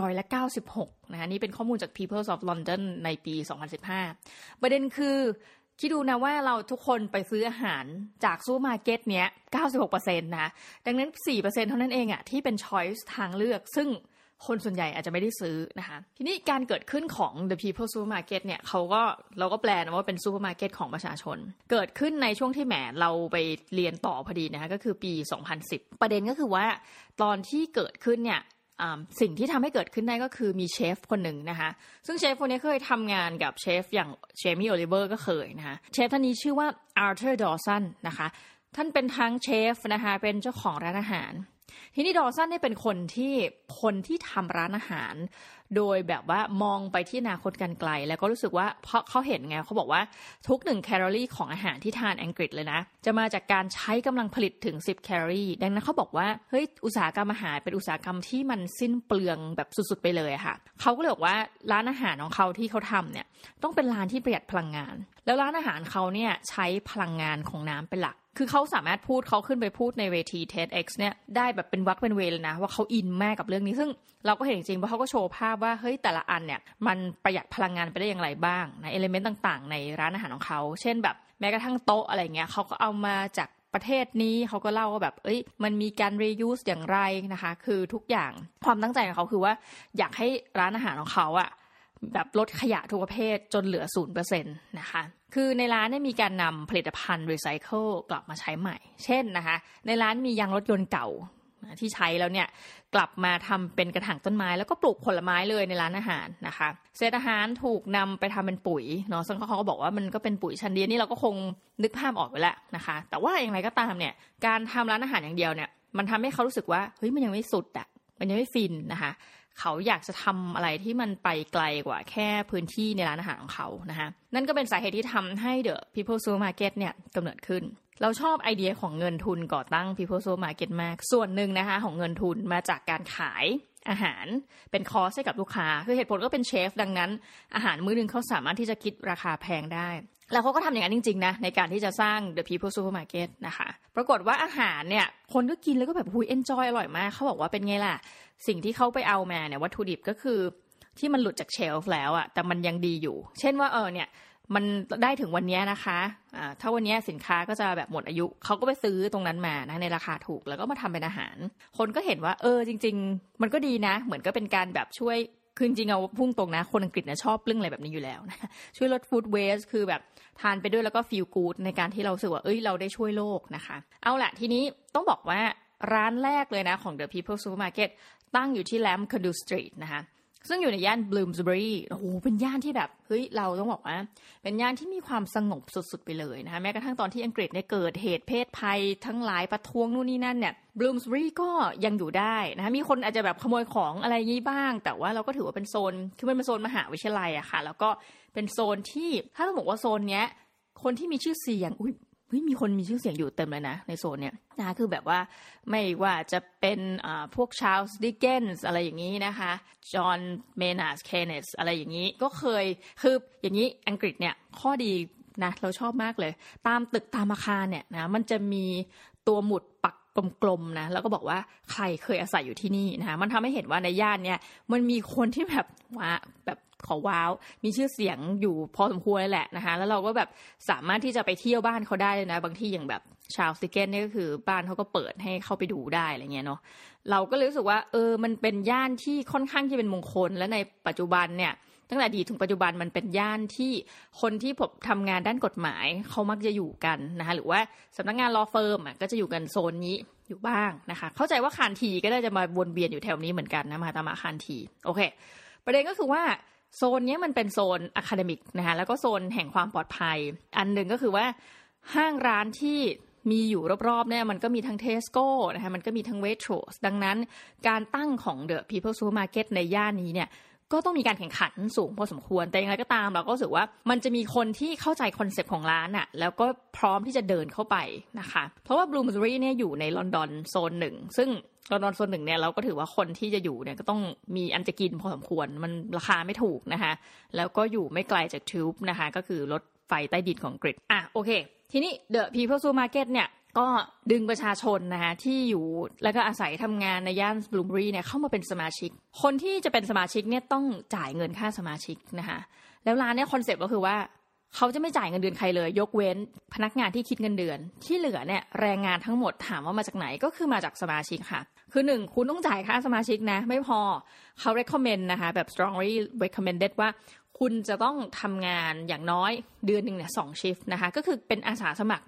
96%นะคะนี่เป็นข้อมูลจาก People of London ในปี 2015ประเด็นคือคิดดูนะว่าเราทุกคนไปซื้ออาหารจากซูเปอร์มาร์เก็ตเนี้ย 96% นะดังนั้น 4% เท่านั้นเองที่เป็น choice ทางเลือกซึ่งคนส่วนใหญ่อาจจะไม่ได้ซื้อนะคะทีนี้การเกิดขึ้นของ The People Supermarket เนี่ยเราก็แปลนะว่าเป็นซูเปอร์มาร์เก็ตของประชาชนเกิดขึ้นในช่วงที่แหมเราไปเรียนต่อพอดีนะคะก็คือปี 2010 ประเด็นก็คือว่าตอนที่เกิดขึ้นเนี่ยสิ่งที่ทำให้เกิดขึ้นได้ก็คือมีเชฟคนหนึ่งนะคะซึ่งเชฟคนนี้เคยทำงานกับเชฟอย่างเจมี่โอลิเวอร์ก็เคยนะคะเชฟท่านนี้ชื่อว่าอาร์เธอร์ดอสันนะคะท่านเป็นทั้งเชฟนะคะเป็นเจ้าของร้านอาหารทีนี้ดอสันเนี่ยเป็นคนที่ทำร้านอาหารโดยแบบว่ามองไปที่อนาคตกันไกลแล้วก็รู้สึกว่าเพราะเขาเห็นไงเขาบอกว่าทุก1แคลอรี่ของอาหารที่ทานอังกฤษเลยนะจะมาจากการใช้กำลังผลิตถึง10แคลอรี่ดังนั้นเขาบอกว่าเฮ้ยอุตสาหกรรมอาหารเป็นอุตสาหกรรมที่มันสิ้นเปลืองแบบสุดๆไปเลยค่ะเขาก็เลยบอกว่าร้านอาหารของเขาที่เขาทำเนี่ยต้องเป็นร้านที่ประหยัดพลังงานแล้วร้านอาหารเขาเนี่ยใช้พลังงานของน้ำเป็นหลักคือเขาสามารถเขาขึ้นไปพูดในเวที TEDx เนี่ยได้แบบเป็นวรรคเป็นเวรเลยนะว่าเขาอินมากกับเรื่องนี้ซึ่งเราก็เห็นจริงๆเพราะเขาก็โชว์ภาพว่าเฮ้ยแต่ละอันเนี่ยมันประหยัดพลังงานไปได้อย่างไรบ้างนะเอลิเมนต์ต่างๆในร้านอาหารของเขาเช่นแบบแม้กระทั่งโต๊ะอะไรเงี้ยเขาก็เอามาจากประเทศนี้เขาก็เล่าว่าแบบมันมีการ reuse อย่างไรนะคะคือทุกอย่างความตั้งใจของเขาคือว่าอยากให้ร้านอาหารของเขาอะแบบลดขยะทุกประเภทจนเหลือ 0% นะคะคือในร้านเนี่ยมีการนำผลิตภัณฑ์รีไซเคิลกลับมาใช้ใหม่เช่นนะคะในร้านมียางรถยนต์เก่าที่ใช้แล้วเนี่ยกลับมาทำเป็นกระถางต้นไม้แล้วก็ปลูกผลไม้เลยในร้านอาหารนะคะเศษอาหารถูกนำไปทำเป็นปุ๋ยเนาะซึ่งเขาก็บอกว่ามันก็เป็นปุ๋ยชั้นดีนี่เราก็คงนึกภาพออกไปแล้วนะคะแต่ว่าอย่างไรก็ตามเนี่ยการทำร้านอาหารอย่างเดียวเนี่ยมันทำให้เขารู้สึกว่าเฮ้ยมันยังไม่สุดอ่ะมันยังไม่ฟินนะคะเขาอยากจะทำอะไรที่มันไปไกลกว่าแค่พื้นที่ในร้านอาหารของเขานะคะนั่นก็เป็นสาเหตุที่ทำให้ The People's Supermarket เนี่ยกำเนิดขึ้นเราชอบไอเดียของเงินทุนก่อตั้ง People's Supermarket มากส่วนหนึ่งนะคะของเงินทุนมาจากการขายอาหารเป็นคอร์สให้กับลูกค้าคือเหตุผลก็เป็นเชฟดังนั้นอาหารมื้อนึงเขาสามารถที่จะคิดราคาแพงได้แล้วเขาก็ทำอย่างนั้นจริงๆนะในการที่จะสร้าง The People's Supermarket นะคะปรากฏว่าอาหารเนี่ยคนก็กินแล้วก็แบบenjoy อร่อยมากเขาบอกว่าเป็นไงล่ะสิ่งที่เขาไปเอามาเนี่ยวัตถุดิบก็คือที่มันหลุดจากเชลฟ์แล้วอะแต่มันยังดีอยู่เช่นว่าเนี่ยมันได้ถึงวันนี้นะคะถ้าวันนี้สินค้าก็จะแบบหมดอายุเขาก็ไปซื้อตรงนั้นมานะในราคาถูกแล้วก็มาทำเป็นอาหารคนก็เห็นว่าจริงๆมันก็ดีนะเหมือนก็เป็นการแบบช่วยคือจริงๆเอาพุ่งตรงนะคนอังกฤษนะชอบเรื่องอะไรแบบนี้อยู่แล้วนะช่วยลดฟู้ดเวสต์คือแบบทานไปด้วยแล้วก็ฟีลกู๊ดในการที่เรารู้สึกว่าเราได้ช่วยโลกนะคะเอาล่ะทีนี้ต้องบอกว่าร้านแรกเลยนะของ The People's Supermarket ตั้งอยู่ที่ Lamb-Cadu Street นะคะซึ่งอยู่ในย่าน Bloomsbury โอ้โหเป็นย่านที่แบบเราต้องบอกว่าเป็นย่านที่มีความสงบสุดๆไปเลยนะคะแม้กระทั่งตอนที่อังกฤษเนี่ยเกิดเหตุเพศภัยทั้งหลายประท้วงนู่นนี่นั่นเนี่ย Bloomsbury ก็ยังอยู่ได้นะคะมีคนอาจจะแบบขโมยของอะไรงี้บ้างแต่ว่าเราก็ถือว่าเป็นโซนคือมันเป็นโซนมหาวิทยาลัยอะค่ะแล้วก็เป็นโซนที่ถ้าเราบอกว่าโซนเนี้ยคนที่มีชื่อเสียงมีคนมีชื่อเสียงอยู่เต็มเลยนะในโซนเนี้ยนะคือแบบว่าไม่ว่าจะเป็นพวกชาร์ลส์ดิกเกนส์อะไรอย่างนี้นะคะจอห์นเมนาร์ดเคนเนสอะไรอย่างนี้ก็เคยคืออย่างนี้อังกฤษเนี่ยข้อดีนะเราชอบมากเลยตามตึกตามอาคารเนี่ยนะมันจะมีตัวหมุดปักกลมๆนะแล้วก็บอกว่าใครเคยอาศัยอยู่ที่นี่นะคะมันทำให้เห็นว่าในย่านเนี่ยมันมีคนที่แบบว่าแบบขอว้าวมีชื่อเสียงอยู่พอสมควรเลยแหละนะคะแล้วเราก็แบบสามารถที่จะไปเที่ยวบ้านเขาได้เลยนะบางที่อย่างแบบชาร์ลส์ดิกเกนนี่ก็คือบ้านเขาก็เปิดให้เข้าไปดูได้อะไรเงี้ยเนาะเราก็เลยรู้สึกว่ามันเป็นย่านที่ค่อนข้างที่เป็นมงคลและในปัจจุบันเนี่ยตั้งแต่อดีตถึงปัจจุบันมันเป็นย่านที่คนที่ทำงานด้านกฎหมายเขามักจะอยู่กันนะคะหรือว่าสำนักงาน law firm ก็จะอยู่กันโซนนี้อยู่บ้างนะคะเข้าใจว่าคานทีก็ได้จะมาวนเวียนอยู่แถวนี้เหมือนกันนะมหาตมะคานทีโอเคประเด็นก็คือว่าโซนนี้มันเป็นโซนอะคาเดมิกนะคะแล้วก็โซนแห่งความปลอดภัยอันหนึ่งก็คือว่าห้างร้านที่มีอยู่รอบๆเนี่ยมันก็มีทั้ง Tesco นะคะมันก็มีทั้ง Waitrose ดังนั้นการตั้งของ The People's Supermarket ในย่านนี้เนี่ยก็ต้องมีการแข่งขันสูงพอสมควรแต่อย่างไรก็ตามเราก็รู้สึกว่ามันจะมีคนที่เข้าใจคอนเซ็ปต์ของร้านอ่ะแล้วก็พร้อมที่จะเดินเข้าไปนะคะเพราะว่า Bloomsbury เนี่ยอยู่ในลอนดอนโซนหนึ่งซึ่งลอนดอนโซนหนึ่งเนี่ยเราก็ถือว่าคนที่จะอยู่เนี่ยก็ต้องมีอันจะกินพอสมควรมันราคาไม่ถูกนะคะแล้วก็อยู่ไม่ไกลจากทิวบ์นะคะก็คือรถไฟใต้ดินของอังกฤษโอเคทีนี้ The People's Supermarket เนี่ยก็ดึงประชาชนนะคะที่อยู่แล้วก็อาศัยทำงานในย่านบลูมบรีเนี่ยเข้ามาเป็นสมาชิกคนที่จะเป็นสมาชิกเนี่ยต้องจ่ายเงินค่าสมาชิกนะคะแล้วร้านเนี่ยคอนเซ็ปต์ก็คือว่าเขาจะไม่จ่ายเงินเดือนใครเลยยกเว้นพนักงานที่คิดเงินเดือนที่เหลือเนี่ยแรงงานทั้งหมดถามว่ามาจากไหนก็คือมาจากสมาชิกค่ะคือ1คุณต้องจ่ายค่าสมาชิกนะไม่พอเขา recommend นะคะแบบ strongly recommended ว่าคุณจะต้องทำงานอย่างน้อยเดือนนึงเนี่ย2 ชิฟต์นะคะก็คือเป็นอาสาสมัครเนี่ย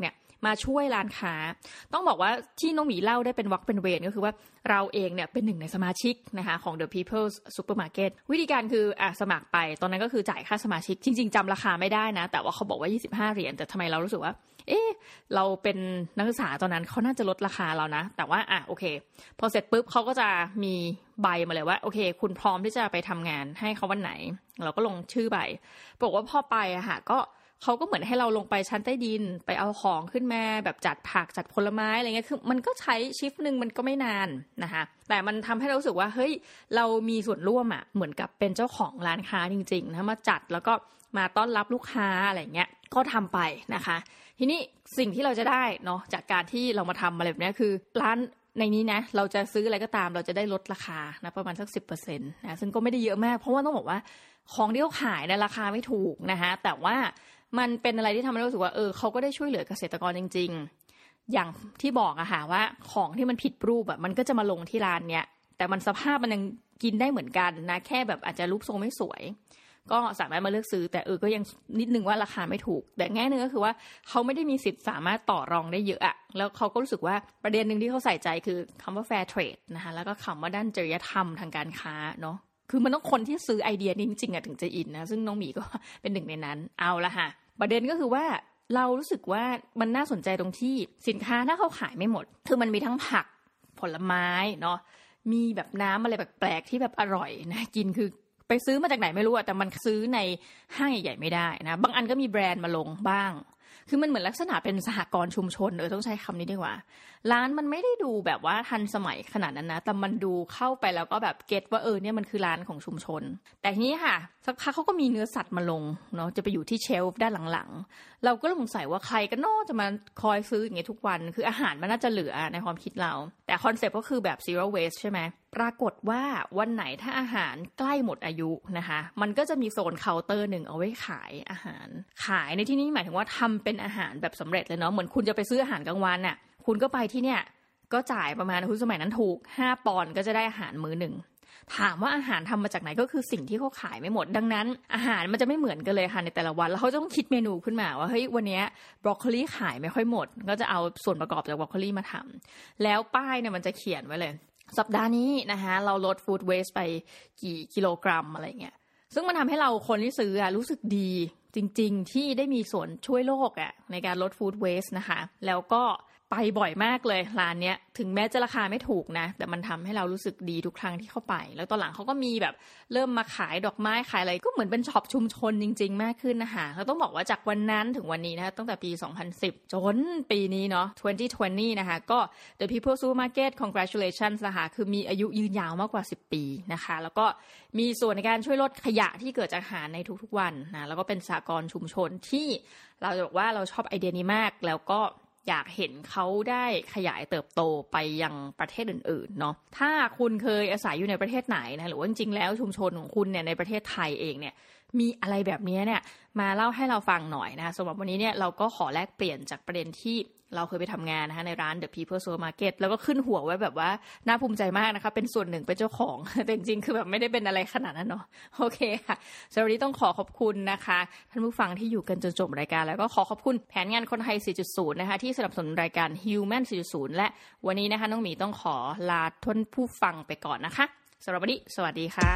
มาช่วยร้านค้าต้องบอกว่าที่น้องหมีเล่าได้เป็นวรรคเป็นเวรก็คือว่าเราเองเนี่ยเป็นหนึ่งในสมาชิกนะคะของ The People's Supermarket วิธีการคือสมัครไปตอนนั้นก็คือจ่ายค่าสมาชิกจริงๆจำราคาไม่ได้นะแต่ว่าเขาบอกว่า25 เหรียญแต่ทำไมเรารู้สึกว่าเราเป็นนักศึกษาตอนนั้นเขาน่าจะลดราคาเรานะแต่ว่าโอเคพอเสร็จปุ๊บเขาก็จะมีใบมาเลยว่าโอเคคุณพร้อมที่จะไปทำงานให้เขาวันไหนเราก็ลงชื่อใบบอกว่าพอไปก็เขาก็เหมือนให้เราลงไปชั้นใต้ดินไปเอาของขึ้นมาแบบจัดผักจัดผลไม้อะไรเงี้ยคือมันก็ใช้ชิฟต์นึงมันก็ไม่นานนะคะแต่มันทำให้เรารู้สึกว่าเฮ้ยเรามีส่วนร่วมเหมือนกับเป็นเจ้าของร้านค้าจริงๆนะมาจัดแล้วก็มาต้อนรับลูกค้าอะไรเงี้ยก็ทำไปนะคะทีนี้สิ่งที่เราจะได้เนาะจากการที่เรามาทำอะไรแบบนี้คือร้านในนี้นะเราจะซื้ออะไรก็ตามเราจะได้ลดราคานะประมาณสัก 10% นะซึ่งก็ไม่ได้เยอะมากเพราะว่าต้องบอกว่าของที่เขาขายในราคาไม่ถูกนะคะแต่ว่ามันเป็นอะไรที่ทำให้เรารู้สึกว่าเขาก็ได้ช่วยเหลือเกษตรกรจริงๆอย่างที่บอกว่าของที่มันผิดรูปมันก็จะมาลงที่ร้านเนี้ยแต่มันสภาพมันยังกินได้เหมือนกันนะแค่แบบอาจจะรูปทรงไม่สวยก็สามารถมาเลือกซื้อแต่ก็ยังนิดนึงว่าราคาไม่ถูกแต่แง่นึงก็คือว่าเขาไม่ได้มีสิทธิ์สามารถต่อรองได้เยอะแล้วเขาก็รู้สึกว่าประเด็นนึงที่เขาใส่ใจคือคำว่า fair trade นะคะแล้วก็คำว่าด้านจริยธรรมทางการค้าเนาะคือมันต้องคนที่ซื้อไอเดียนี้จริงๆถึงจะอินนะซึ่งน้องหมีก็เป็นหนึ่งในนั้นเอาละค่ะประเด็นก็คือว่าเรารู้สึกว่ามันน่าสนใจตรงที่สินค้าถ้าเขาขายไม่หมดคือมันมีทั้งผักผลไม้เนาะมีแบบน้ำอะไรแปลกๆที่แบบอร่อยนะกินคือไปซื้อมาจากไหนไม่รู้แต่มันซื้อในห้างใหญ่ๆไม่ได้นะบางอันก็มีแบรนด์มาลงบ้างคือมันเหมือนลักษณะเป็นสหกรณ์ชุมชนต้องใช้คำนี้ดีกว่าร้านมันไม่ได้ดูแบบว่าทันสมัยขนาดนั้นนะแต่มันดูเข้าไปแล้วก็แบบเก็ตว่าเนี่ยมันคือร้านของชุมชนแต่ทีนี้ค่ะสักพักเขาก็มีเนื้อสัตว์มาลงเนาะจะไปอยู่ที่เชลฟ์ด้านหลังๆเราก็สงสัยว่าใครกันเนาะจะมาคอยซื้ออย่างเงี้ยทุกวันคืออาหารมันน่าจะเหลือในความคิดเราแต่คอนเซ็ปต์ก็คือแบบ zero waste ใช่ไหมปรากฏว่าวันไหนถ้าอาหารใกล้หมดอายุนะคะมันก็จะมีโซนเคาน์เตอร์หนึ่งเอาไว้ขายอาหารขายในที่นี้หมายถึงว่าทำเป็นอาหารแบบสำเร็จเลยเนาะเหมือนคุณจะไปซื้ออาหารกลางวันน่ะคุณก็ไปที่เนี่ยก็จ่ายประมาณคุณสมัยนั้นถูก5 ปอนด์ก็จะได้อาหารมื้อหนึ่งถามว่าอาหารทำมาจากไหนก็คือสิ่งที่เขาขายไม่หมดดังนั้นอาหารมันจะไม่เหมือนกันเลยค่ะในแต่ละวันแล้วเขาต้องคิดเมนูขึ้นมาว่าเฮ้ยวันนี้บรอกโคลีขายไม่ค่อยหมดก็จะเอาส่วนประกอบจากบรอกโคลีมาทำแล้วป้ายเนี่ยมันจะเขียนไว้เลยสัปดาห์นี้นะคะเราลดฟู้ดเวสต์ไปกี่กิโลกรัมอะไรเงี้ยซึ่งมันทำให้เราคนที่ซื้อรู้สึกดีจริงๆที่ได้มีส่วนช่วยโลกในการลดฟู้ดเวสต์นะคะแล้วก็ไปบ่อยมากเลยร้านเนี้ยถึงแม้จะราคาไม่ถูกนะแต่มันทำให้เรารู้สึกดีทุกครั้งที่เข้าไปแล้วตอนหลังเขาก็มีแบบเริ่มมาขายดอกไม้ขายอะไรก็เหมือนเป็นช็อปชุมชนจริงๆมากขึ้นนะคะเราต้องบอกว่าจากวันนั้นถึงวันนี้นะคะตั้งแต่ปี 2010 จนปีนี้เนาะ 2020 นะคะก็ The People's Supermarket Congratulations นะคะคือมีอายุยืนยาวมากกว่า10 ปีนะคะแล้วก็มีส่วนในการช่วยลดขยะที่เกิดจากอาหารในทุกๆวันนะแล้วก็เป็นสหกรณ์ชุมชนที่เราจะบอกว่าเราชอบไอเดียนี้มากแล้วก็อยากเห็นเขาได้ขยายเติบโตไปยังประเทศอื่นๆเนาะถ้าคุณเคยอาศัยอยู่ในประเทศไหนนะหรือว่าจริงๆแล้วชุมชนของคุณเนี่ยในประเทศไทยเองเนี่ยมีอะไรแบบนี้เนี่ยมาเล่าให้เราฟังหน่อยนะคะสำหรับวันนี้เนี่ยเราก็ขอแลกเปลี่ยนจากประเด็นที่เราเคยไปทำงานนะคะในร้าน The People's Supermarket แล้วก็ขึ้นหัวไว้แบบว่าน่าภูมิใจมากนะคะเป็นส่วนหนึ่งเป็นเจ้าของแต่จริงๆคือแบบไม่ได้เป็นอะไรขนาดนั้นเนาะโอเคค่ะสำหรับวันนี้ต้องขอบคุณนะคะท่านผู้ฟังที่อยู่กันจนจบรายการแล้วก็ขอบคุณแผนงานคนไทย 4.0 นะคะที่สนับสนุนรายการ Human 4.0 และวันนี้นะคะน้องหมีต้องขอลาท่านผู้ฟังไปก่อนนะคะสำหรับวันนี้สวัสดีค่ะ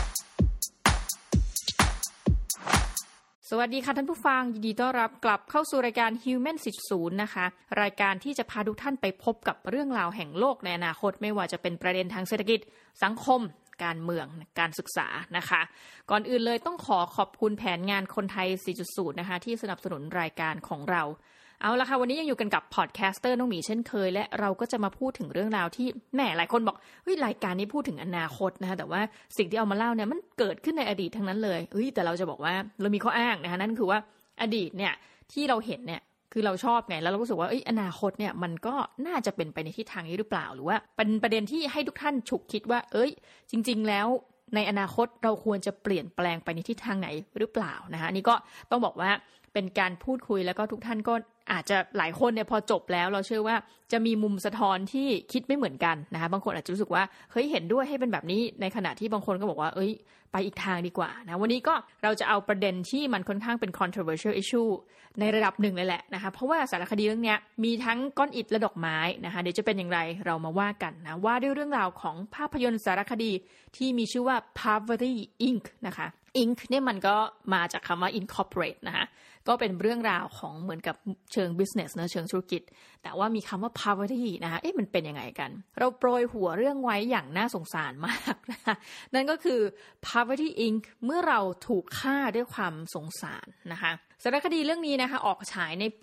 สวัสดีค่ะท่านผู้ฟังยินดีต้อนรับกลับเข้าสู่รายการ Human 4.0 นะคะรายการที่จะพาทุกท่านไปพบกับเรื่องราวแห่งโลกในอนาคตไม่ว่าจะเป็นประเด็นทางเศรษฐกิจสังคมการเมืองการศึกษานะคะก่อนอื่นเลยต้องขอบคุณแผนงานคนไทย 4.0 นะคะที่สนับสนุนรายการของเราเอาละค่ะวันนี้ยังอยู่กันกับพอดแคสเตอร์น้องหมีเช่นเคยและเราก็จะมาพูดถึงเรื่องราวที่แหมหลายคนบอกเฮ้ยรายการนี้พูดถึงอนาคตนะคะแต่ว่าสิ่งที่เอามาเล่าเนี่ยมันเกิดขึ้นในอดีตทั้งนั้นเลยแต่เราจะบอกว่าเรามีข้ออ้างนะคะนั่นคือว่าอดีตเนี่ยที่เราเห็นเนี่ยคือเราชอบไงแล้วเรารู้สึกว่าอนาคตเนี่ยมันก็น่าจะเป็นไปในทิศทางนี้หรือเปล่าหรือว่าเป็นประเด็นที่ให้ทุกท่านฉุกคิดว่าจริงๆแล้วในอนาคตเราควรจะเปลี่ยนแปลงไปในทิศทางไหนหรือเปล่านะคะนี่ก็ต้องบอกว่าเป็นการพูดคุยแล้วก็ทุกท่านก็อาจจะหลายคนเนี่ยพอจบแล้วเราเชื่อว่าจะมีมุมสะท้อนที่คิดไม่เหมือนกันนะคะบางคนอาจจะรู้สึกว่าเฮ้ยเห็นด้วยให้เป็นแบบนี้ในขณะที่บางคนก็บอกว่าเอ้ยไปอีกทางดีกว่านะวันนี้ก็เราจะเอาประเด็นที่มันค่อนข้างเป็น controversial issue ในระดับหนึ่งเลยแหละนะคะเพราะว่าสารคดีเรื่องนี้มีทั้งก้อนอิฐและดอกไม้นะคะเดี๋ยวจะเป็นอย่างไรเรามาว่ากันนะว่าด้วยเรื่องราวของภาพยนตร์สารคดีที่มีชื่อว่า Poverty Inc. นะคะ Inc. เนี่ยมันก็มาจากคำว่า incorporate นะคะก็เป็นเรื่องราวของเหมือนกับเชิง business นะเชิงธุรกิจแต่ว่ามีคำว่า poverty นะคะมันเป็นยังไงกันเราโปรยหัวเรื่องไว้อย่างน่าสงสารมากนะคะนั่นก็คือ Poverty Inc. เมื่อเราถูกฆ่าด้วยความสงสารนะคะสารคดีเรื่องนี้นะคะออกฉายในปี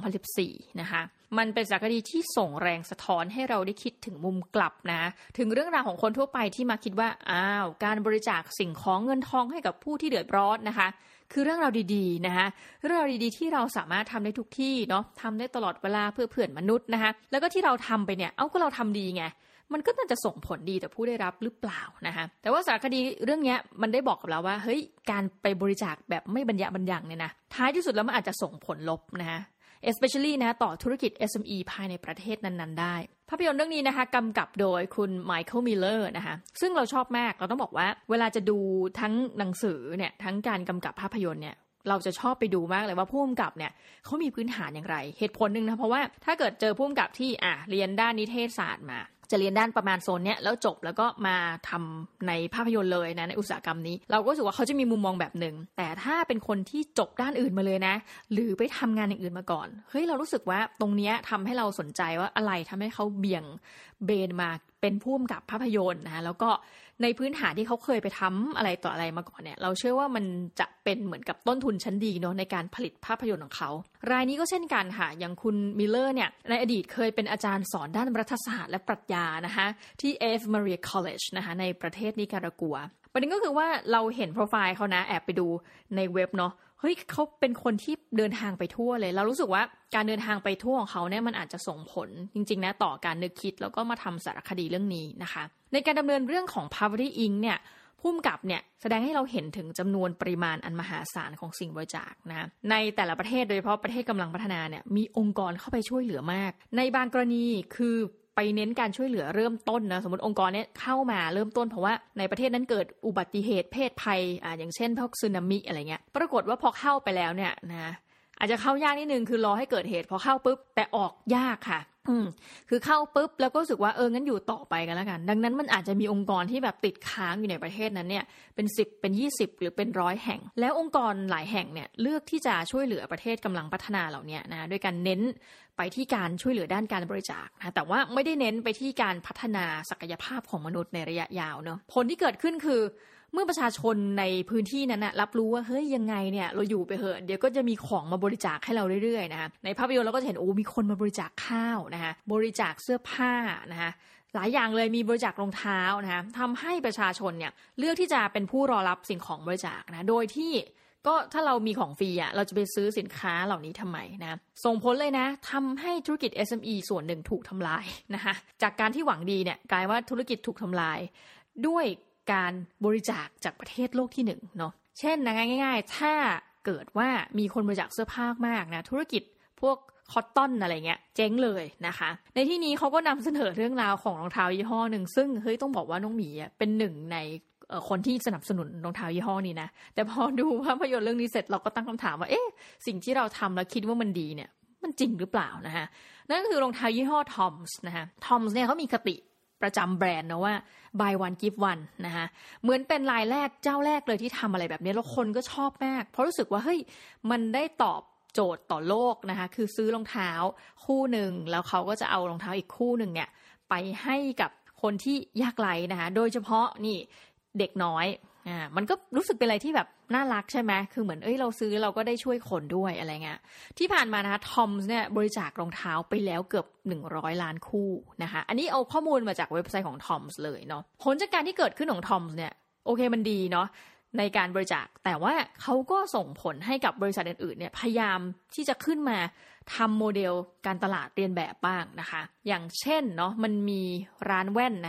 2014 นะคะมันเป็นสารคดีที่ส่งแรงสะท้อนให้เราได้คิดถึงมุมกลับนะถึงเรื่องราวของคนทั่วไปที่มาคิดว่าการบริจาคสิ่งของเงินทองให้กับผู้ที่เดือดร้อนนะคะคือเรื่องราวดีๆนะคะเรื่องราวดีๆที่เราสามารถทำได้ทุกที่เนาะทำได้ตลอดเวลาเพื่อเพื่อนมนุษย์นะคะแล้วก็ที่เราทำไปเนี่ยก็เราทำดีไงมันก็น่าจะส่งผลดีต่อผู้ได้รับหรือเปล่านะคะแต่ว่าสารคดีเรื่องนี้มันได้บอกกับเราว่าเฮ้ยการไปบริจาคแบบไม่บรรยะบรรยังเนี่ยนะท้ายที่สุดแล้วมันอาจจะส่งผลลบนะคะespecially นะต่อธุรกิจ SME ภายในประเทศนั้นๆได้ภาพยนตร์เรื่องนี้นะคะกำกับโดยคุณไมเคิลมิลเลอร์นะคะซึ่งเราชอบมากเราต้องบอกว่าเวลาจะดูทั้งหนังสือเนี่ยทั้งการกำกับภาพยนตร์เนี่ยเราจะชอบไปดูมากเลยว่าผู้กำกับเนี่ยเขามีพื้นฐานอย่างไรเหตุผลนึงนะเพราะว่าถ้าเกิดเจอผู้กำกับที่เรียนด้านนิเทศศาสตร์มาจะเรียนด้านประมาณโซนเนี้ยแล้วจบแล้วก็มาทำในภาพยนตร์เลยนะในอุตสาหกรรมนี้เราก็รู้สึกว่าเขาจะมีมุมมองแบบนึงแต่ถ้าเป็นคนที่จบด้านอื่นมาเลยนะหรือไปทำงานอย่างอื่นมาก่อนเฮ้ยเรารู้สึกว่าตรงเนี้ยทำให้เราสนใจว่าอะไรทำให้เขาเบี่ยงเบนมาเป็นผู้กำกับภาพยนตร์นะแล้วก็ในพื้นฐานที่เขาเคยไปทำอะไรต่ออะไรมาก่อนเนี่ยเราเชื่อว่ามันจะเป็นเหมือนกับต้นทุนชั้นดีเนาะในการผลิตภาพยนตร์ของเขารายนี้ก็เช่นกันค่ะอย่างคุณมิลเลอร์เนี่ยในอดีตเคยเป็นอาจารย์สอนด้านรัฐศาสตร์และปรัชญานะคะที่ Ave Maria College นะคะในประเทศนิการากัวประเด็นก็คือว่าเราเห็นโปรไฟล์เขานะแอบไปดูในเว็บเนาะเฮ้ยเขาเป็นคนที่เดินทางไปทั่วเลยเรารู้สึกว่าการเดินทางไปทั่วของเขาเนี่ยมันอาจจะส่งผลจริงๆนะต่อการนึกคิดแล้วก็มาทำสารคดีเรื่องนี้นะคะในการดำเนินเรื่องของ Poverty Inc. เนี่ยผู้กำกับเนี่ยแสดงให้เราเห็นถึงจำนวนปริมาณอันมหาศาลของสิ่งบริจาคนะในแต่ละประเทศโดยเฉพาะประเทศกำลังพัฒนาเนี่ยมีองค์กรเข้าไปช่วยเหลือมากในบางกรณีคือไปเน้นการช่วยเหลือเริ่มต้นนะสมมติองค์กรนี้เข้ามาเริ่มต้นเพราะว่าในประเทศนั้นเกิดอุบัติเหตุเพศภัยอย่างเช่นพวกสึนามิอะไรเงี้ยปรากฏว่าพอเข้าไปแล้วเนี่ยนะอาจจะเข้ายากนิดนึงคือรอให้เกิดเหตุพอเข้าปุ๊บแต่ออกยากค่ะคือเข้าปุ๊บแล้วก็รู้สึกว่างั้นอยู่ต่อไปกันแล้วกันดังนั้นมันอาจจะมีองค์กรที่แบบติดค้างอยู่ในประเทศนั้นเนี่ยเป็น10เป็น20หรือเป็น100แห่งแล้วองค์กรหลายแห่งเนี่ยเลือกที่จะช่วยเหลือประเทศกำลังพัฒนาเหล่านี้นะด้วยการเน้นไปที่การช่วยเหลือด้านการบริจาคนะแต่ว่าไม่ได้เน้นไปที่การพัฒนาศักยภาพของมนุษย์ในระยะยาวเนาะผลที่เกิดขึ้นคือเมื่อประชาชนในพื้นที่นั้นนะรับรู้ว่าเฮ้ยยังไงเนี่ยเราอยู่ไปเหอะเดี๋ยวก็จะมีของมาบริจาคให้เราเรื่อยๆนะคะในภาพยนตร์เราก็จะเห็นมีคนมาบริจาคข้าวนะคะบริจาคเสื้อผ้านะคะหลายอย่างเลยมีบริจาครองเท้านะคะทำให้ประชาชนเนี่ยเลือกที่จะเป็นผู้รอรับสิ่งของบริจาคนะโดยที่ก็ถ้าเรามีของฟรีเราจะไปซื้อสินค้าเหล่านี้ทำไมนะส่งผลเลยนะทำให้ธุรกิจ SME ส่วนหนึ่งถูกทำลายนะคะจากการที่หวังดีเนี่ยกลายว่าธุรกิจถูกทำลายด้วยการบริจาคจากประเทศโลกที่1เนาะเช่นนะง่ายๆถ้าเกิดว่ามีคนบริจาคเสื้อผ้ามากนะธุรกิจพวกคอตตอนอะไรเงี้ยเจ๊งเลยนะคะในที่นี้เขาก็นำเสนอเรื่องราวของรองเท้ายี่ห้อหนึ่งซึ่งเฮ้ยต้องบอกว่าน้องหมีเป็นหนึ่งในคนที่สนับสนุนรองเท้ายี่ห้อนี้นะแต่พอดูภาพยนตร์เรื่องนี้เสร็จเราก็ตั้งคำถามว่าสิ่งที่เราทำแล้วคิดว่ามันดีเนี่ยมันจริงหรือเปล่านะคะนั่นก็คือรองเท้ายี่ห้อ Toms นะคะ Toms เนี่ยเขามีคติประจำแบรนด์นะว่า buy one give one นะคะเหมือนเป็นรายแรกเจ้าแรกเลยที่ทำอะไรแบบนี้แล้วคนก็ชอบมากเพราะรู้สึกว่าเฮ้ยมันได้ตอบโจทย์ต่อโลกนะคะคือซื้อรองเท้าคู่หนึ่งแล้วเขาก็จะเอารองเท้าอีกคู่หนึ่งเนี่ยไปให้กับคนที่ยากไร้นะคะโดยเฉพาะนี่เด็กน้อยมันก็รู้สึกเป็นอะไรที่แบบน่ารักใช่ไหมคือเหมือนเราซื้อเราก็ได้ช่วยคนด้วยอะไรเงี้ยที่ผ่านมานะคะ Toms เนี่ยบริจาครองเท้าไปแล้วเกือบ100ล้านคู่นะคะอันนี้เอาข้อมูลมาจากเว็บไซต์ของ Toms เลยเนาะผลจากการที่เกิดขึ้นของ Toms เนี่ยโอเคมันดีเนาะในการบริจาคแต่ว่าเขาก็ส่งผลให้กับบริษัทอื่นๆเนี่ยพยายามที่จะขึ้นมาทำโมเดลการตลาดเรียนแบบบ้างนะคะอย่างเช่นเนาะมันมีร้านแว่นนะคะ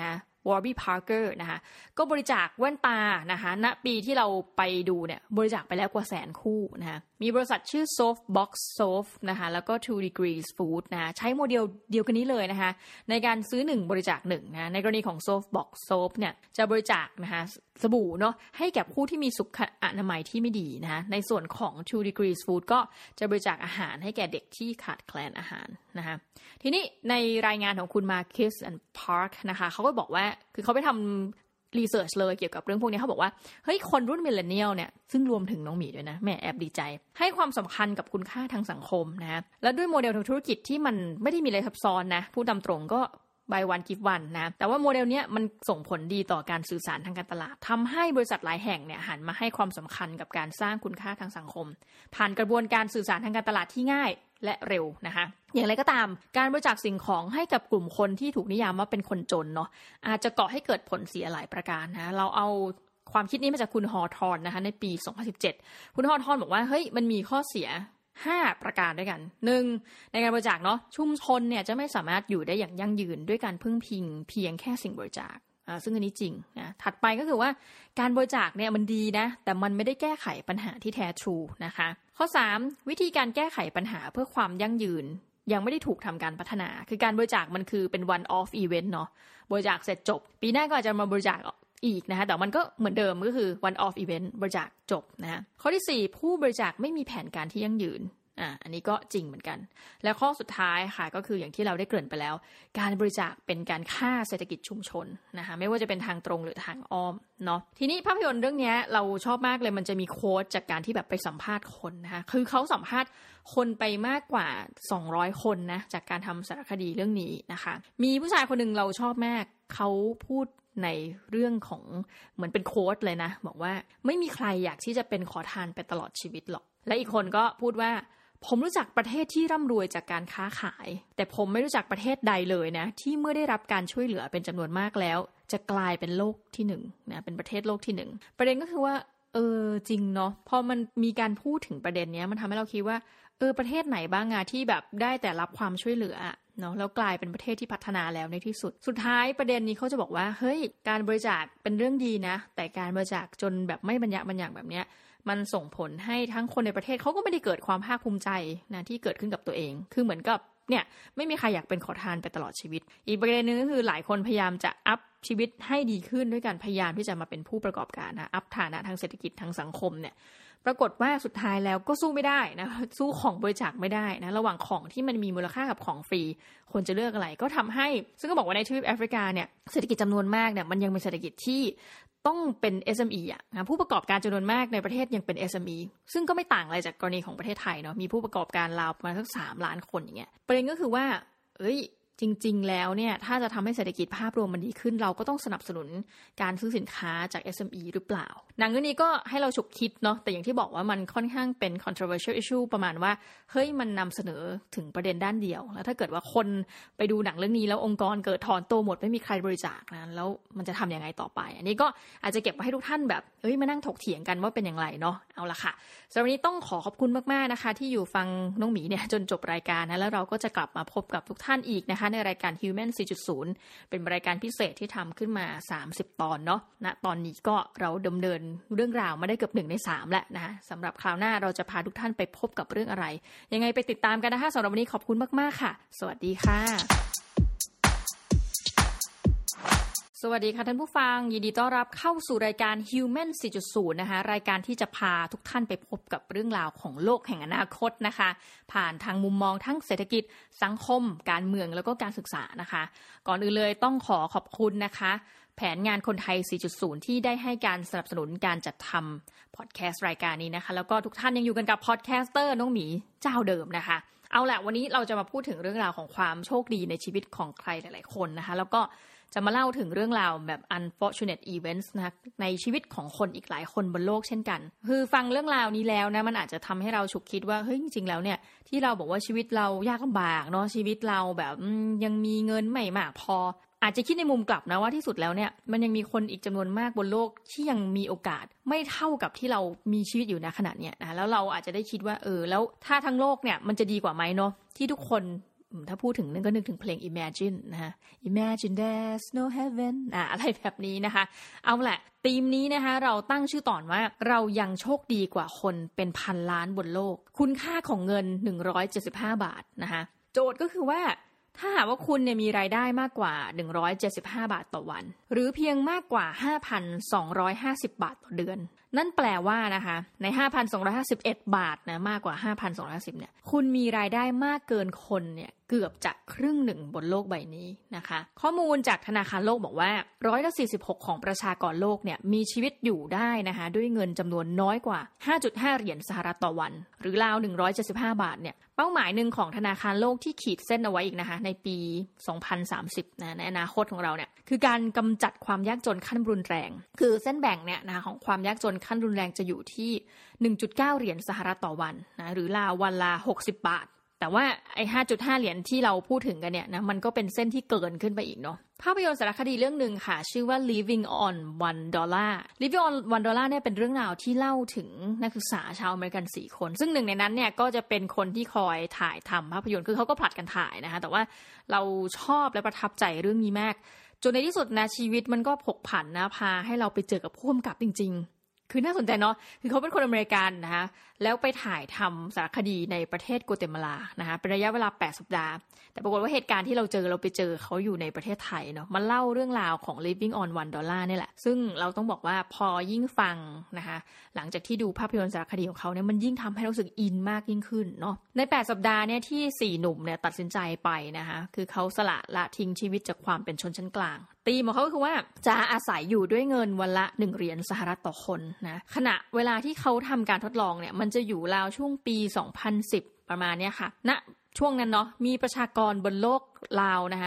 วอร์บี้พาร์เกอร์นะคะก็บริจาคแว่นตานะคะณปีที่เราไปดูเนี่ยบริจาคไปแล้วกว่า100,000 คู่นะคะมีบริษัทชื่อ Softbox Soft นะคะแล้วก็ 2 Degrees Food นะคะใช้โมเดลเดียวกันนี้เลยนะคะในการซื้อ1บริจาค1นะในกรณีของ Softbox Soft เนี่ยจะบริจาคนะคะสบู่เนาะให้แก่ผู้ที่มีสุขอนามัยที่ไม่ดีนะคะในส่วนของ 2 Degrees Food ก็จะบริจาคอาหารให้แก่เด็กที่ขาดแคลนอาหารนะคะทีนี้ในรายงานของคุณ Marcus and Park นะคะเขาก็บอกว่าคือเขาไปทำรีเสิร์ชเลยเกี่ยวกับเรื่องพวกนี้เขาบอกว่าเฮ้ยคนรุ่นมิลเลนเนียลเนี่ยซึ่งรวมถึงน้องหมีด้วยนะแม่แอบดีใจให้ความสำคัญกับคุณค่าทางสังคมนะและด้วยโมเดลทางธุรกิจที่มันไม่ได้มีอะไรซับซ้อนนะพูดตามตรงก็buy one give one นะแต่ว่าโมเดลเนี้ยมันส่งผลดีต่อการสื่อสารทางการตลาดทำให้บริษัทหลายแห่งเนี่ยหันมาให้ความสำคัญกับการสร้างคุณค่าทางสังคมผ่านกระบวนการสื่อสารทางการตลาดที่ง่ายและเร็วนะคะอย่างไรก็ตามการบริจาคสิ่งของให้กับกลุ่มคนที่ถูกนิยามว่าเป็นคนจนเนาะอาจจะก่อให้เกิดผลเสียหลายประการนะเราเอาความคิดนี้มาจากคุณฮอทอนนะคะในปี 2017 คุณฮอทอนบอกว่าเฮ้ยมันมีข้อเสีย5 ประการด้วยกัน 1. ในการบริจาคเนาะชุมชนเนี่ยจะไม่สามารถอยู่ได้อย่างยั่งยืนด้วยการพึ่งพิงเพียงแค่สิ่งบริจาคซึ่งอันนี้จริงนะถัดไปก็คือว่าการบริจาคเนี่ยมันดีนะแต่มันไม่ได้แก้ไขปัญหาที่แท้ทรูนะคะข้อ 3. วิธีการแก้ไขปัญหาเพื่อความยั่งยืนยังไม่ได้ถูกทำการพัฒนาคือการบริจาคมันคือเป็น one off event เนาะบริจาคเสร็จจบปีหน้าก็อาจจะมาบริจาคอีกนะคะแต่มันก็เหมือนเดิมก็คือ one off event บริจาคจบนะข้อที่ 4. ผู้บริจาคไม่มีแผนการที่ยั่งยืนอันนี้ก็จริงเหมือนกันแล้วข้อสุดท้ายค่ะก็คืออย่างที่เราได้เกริ่นไปแล้วการบริจาคเป็นการฆ่าเศรษฐกิจชุมชนนะคะไม่ว่าจะเป็นทางตรงหรือทางอ้อมเนาะทีนี้ภาพยนตร์เรื่องนี้เราชอบมากเลยมันจะมีโค้ดจากการที่แบบไปสัมภาษณ์คนนะคะคือเขาสัมภาษณ์คนไปมากกว่า200คนนะจากการทำสารคดีเรื่องนี้นะคะมีผู้ชายคนนึงเราชอบมากเขาพูดในเรื่องของเหมือนเป็นโค้ดเลยนะบอกว่าไม่มีใครอยากที่จะเป็นขอทานไปตลอดชีวิตหรอกและอีกคนก็พูดว่าผมรู้จักประเทศที่ร่ำรวยจากการค้าขายแต่ผมไม่รู้จักประเทศใดเลยนะที่เมื่อได้รับการช่วยเหลือเป็นจำนวนมากแล้วจะกลายเป็นโลกที่1นะเป็นประเทศโลกที่1ประเด็นก็คือว่าจริงเนาะพอมันมีการพูดถึงประเด็นนี้มันทำให้เราคิดว่าประเทศไหนบ้างอะที่แบบได้แต่รับความช่วยเหลือเนาะแล้วกลายเป็นประเทศที่พัฒนาแล้วในที่สุดสุดท้ายประเด็นนี้เขาจะบอกว่าเฮ้ยการบริจาคเป็นเรื่องดีนะแต่การบริจาคจนแบบไม่บรรยะบรรยังแบบเนี้ยมันส่งผลให้ทั้งคนในประเทศเขาก็ไม่ได้เกิดความภาคภูมิใจนะที่เกิดขึ้นกับตัวเองคือเหมือนกับเนี่ยไม่มีใครอยากเป็นขอทานไปตลอดชีวิตอีกประเด็นนึงก็คือหลายคนพยายามจะอัพชีวิตให้ดีขึ้นด้วยการพยายามที่จะมาเป็นผู้ประกอบการนะอัพฐานะทางเศรษฐกิจทางสังคมเนี่ยปรากฏว่าสุดท้ายแล้วก็สู้ไม่ได้นะสู้ของบริจาคไม่ได้นะระหว่างของที่มันมีมูลค่ากับของฟรีควรจะเลือกอะไรก็ทำให้ซึ่งก็บอกว่าในทวีปแอฟริกาเนี่ยเศรษฐกิจจำนวนมากเนี่ยมันยังเป็นเศรษฐกิจที่ต้องเป็น SME นะผู้ประกอบการจำนวนมากในประเทศยังเป็น SME ซึ่งก็ไม่ต่างอะไรจากกรณีของประเทศไทยเนาะมีผู้ประกอบการราวประมาณสัก3 ล้านคนอย่างเงี้ยประเด็นก็คือว่าจริงๆแล้วเนี่ยถ้าจะทำให้เศรษฐกิจภาพรวมมันดีขึ้นเราก็ต้องสนับสนุนการซื้อสินค้าจาก SME หรือเปล่าหนังเรื่องนี้ก็ให้เราฉุกคิดเนาะแต่อย่างที่บอกว่ามันค่อนข้างเป็น controversial issue ประมาณว่าเฮ้ยมันนำเสนอถึงประเด็นด้านเดียวแล้วถ้าเกิดว่าคนไปดูหนังเรื่องนี้แล้วองค์กรเกิดถอนตัวหมดไม่มีใครบริจาคนะแล้วมันจะทำยังไงต่อไปอันนี้ก็อาจจะเก็บไว้ให้ทุกท่านแบบมานั่งถกเถียงกันว่าเป็นอย่างไรเนาะเอาละค่ะสำหรับวันนี้ต้องขอบคุณมากๆนะคะที่อยู่ฟังน้องหมีเนี่ยจนจบรายการนะแล้วเราก็จะกลับมาพบกับทุกท่านอีกนะคะในรายการ Human 4.0 เป็นรายการพิเศษที่ทำขึ้นมา30 ตอนเนาะณตอนนี้ก็เราดำเนินเรื่องราวมาได้เกือบ1 ใน 3แล้วนะคะสำหรับคราวหน้าเราจะพาทุกท่านไปพบกับเรื่องอะไรยังไงไปติดตามกันนะคะสำหรับวันนี้ขอบคุณมากๆค่ะสวัสดีค่ะสวัสดีค่ะท่านผู้ฟังยินดีต้อนรับเข้าสู่รายการ Human 4.0 นะคะรายการที่จะพาทุกท่านไปพบกับเรื่องราวของโลกแห่งอนาคตนะคะผ่านทางมุมมองทั้งเศรษฐกิจสังคมการเมืองแล้วก็การศึกษานะคะก่อนอื่นเลยต้องขอบคุณนะคะแผนงานคนไทย 4.0 ที่ได้ให้การสนับสนุนการจัดทำพอดแคสต์รายการนี้นะคะแล้วก็ทุกท่านยังอยู่กันกับพอดแคสเตอร์น้องหมีเจ้าเดิมนะคะเอาล่ะวันนี้เราจะมาพูดถึงเรื่องราวของความโชคดีในชีวิตของใครหลายๆคนนะคะแล้วก็จะมาเล่าถึงเรื่องราวแบบ unfortunate events นะคะในชีวิตของคนอีกหลายคนบนโลกเช่นกันคือฟังเรื่องราวนี้แล้วนะมันอาจจะทำให้เราฉุกคิดว่าเฮ้ยจริงๆแล้วเนี่ยที่เราบอกว่าชีวิตเรายากลำบากเนาะชีวิตเราแบบยังมีเงินไม่มากพออาจจะคิดในมุมกลับนะว่าที่สุดแล้วเนี่ยมันยังมีคนอีกจำนวนมากบนโลกที่ยังมีโอกาสไม่เท่ากับที่เรามีชีวิตอยู่ณขณะเนี้ยนะแล้วเราอาจจะได้คิดว่าแล้วถ้าทั้งโลกเนี่ยมันจะดีกว่าไหมเนาะที่ทุกคนถ้าพูดถึงนึงก็นึกถึงเพลง Imagine นะฮะ Imagine there's no heaven อะไรแบบนี้นะคะเอาแหละธีมนี้นะคะเราตั้งชื่อตอนว่าเรายังโชคดีกว่าคนเป็นพันล้านบนโลกคุณค่าของเงิน175 บาทนะคะโจทย์ก็คือว่าถ้าหากว่าคุณเนี่ยมีรายได้มากกว่า175 บาทต่อวันหรือเพียงมากกว่า 5,250 บาทต่อเดือนนั่นแปลว่านะคะใน 5,251 บาทนะมากกว่า 5,250 เนี่ยคุณมีรายได้มากเกินคนเนี่ยเกือบจะครึ่งหนึ่งบนโลกใบนี้นะคะข้อมูลจากธนาคารโลกบอกว่า146%ของประชากรโลกเนี่ยมีชีวิตอยู่ได้นะคะด้วยเงินจำนวนน้อยกว่า 5.5 เหรียญสหรัฐต่อวันหรือราว175 บาทเนี่ยเป้าหมายหนึ่งของธนาคารโลกที่ขีดเส้นเอาไว้อีกนะคะในปี 2030 นะในอนาคตของเราเนี่ยคือการกำจัดความยากจนขั้นรุนแรงคือเส้นแบ่งเนี่ยนะของความยากจนขั้นรุนแรงจะอยู่ที่ 1.9 เหรียญสหรัฐต่อวันนะหรือราววันละ60 บาทแต่ว่าไอ้ 5.5 เหรียญที่เราพูดถึงกันเนี่ยนะมันก็เป็นเส้นที่เกินขึ้นไปอีกเนาะภาพยนตร์สารคดีเรื่องนึงค่ะชื่อว่า Living on $1 Living on $1 เนี่ยเป็นเรื่องราวที่เล่าถึงนักศึกษาชาวอเมริกัน4 คนซึ่งหนึ่งในนั้นเนี่ยก็จะเป็นคนที่คอยถ่ายทำภาพยนตร์คือเขาก็ผลัดกันถ่ายนะคะแต่ว่าเราชอบและประทับใจเรื่องนี้มากจนในที่สุดนะชีวิตมันก็ผกผันนะพาให้เราไปเจอกับผู้กำกับจริงๆคือน่าสนใจเนาะคือเขาเป็นคนอเมริกันนะคะแล้วไปถ่ายทำสารคดีในประเทศกัวเตมาลานะคะเป็นระยะเวลา8 สัปดาห์แต่ปรากฏว่าเหตุการณ์ที่เราไปเจอเขาอยู่ในประเทศไทยเนาะมันเล่าเรื่องราวของ Living on $1 นี่แหละซึ่งเราต้องบอกว่าพอยิ่งฟังนะคะหลังจากที่ดูภาพยนตร์สารคดีของเขาเนี่ยมันยิ่งทำให้รู้สึกอินมากยิ่งขึ้นเนาะใน8 สัปดาห์เนี่ยที่4 หนุ่มเนี่ยตัดสินใจไปนะคะคือเขาสละทิ้งชีวิตจากความเป็นชนชั้นกลางธีมของเขาก็คือว่าจะอาศัยอยู่ด้วยเงินวันละ1 เหรียญสหรัฐต่อคนนะขณะเวลาที่เขาทำการทดลองเนี่ยมันจะอยู่ราวช่วงปี 2010 ประมาณเนี้ยค่ะณช่วงนั้นเนาะมีประชากรบนโลกราวนะคะ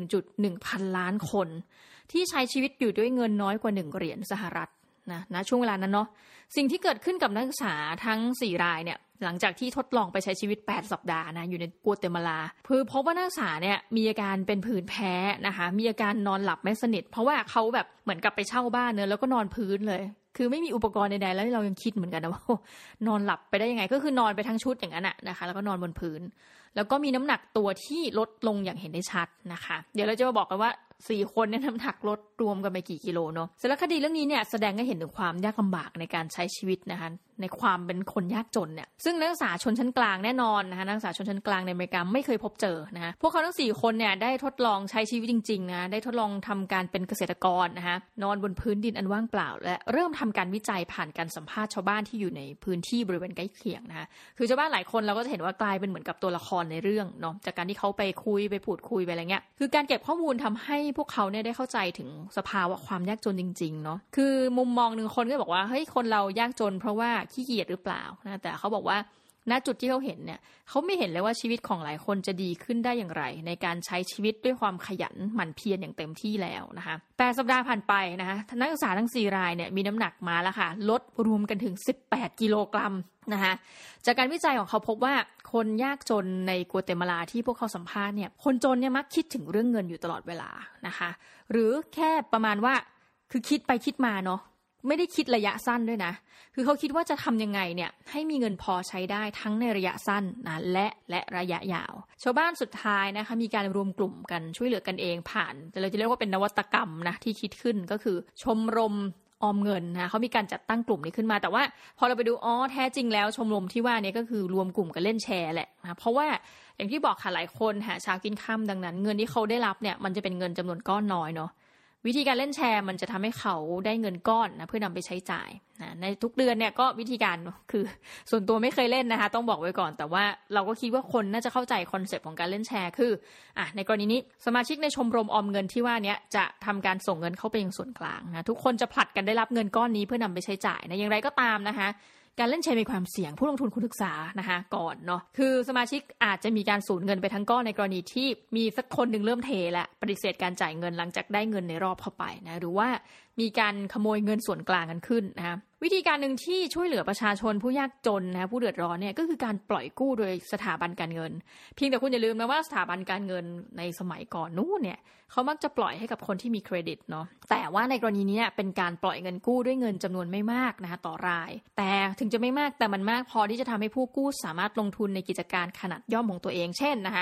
1.1 พันล้านคนที่ใช้ชีวิตอยู่ด้วยเงินน้อยกว่า1 เหรียญสหรัฐนะช่วงเวลานั้นเนาะสิ่งที่เกิดขึ้นกับนักศึกษาทั้ง4 รายเนี่ยหลังจากที่ทดลองไปใช้ชีวิต8 สัปดาห์นะอยู่ในกัวเตมาลาคือพบว่านักศึกษาเนี่ยมีอาการเป็นผื่นแพ้นะคะมีอาการนอนหลับไม่สนิทเพราะว่าเขาแบบเหมือนกับไปเช่าบ้านเนอะแล้วก็นอนพื้นเลยคือไม่มีอุปกรณ์ใดๆแล้วเรายังคิดเหมือนกันนะว่านอนหลับไปได้ยังไงก็คือนอนไปทั้งชุดอย่างนั้นนะคะแล้วก็นอนบนพื้นแล้วก็มีน้ำหนักตัวที่ลดลงอย่างเห็นได้ชัดนะคะเดี๋ยวเราจะมาบอกกันว่า4 คนเนี่ยน้ำหนักลดรวมกันไปกี่กิโลเนาะสารคดีเรื่องนี้เนี่ยแสดงให้เห็นถึงความยากลำบากในการใช้ชีวิตนะคะในความเป็นคนยากจนเนี่ยซึ่งนักศึกษาชนชั้นกลางแน่นอนนะคะนักศึกษาชนชั้นกลางในอเมริกาไม่เคยพบเจอนะคะพวกเขาทั้ง4 คนเนี่ยได้ทดลองใช้ชีวิตจริงๆนะได้ทดลองทำการเป็นเกษตรกรนะคะนอนบนพื้นดินอันว่างเปล่าและเริ่มทำการวิจัยผ่านการสัมภาษณ์ชาวบ้านที่อยู่ในพื้นที่บริเวณใกล้เคียงนะคะคือชาวบ้านหลายคนเราก็จะเห็นว่ากลายเป็นเหมือนกับตัวละครในเรื่องเนาะจากการที่เขาไปคุยไปพูดคุยไปอะไรเงี้ยคือการเก็บข้อมูลทำให้พวกเขาเนี่ยได้เข้าใจถึงสภาวะความยากจนจริงๆเนาะคือมุมมองนึงคนก็บอกว่าเฮ้ยคนเรายากจนเพราะว่าขี้เกียจหรือเปล่านะแต่เขาบอกว่าณจุดที่เขาเห็นเนี่ยเขาไม่เห็นเลยว่าชีวิตของหลายคนจะดีขึ้นได้อย่างไรในการใช้ชีวิตด้วยความขยันหมั่นเพียรอย่างเต็มที่แล้วนะคะ8 สัปดาห์ผ่านไปนะคะนักศึกษาทั้ง4 รายเนี่ยมีน้ำหนักมาแล้วค่ะลดรวมกันถึง18 กิโลกรัมนะคะจากการวิจัยของเขาพบว่าคนยากจนในกัวเตมาลาที่พวกเขาสัมภาษณ์เนี่ยคนจนเนี่ยมักคิดถึงเรื่องเงินอยู่ตลอดเวลานะคะหรือแค่ประมาณว่าคือคิดไปคิดมาเนาะไม่ได้คิดระยะสั้นด้วยนะคือเขาคิดว่าจะทำยังไงเนี่ยให้มีเงินพอใช้ได้ทั้งในระยะสั้นนะและระยะยาวชาวบ้านสุดท้ายนะคะมีการรวมกลุ่มกันช่วยเหลือกันเองผ่านเราจะเรียกว่าเป็นนวัตกรรมนะที่คิดขึ้นก็คือชมรมออมเงินนะเขามีการจัดตั้งกลุ่มนี้ขึ้นมาแต่ว่าพอเราไปดูแท้จริงแล้วชมรมที่ว่านี้ก็คือรวมกลุ่มกันเล่นแชร์แหละนะเพราะว่าอย่างที่บอกค่ะหลายคนหาเช้ากินค่ำดังนั้นเงินที่เขาได้รับเนี่ยมันจะเป็นเงินจำนวนก้อนน้อยเนาะวิธีการเล่นแชร์มันจะทำให้เขาได้เงินก้อนนะเพื่อนำไปใช้จ่ายนะในทุกเดือนเนี่ยก็วิธีการคือส่วนตัวไม่เคยเล่นนะคะต้องบอกไว้ก่อนแต่ว่าเราก็คิดว่าคนน่าจะเข้าใจคอนเซปต์ของการเล่นแชร์คือในกรณีนี้สมาชิกในชมรมออมเงินที่ว่านี้จะทำการส่งเงินเข้าไปยังส่วนกลางนะทุกคนจะผลัดกันได้รับเงินก้อนนี้เพื่อนำไปใช้จ่ายนะอย่างไรก็ตามนะคะการเล่นแชร์มีความเสี่ยงผู้ลงทุนควรศึกษานะคะก่อนเนาะคือสมาชิกอาจจะมีการสูญเงินไปทั้งก้อนในกรณีที่มีสักคนหนึ่งเริ่มเทและปฏิเสธการจ่ายเงินหลังจากได้เงินในรอบเข้าไปนะหรือว่ามีการขโมยเงินส่วนกลางกันขึ้นนะคะวิธีการหนึ่งที่ช่วยเหลือประชาชนผู้ยากจนนะผู้เดือดร้อนเนี่ยก็คือการปล่อยกู้โดยสถาบันการเงินเพียงแต่คุณอย่าลืมนะว่าสถาบันการเงินในสมัยก่อนนู้นเนี่ยเขามักจะปล่อยให้กับคนที่มีเครดิตเนาะแต่ว่าในกรณีนี้เป็นการปล่อยเงินกู้ด้วยเงินจำนวนไม่มากนะคะต่อรายแต่ถึงจะไม่มากแต่มันมากพอที่จะทำให้ผู้กู้สามารถลงทุนในกิจการขนาดย่อมของตัวเองเช่นนะคะ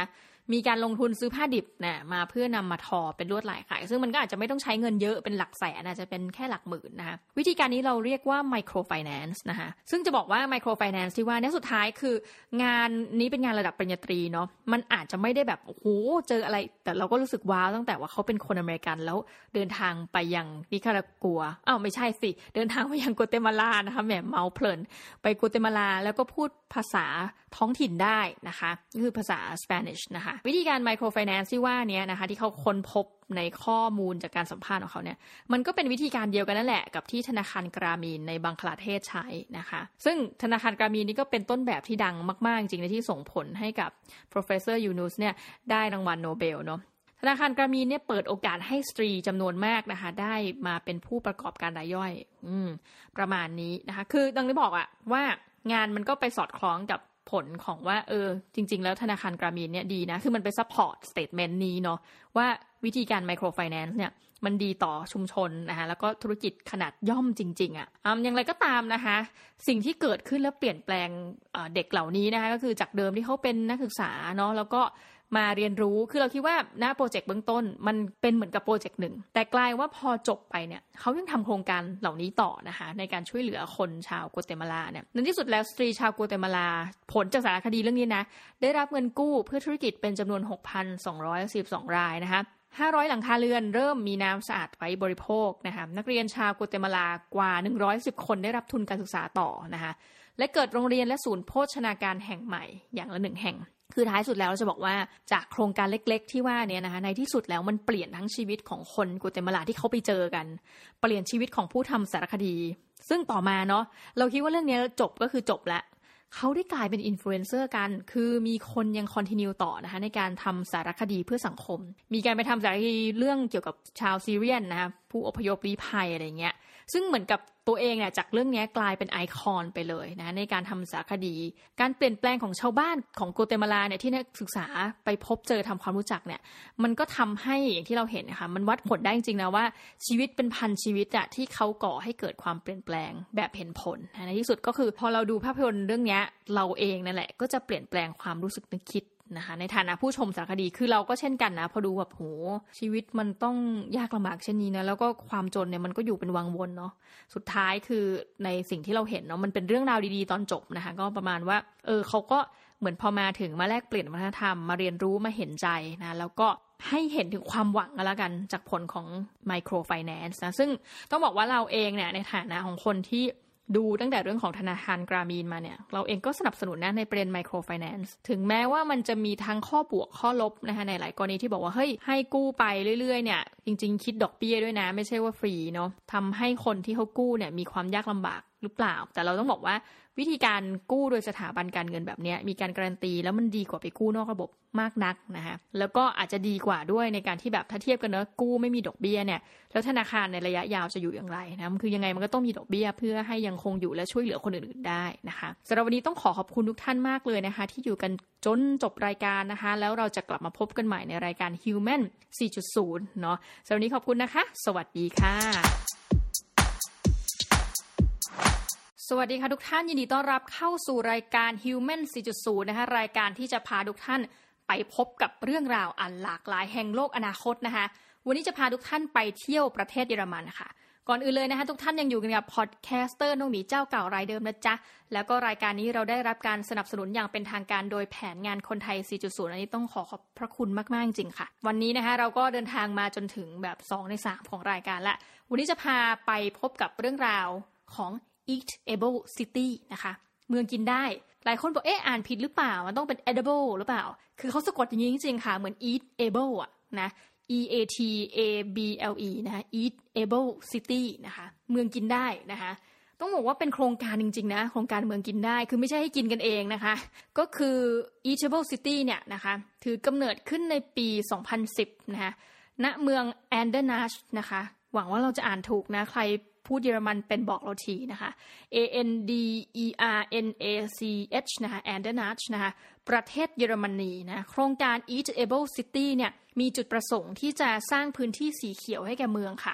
มีการลงทุนซื้อผ้าดิบนะมาเพื่อนำมาทอเป็นลวดลายขายซึ่งมันก็อาจจะไม่ต้องใช้เงินเยอะเป็นหลักแสนอาจจะเป็นแค่หลักหมื่นนะคะวิธีการนี้เราเรียกว่า microfinance นะคะซึ่งจะบอกว่า microfinance ที่ว่าเนี่ยสุดท้ายคืองานนี้เป็นงานระดับปริญญาตรีเนาะมันอาจจะไม่ได้แบบโอ้โหเจออะไรแต่เราก็รู้สึกว้าวตั้งแต่ว่าเขาเป็นคนอเมริกันแล้วเดินทางไปยังนิคารากัวไม่ใช่สิเดินทางไปยังกัวเตมาลานะคะแหมเมาเพลินไปกัวเตมาลาแล้วก็พูดภาษาท้องถิ่นได้นะคะคือภาษาสเปนิชนะคะวิธีการ microfinance ที่ว่านี้นะคะที่เขาค้นพบในข้อมูลจากการสัมภาษณ์ของเขาเนี่ยมันก็เป็นวิธีการเดียวกันนั่นแหละกับที่ธนาคารกรามีนในบังคลาเทศใช้นะคะซึ่งธนาคารกรามีนนี่ก็เป็นต้นแบบที่ดังมากๆจริงในที่ส่งผลให้กับ Professor Yunus เนี่ยได้รางวัลโนเบลเนาะธนาคารกรามีนเนี่ยเปิดโอกาสให้สตรีจำนวนมากนะคะได้มาเป็นผู้ประกอบการรายย่อยประมาณนี้นะคะคือดังที่บอกอะว่างานมันก็ไปสอดคล้องกับผลของว่าจริงๆแล้วธนาคารกรามีนเนี่ยดีนะคือมันไปซัพพอร์ตสเตทเมนต์นี้เนาะว่าวิธีการไมโครไฟแนนซ์เนี่ยมันดีต่อชุมชนนะคะแล้วก็ธุรกิจขนาดย่อมจริงๆอย่างไรก็ตามนะคะสิ่งที่เกิดขึ้นและเปลี่ยนแปลงเด็กเหล่านี้นะคะก็คือจากเดิมที่เขาเป็นนักศึกษาเนาะแล้วก็มาเรียนรู้คือเราคิดว่าณโปรเจกต์เบื้องต้นมันเป็นเหมือนกับโปรเจกต์หนึ่งแต่กลายว่าพอจบไปเนี่ยเขายังทำโครงการเหล่านี้ต่อนะคะในการช่วยเหลือคนชาวกัวเตมาลาเนี่ยในที่สุดแล้วสตรีชาวกัวเตมาลาผลจากสารคดีเรื่องนี้นะได้รับเงินกู้เพื่อธุรกิจเป็นจำนวน 6,242 รายนะคะ500หลังคาเรือนเริ่มมีน้ำสะอาดไว้บริโภคนะคะนักเรียนชาวกัวเตมาลากว่า110คนได้รับทุนการศึกษาต่อนะคะและเกิดโรงเรียนและศูนย์โภชนาการแห่งใหม่อย่างละ1แห่งคือท้ายสุดแล้วเราจะบอกว่าจากโครงการเล็กๆที่ว่าเนี่ยนะคะในที่สุดแล้วมันเปลี่ยนทั้งชีวิตของคนกัวเตมาลาที่เขาไปเจอกันเปลี่ยนชีวิตของผู้ทำสารคดีซึ่งต่อมาเนาะเราคิดว่าเรื่องนี้จบก็คือจบแล้วเขาได้กลายเป็นอินฟลูเอนเซอร์กันคือมีคนยังคอนทินิวต่อนะคะในการทำสารคดีเพื่อสังคมมีการไปทำสารคดีเรื่องเกี่ยวกับชาวซีเรียนนะคะผู้อพยพลี้ภัยอะไรเงี้ยซึ่งเหมือนกับตัวเองเนี่ยจากเรื่องนี้กลายเป็นไอคอนไปเลยนะในการทำสารคดีการเปลี่ยนแปลงของชาวบ้านของกัวเตมาลาเนี่ยที่นักศึกษาไปพบเจอทำความรู้จักเนี่ยมันก็ทำให้อย่างที่เราเห็นนะคะมันวัดผลได้จริงๆนะว่าชีวิตเป็นพันชีวิตอะที่เขาก่อให้เกิดความเปลี่ยนแปลงแบบเห็นผลในที่สุดก็คือพอเราดูภาพยนตร์เรื่องนี้เราเองนั่นแหละก็จะเปลี่ยนแปลงความรู้สึกนึกคิดนะคะในฐานะผู้ชมสารคดีคือเราก็เช่นกันนะพอดูแบบโหชีวิตมันต้องยากลำบากเช่นนี้นะแล้วก็ความจนเนี่ยมันก็อยู่เป็นวังวนเนาะสุดท้ายคือในสิ่งที่เราเห็นเนาะมันเป็นเรื่องราวดีๆตอนจบนะคะก็ประมาณว่าเขาก็เหมือนพอมาถึงมาแลกเปลี่ยนวัฒนธรรมมาเรียนรู้มาเห็นใจนะแล้วก็ให้เห็นถึงความหวังกันแล้วกันจากผลของไมโครไฟแนนซ์นะซึ่งต้องบอกว่าเราเองเนี่ยในฐานะของคนที่ดูตั้งแต่เรื่องของธนาคารกรามีนมาเนี่ยเราเองก็สนับสนุนนะในประเด็นไมโครไฟแนนซ์ถึงแม้ว่ามันจะมีทั้งข้อบวกข้อลบนะคะในหลายกรณีที่บอกว่าเฮ้ยให้กู้ไปเรื่อยๆเนี่ยจริงๆคิดดอกเบี้ยด้วยนะไม่ใช่ว่าฟรีเนาะทำให้คนที่เขากู้เนี่ยมีความยากลำบากหรือเปล่าแต่เราต้องบอกว่าวิธีการกู้โดยสถาบันการเงินแบบนี้มีการการันตีแล้วมันดีกว่าไปกู้นอกระบบมากนักนะคะแล้วก็อาจจะดีกว่าด้วยในการที่แบบถ้าเทียบกันเนอะกู้ไม่มีดอกเบี้ยเนี่ยแล้วธนาคารในระยะยาวจะอยู่อย่างไรนะมันคือยังไงมันก็ต้องมีดอกเบี้ยเพื่อให้ยังคงอยู่และช่วยเหลือคนอื่นๆได้นะคะสำหรับวันนี้ต้องขอบคุณทุกท่านมากเลยนะคะที่อยู่กันจนจบรายการนะคะแล้วเราจะกลับมาพบกันใหม่ในรายการ Human 4.0 เนาะสำหรับวันนี้ขอบคุณนะคะสวัสดีค่ะสวัสดีค่ะทุกท่านยินดีต้อนรับเข้าสู่รายการ Human 4.0 นะคะรายการที่จะพาทุกท่านไปพบกับเรื่องราวอันหลากหลายแห่งโลกอนาคตนะคะวันนี้จะพาทุกท่านไปเที่ยวประเทศเยอรมันค่ะก่อนอื่นเลยนะคะทุกท่านยังอยู่กันกับพอดแคสเตอร์น้องหมีเจ้าเก่ารายเดิมนะจ๊ะแล้วก็รายการนี้เราได้รับการสนับสนุนอย่างเป็นทางการโดยแผนงานคนไทย 4.0 อันนี้ต้องขอบพระคุณมากๆจริงค่ะวันนี้นะคะเราก็เดินทางมาจนถึงแบบ2ใน3ของรายการละวันนี้จะพาไปพบกับเรื่องราวของEatable City นะคะเมืองกินได้หลายคนบอกอ่านผิดหรือเปล่ามันต้องเป็น edible หรือเปล่าคือเขาสะกดอย่างนี้จริงๆค่ะเหมือน eatable อ่ะนะ EATABLE นะคะ Eatable City นะคะเมืองกินได้นะคะต้องบอกว่าเป็นโครงการจริงๆนะโครงการเมืองกินได้คือไม่ใช่ให้กินกันเองนะคะก็คือ Eatable City เนี่ยนะคะถือกำเนิดขึ้นในปี 2010 นะคะณเมืองแอนเดอร์นัชนะคะหวังว่าเราจะอ่านถูกนะใครพูดเยอรมันเป็นบอกเราทีนะคะ ANDERNACH นะคะ Andernach นะคะประเทศเยอรมนีนะโครงการ Eatable City เนี่ยมีจุดประสงค์ที่จะสร้างพื้นที่สีเขียวให้แก่เมืองค่ะ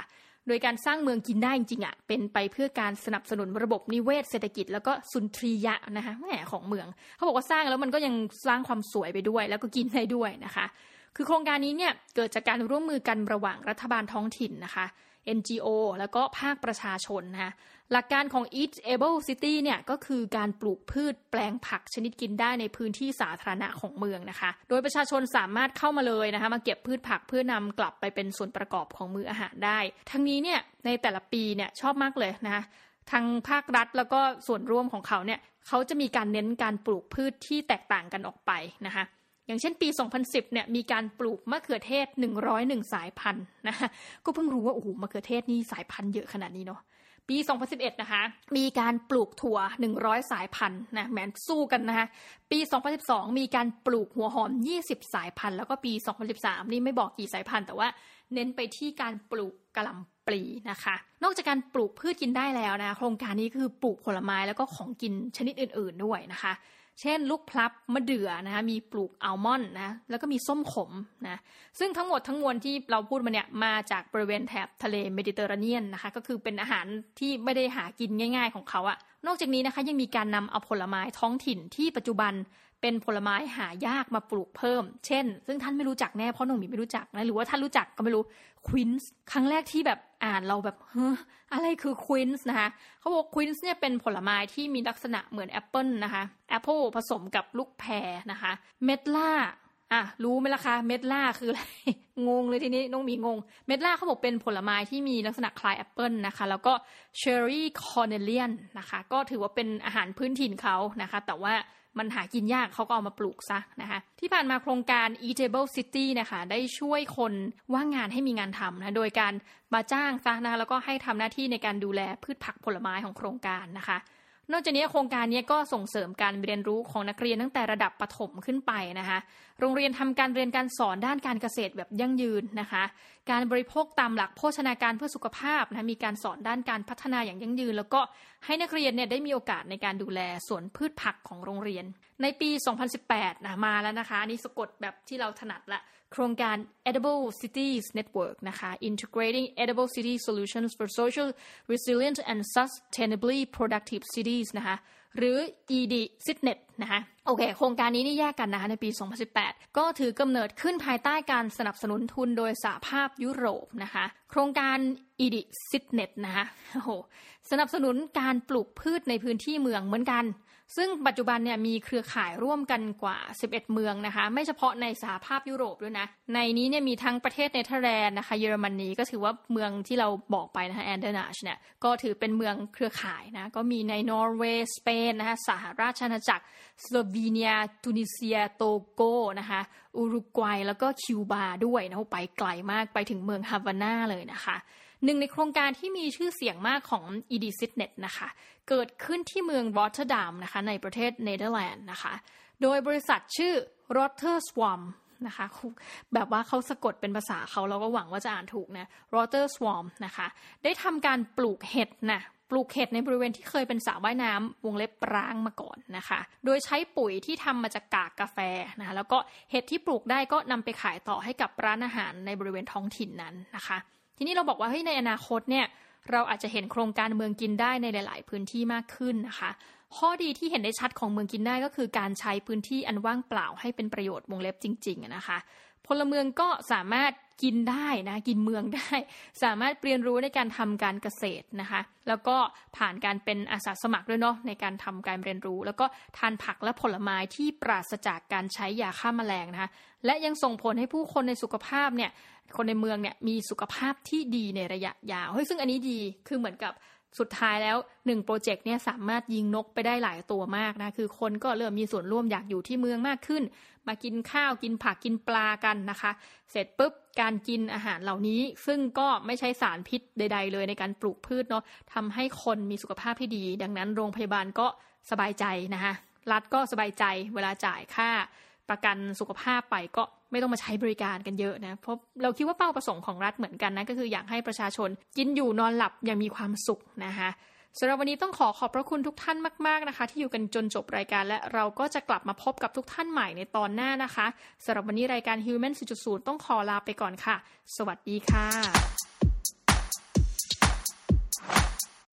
โดยการสร้างเมืองกินได้จริงๆอ่ะเป็นไปเพื่อการสนับสนุนระบบนิเวศเศรษฐกิจแล้วก็สุนทรียะนะคะแหมของเมืองเขาบอกว่าสร้างแล้วมันก็ยังสร้างความสวยไปด้วยแล้วก็กินได้ด้วยนะคะคือโครงการนี้เนี่ยเกิดจากการร่วมมือกันระหว่างรัฐบาลท้องถิ่นนะคะ NGO แล้วก็ภาคประชาชนนะคะหลักการของ Eatable City เนี่ยก็คือการปลูกพืชแปลงผักชนิดกินได้ในพื้นที่สาธารณะของเมืองนะคะโดยประชาชนสามารถเข้ามาเลยนะคะมาเก็บพืชผักเพื่อนำกลับไปเป็นส่วนประกอบของมื้ออาหารได้ทั้งนี้เนี่ยในแต่ละปีเนี่ยชอบมากเลยนะคะทางภาครัฐแล้วก็ส่วนร่วมของเขาเนี่ยเขาจะมีการเน้นการปลูกพืชที่แตกต่างกันออกไปนะคะอย่างเช่นปี 2010 เนี่ยมีการปลูกมะเขือเทศ101สายพันธุ์นะคะก็เพิ่งรู้ว่าโอ้โหมะเขือเทศนี่สายพันธุ์เยอะขนาดนี้เนาะปี 2011 นะคะมีการปลูกถั่ว100สายพันธุ์นะแม้สู้กันนะคะปี 2012 มีการปลูกหัวหอม20สายพันธุ์แล้วก็ปี 2013 นี่ไม่บอกกี่สายพันธุ์แต่ว่าเน้นไปที่การปลูกกะหล่ำปลีนะคะนอกจากการปลูกพืชกินได้แล้วนะโครงการนี้คือปลูกผลไม้แล้วก็ของกินชนิดอื่นๆด้วยนะคะเช่นลูกพลับมะเดื่อนะคะมีปลูกอัลมอนด์นะแล้วก็มีส้มขมนะซึ่งทั้งหมดทั้งมวลที่เราพูดมาเนี่ยมาจากบริเวณแถบทะเลเมดิเตอร์เรเนียนนะคะก็คือเป็นอาหารที่ไม่ได้หากินง่ายๆของเขาอะนอกจากนี้นะคะยังมีการนำเอาผลไม้ท้องถิ่นที่ปัจจุบันเป็นผลไม้หายากมาปลูกเพิ่มเช่นซึ่งท่านไม่รู้จักแน่เพราะน้องหมีไม่รู้จักนะหรือว่าท่านรู้จักก็ไม่รู้ควินส์ครั้งแรกที่แบบอ่านเราแบบอะไรคือควินส์นะคะเขาบอกควินส์เนี่ยเป็นผลไม้ที่มีลักษณะเหมือนแอปเปิลนะคะแอปเปิลผสมกับลูกแพรนะคะเมดล่ารู้ไหมล่ะคะเมดล่าคืออะไร งงเลยทีนี้น้องหมีงงเมดล่าเขาบอกเป็นผลไม้ที่มีลักษณะคล้ายแอปเปิลนะคะแล้วก็เชอร์รี่คอร์เนเลียนนะคะก็ถือว่าเป็นอาหารพื้นถิ่นเขานะคะแต่ว่ามันหากินยากเขาก็เอามาปลูกซะนะคะที่ผ่านมาโครงการ Eatable City นะคะได้ช่วยคนว่างงานให้มีงานทำนะโดยการมาจ้างซะนะคะแล้วก็ให้ทำหน้าที่ในการดูแลพืชผักผลไม้ของโครงการนะคะนอกจากนี้โครงการนี้ก็ส่งเสริมการเรียนรู้ของนักเรียนตั้งแต่ระดับประถมขึ้นไปนะคะโรงเรียนทำการเรียนการสอนด้านการเกษตรแบบยั่งยืนนะคะการบริโภคตามหลักโภชนาการเพื่อสุขภาพนะมีการสอนด้านการพัฒนาอย่างยั่งยืนแล้วก็ให้นักเรียนเนี่ยได้มีโอกาสในการดูแลสวนพืชผักของโรงเรียนในปี 2018 มาแล้วนะคะอันนี้สะกดแบบที่เราถนัดละโครงการ Edible Cities Network นะคะ Integrating Edible City Solutions for Social Resilient and Sustainably Productive Cities นะคะหรือ EDCitNet นะคะโอเคโครงการนี้นี่แยกกันนะคะในปี 2018 ก็ถือกำเนิดขึ้นภายใต้การสนับสนุนทุนโดยสหภาพยุโรปนะคะโครงการ EDCitNet นะคะสนับสนุนการปลูกพืชในพื้นที่เมืองเหมือนกันซึ่งปัจจุบันเนี่ยมีเครือข่ายร่วมกันกว่า11เมืองนะคะไม่เฉพาะในสหภาพยุโรปด้วยนะในนี้เนี่ยมีทั้งประเทศเนเธอร์แลนด์นะคะเยอรมนีก็ถือว่าเมืองที่เราบอกไปนะคะแอนเดอร์นาชเนี่ยก็ถือเป็นเมืองเครือข่ายนะก็มีในนอร์เวย์สเปนนะคะสหราชอาณาจักรสโลวีเนียตุนิเซียโตโกนะคะอุรุกวัยแล้วก็คิวบาด้วยนะไปไกลมากไปถึงเมืองฮาวาน่าเลยนะคะหนึ่งในโครงการที่มีชื่อเสียงมากของ EDCitNet นะคะเกิดขึ้นที่เมืองรอตเตอร์ดัมนะคะในประเทศเนเธอร์แลนด์นะคะโดยบริษัทชื่อ Rotterswarm นะคะแบบว่าเขาสะกดเป็นภาษาเขาเราก็หวังว่าจะอ่านถูกนะ Rotterswarm นะคะได้ทำการปลูกเห็ดนะปลูกเห็ดในบริเวณที่เคยเป็นสระว่ายน้ำวงเล็บร้างมาก่อนนะคะโดยใช้ปุ๋ยที่ทำมาจากกากกาแฟนะคะแล้วก็เห็ดที่ปลูกได้ก็นำไปขายต่อให้กับร้านอาหารในบริเวณท้องถิ่นนั้นนะคะทีนี้เราบอกว่าในอนาคตเนี่ยเราอาจจะเห็นโครงการเมืองกินได้ในหลายๆพื้นที่มากขึ้นนะคะข้อดีที่เห็นได้ชัดของเมืองกินได้ก็คือการใช้พื้นที่อันว่างเปล่าให้เป็นประโยชน์วงเล็บจริงๆนะคะพลเมืองก็สามารถกินได้นะกินเมืองได้สามารถเรียนรู้ในการทำการเกษตรนะคะแล้วก็ผ่านการเป็นอาสาสมัครด้วยเนาะในการทำการเรียนรู้แล้วก็ทานผักและผลไม้ที่ปราศจากการใช้ยาฆ่าแมลงนะคะและยังส่งผลให้ผู้คนในสุขภาพเนี่ยคนในเมืองเนี่ยมีสุขภาพที่ดีในระยะยาวซึ่งอันนี้ดีคือเหมือนกับสุดท้ายแล้ว1โปรเจกต์เนี่ยสามารถยิงนกไปได้หลายตัวมากนะคือคนก็เริ่มมีส่วนร่วมอยากอยู่ที่เมืองมากขึ้นมากินข้าวกินผักกินปลากันนะคะเสร็จปุ๊บการกินอาหารเหล่านี้ซึ่งก็ไม่ใช้สารพิษใดๆเลยในการปลูกพืชเนาะทำให้คนมีสุขภาพที่ดีดังนั้นโรงพยาบาลก็สบายใจนะคะรัฐก็สบายใจเวลาจ่ายค่าประกันสุขภาพไปก็ไม่ต้องมาใช้บริการกันเยอะนะเพราะเราคิดว่าเป้าประสงค์ของรัฐเหมือนกันนะก็คืออยากให้ประชาชนกินอยู่นอนหลับอย่างมีความสุขนะคะสำหรับวันนี้ต้องขอบพระคุณทุกท่านมากๆนะคะที่อยู่กันจนจบรายการและเราก็จะกลับมาพบกับทุกท่านใหม่ในตอนหน้านะคะสำหรับวันนี้รายการ Human 4.0 ต้องขอลาไปก่อนค่ะสวัสดีค่ะ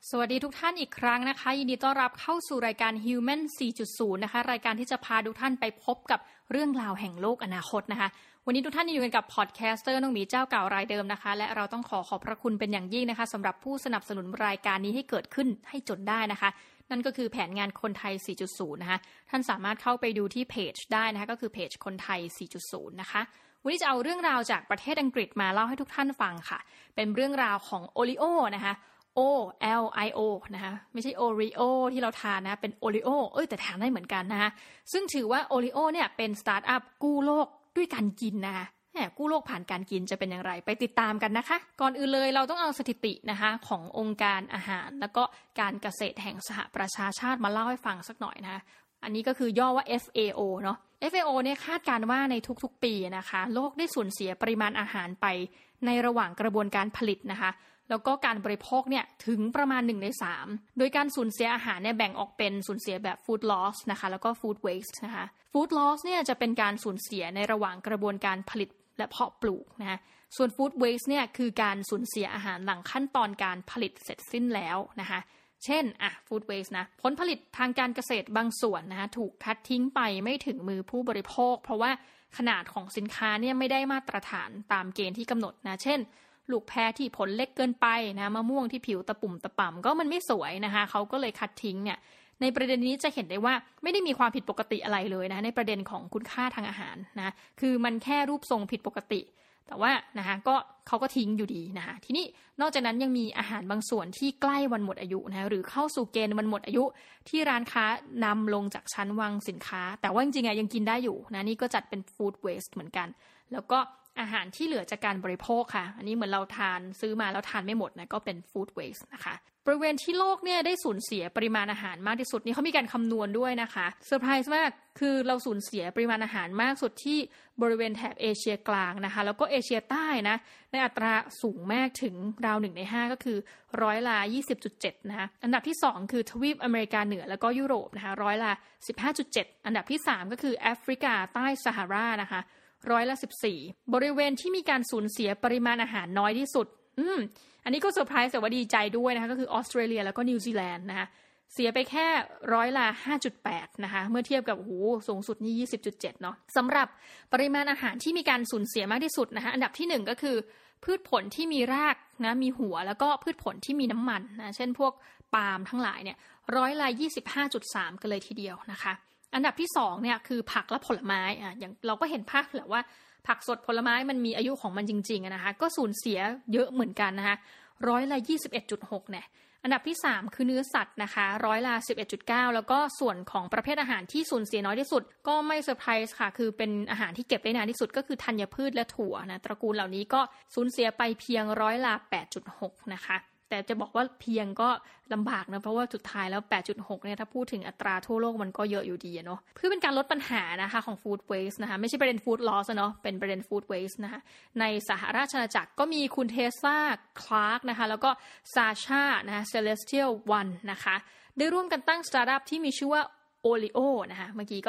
สวัสดีทุกท่านอีกครั้งนะคะยินดีต้อนรับเข้าสู่รายการ Human 4.0 นะคะรายการที่จะพาทุกท่านไปพบกับเรื่องราวแห่งโลกอนาคตนะคะวันนี้ทุกท่านอยู่กันกับพอดแคสเตอร์น้องหมีเจ้าเก่ารายเดิมนะคะและเราต้องขอบพระคุณเป็นอย่างยิ่งนะคะสำหรับผู้สนับสนุนรายการนี้ให้เกิดขึ้นให้จนได้นะคะนั่นก็คือแผนงานคนไทย 4.0 นะคะท่านสามารถเข้าไปดูที่เพจได้นะคะก็คือเพจคนไทย 4.0 นะคะวันนี้จะเอาเรื่องราวจากประเทศอังกฤษมาเล่าให้ทุกท่านฟังค่ะเป็นเรื่องราวของ Olio นะคะOLIO นะคะไม่ใช่ Oreo ที่เราทานนะเป็น Olio แต่ทานได้เหมือนกันนะคะซึ่งถือว่า Olio เนี่ยเป็นสตาร์ทอัพกู้โลกด้วยการกินนะคะกู้โลกผ่านการกินจะเป็นอย่างไรไปติดตามกันนะคะก่อนอื่นเลยเราต้องเอาสถิตินะคะขององค์การอาหารแล้วก็การเกษตรแห่งสหประชาชาติมาเล่าให้ฟังสักหน่อยนะคะอันนี้ก็คือย่อว่า FAO เนาะ FAO เนี่ยคาดการณ์ว่าในทุกๆปีนะคะโลกได้สูญเสียปริมาณอาหารไปในระหว่างกระบวนการผลิตนะคะแล้วก็การบริโภคเนี่ยถึงประมาณ1 ใน 3โดยการสูญเสียอาหารเนี่ยแบ่งออกเป็นสูญเสียแบบ food loss นะคะแล้วก็ food waste นะคะ food loss เนี่ยจะเป็นการสูญเสียในระหว่างกระบวนการผลิตและเพาะปลูกนะคะส่วน food waste เนี่ยคือการสูญเสียอาหารหลังขั้นตอนการผลิตเสร็จสิ้นแล้วนะคะเช่นfood waste นะผลผลิตทางการเกษตรบางส่วนนะคะถูกคัดทิ้งไปไม่ถึงมือผู้บริโภคเพราะว่าขนาดของสินค้าเนี่ยไม่ได้มาตรฐานตามเกณฑ์ที่กำหนดนะเช่นลูกแพรที่ผลเล็กเกินไปนะมะม่วงที่ผิวตะปุ่มตะป่ำก็มันไม่สวยนะคะเขาก็เลยคัดทิ้งเนี่ยในประเด็นนี้จะเห็นได้ว่าไม่ได้มีความผิดปกติอะไรเลยนะในประเด็นของคุณค่าทางอาหารนะคือมันแค่รูปทรงผิดปกติแต่ว่านะคะก็เขาก็ทิ้งอยู่ดีนะคะทีนี้นอกจากนั้นยังมีอาหารบางส่วนที่ใกล้วันหมดอายุนะหรือเข้าสู่เกณฑ์วันหมดอายุที่ร้านค้านำลงจากชั้นวางสินค้าแต่ว่าจริงๆยังกินได้อยู่นะนี่ก็จัดเป็น food waste เหมือนกันแล้วก็อาหารที่เหลือจากการบริโภคค่ะอันนี้เหมือนเราทานซื้อมาแล้วทานไม่หมดนะก็เป็น food waste นะคะบริเวณที่โลกเนี่ยได้สูญเสียปริมาณอาหารมากที่สุดนี่เขามีการคำนวณด้วยนะคะเซอร์ไพรส์มากคือเราสูญเสียปริมาณอาหารมากสุดที่บริเวณแถบเอเชียกลางนะคะแล้วก็เอเชียใต้นะในอัตราสูงมากถึงราว1 ใน 5ก็คือ20% นะคะอันดับที่2คือทวีปอเมริกาเหนือแล้วก็ยุโรปนะคะ15.7%อันดับที่3ก็คือแอฟริกาใต้ซาฮารานะคะ14%บริเวณที่มีการสูญเสียปริมาณอาหารน้อยที่สุดอันนี้ก็เซอร์ไพรส์แต่ว่าดีใจด้วยนะคะก็คือออสเตรเลียแล้วก็นิวซีแลนด์นะคะเสียไปแค่5.8%นะคะเมื่อเทียบกับสูงสุดนี่ 20.7 เนาะสำหรับปริมาณอาหารที่มีการสูญเสียมากที่สุดนะคะอันดับที่1ก็คือพืชผลที่มีรากนะมีหัวแล้วก็พืชผลที่มีน้ำมันนะเช่นพวกปาล์มทั้งหลายเนี่ย25.3 กันเลยทีเดียวนะคะอันดับที่2เนี่ยคือผักและผลไม้อย่างเราก็เห็นภาพแหละว่าผักสดผลไม้มันมีอายุของมันจริงๆนะคะก็สูญเสียเยอะเหมือนกันนะคะ21.6%เนี่ยอันดับที่3คือเนื้อสัตว์นะคะ11.9%แล้วก็ส่วนของประเภทอาหารที่สูญเสียน้อยที่สุดก็ไม่เซอร์ไพรส์ค่ะคือเป็นอาหารที่เก็บได้นานที่สุดก็คือธัญพืชและถั่วนะตระกูลเหล่านี้ก็สูญเสียไปเพียง8.6%นะคะแต่จะบอกว่าเพียงก็ลำบากนะเพราะว่าสุดท้ายแล้ว 8.6 เนี่ยถ้าพูดถึงอัตราทั่วโลกมันก็เยอะอยู่ดีเนาะเพื่อเป็นการลดปัญหานะคะของ food waste นะคะไม่ใช่ประเด็น food loss เนาะเป็นประเด็น food waste นะคะในสหราชอาณาจักรก็มีคุณเทสลาคลาร์กนะคะแล้วก็ซาชานะคะ Celestial One นะคะได้ร่วมกันตั้งสตาร์ทอัพที่มีชื่อว่า Olio นะคะเมื่อกี้ก็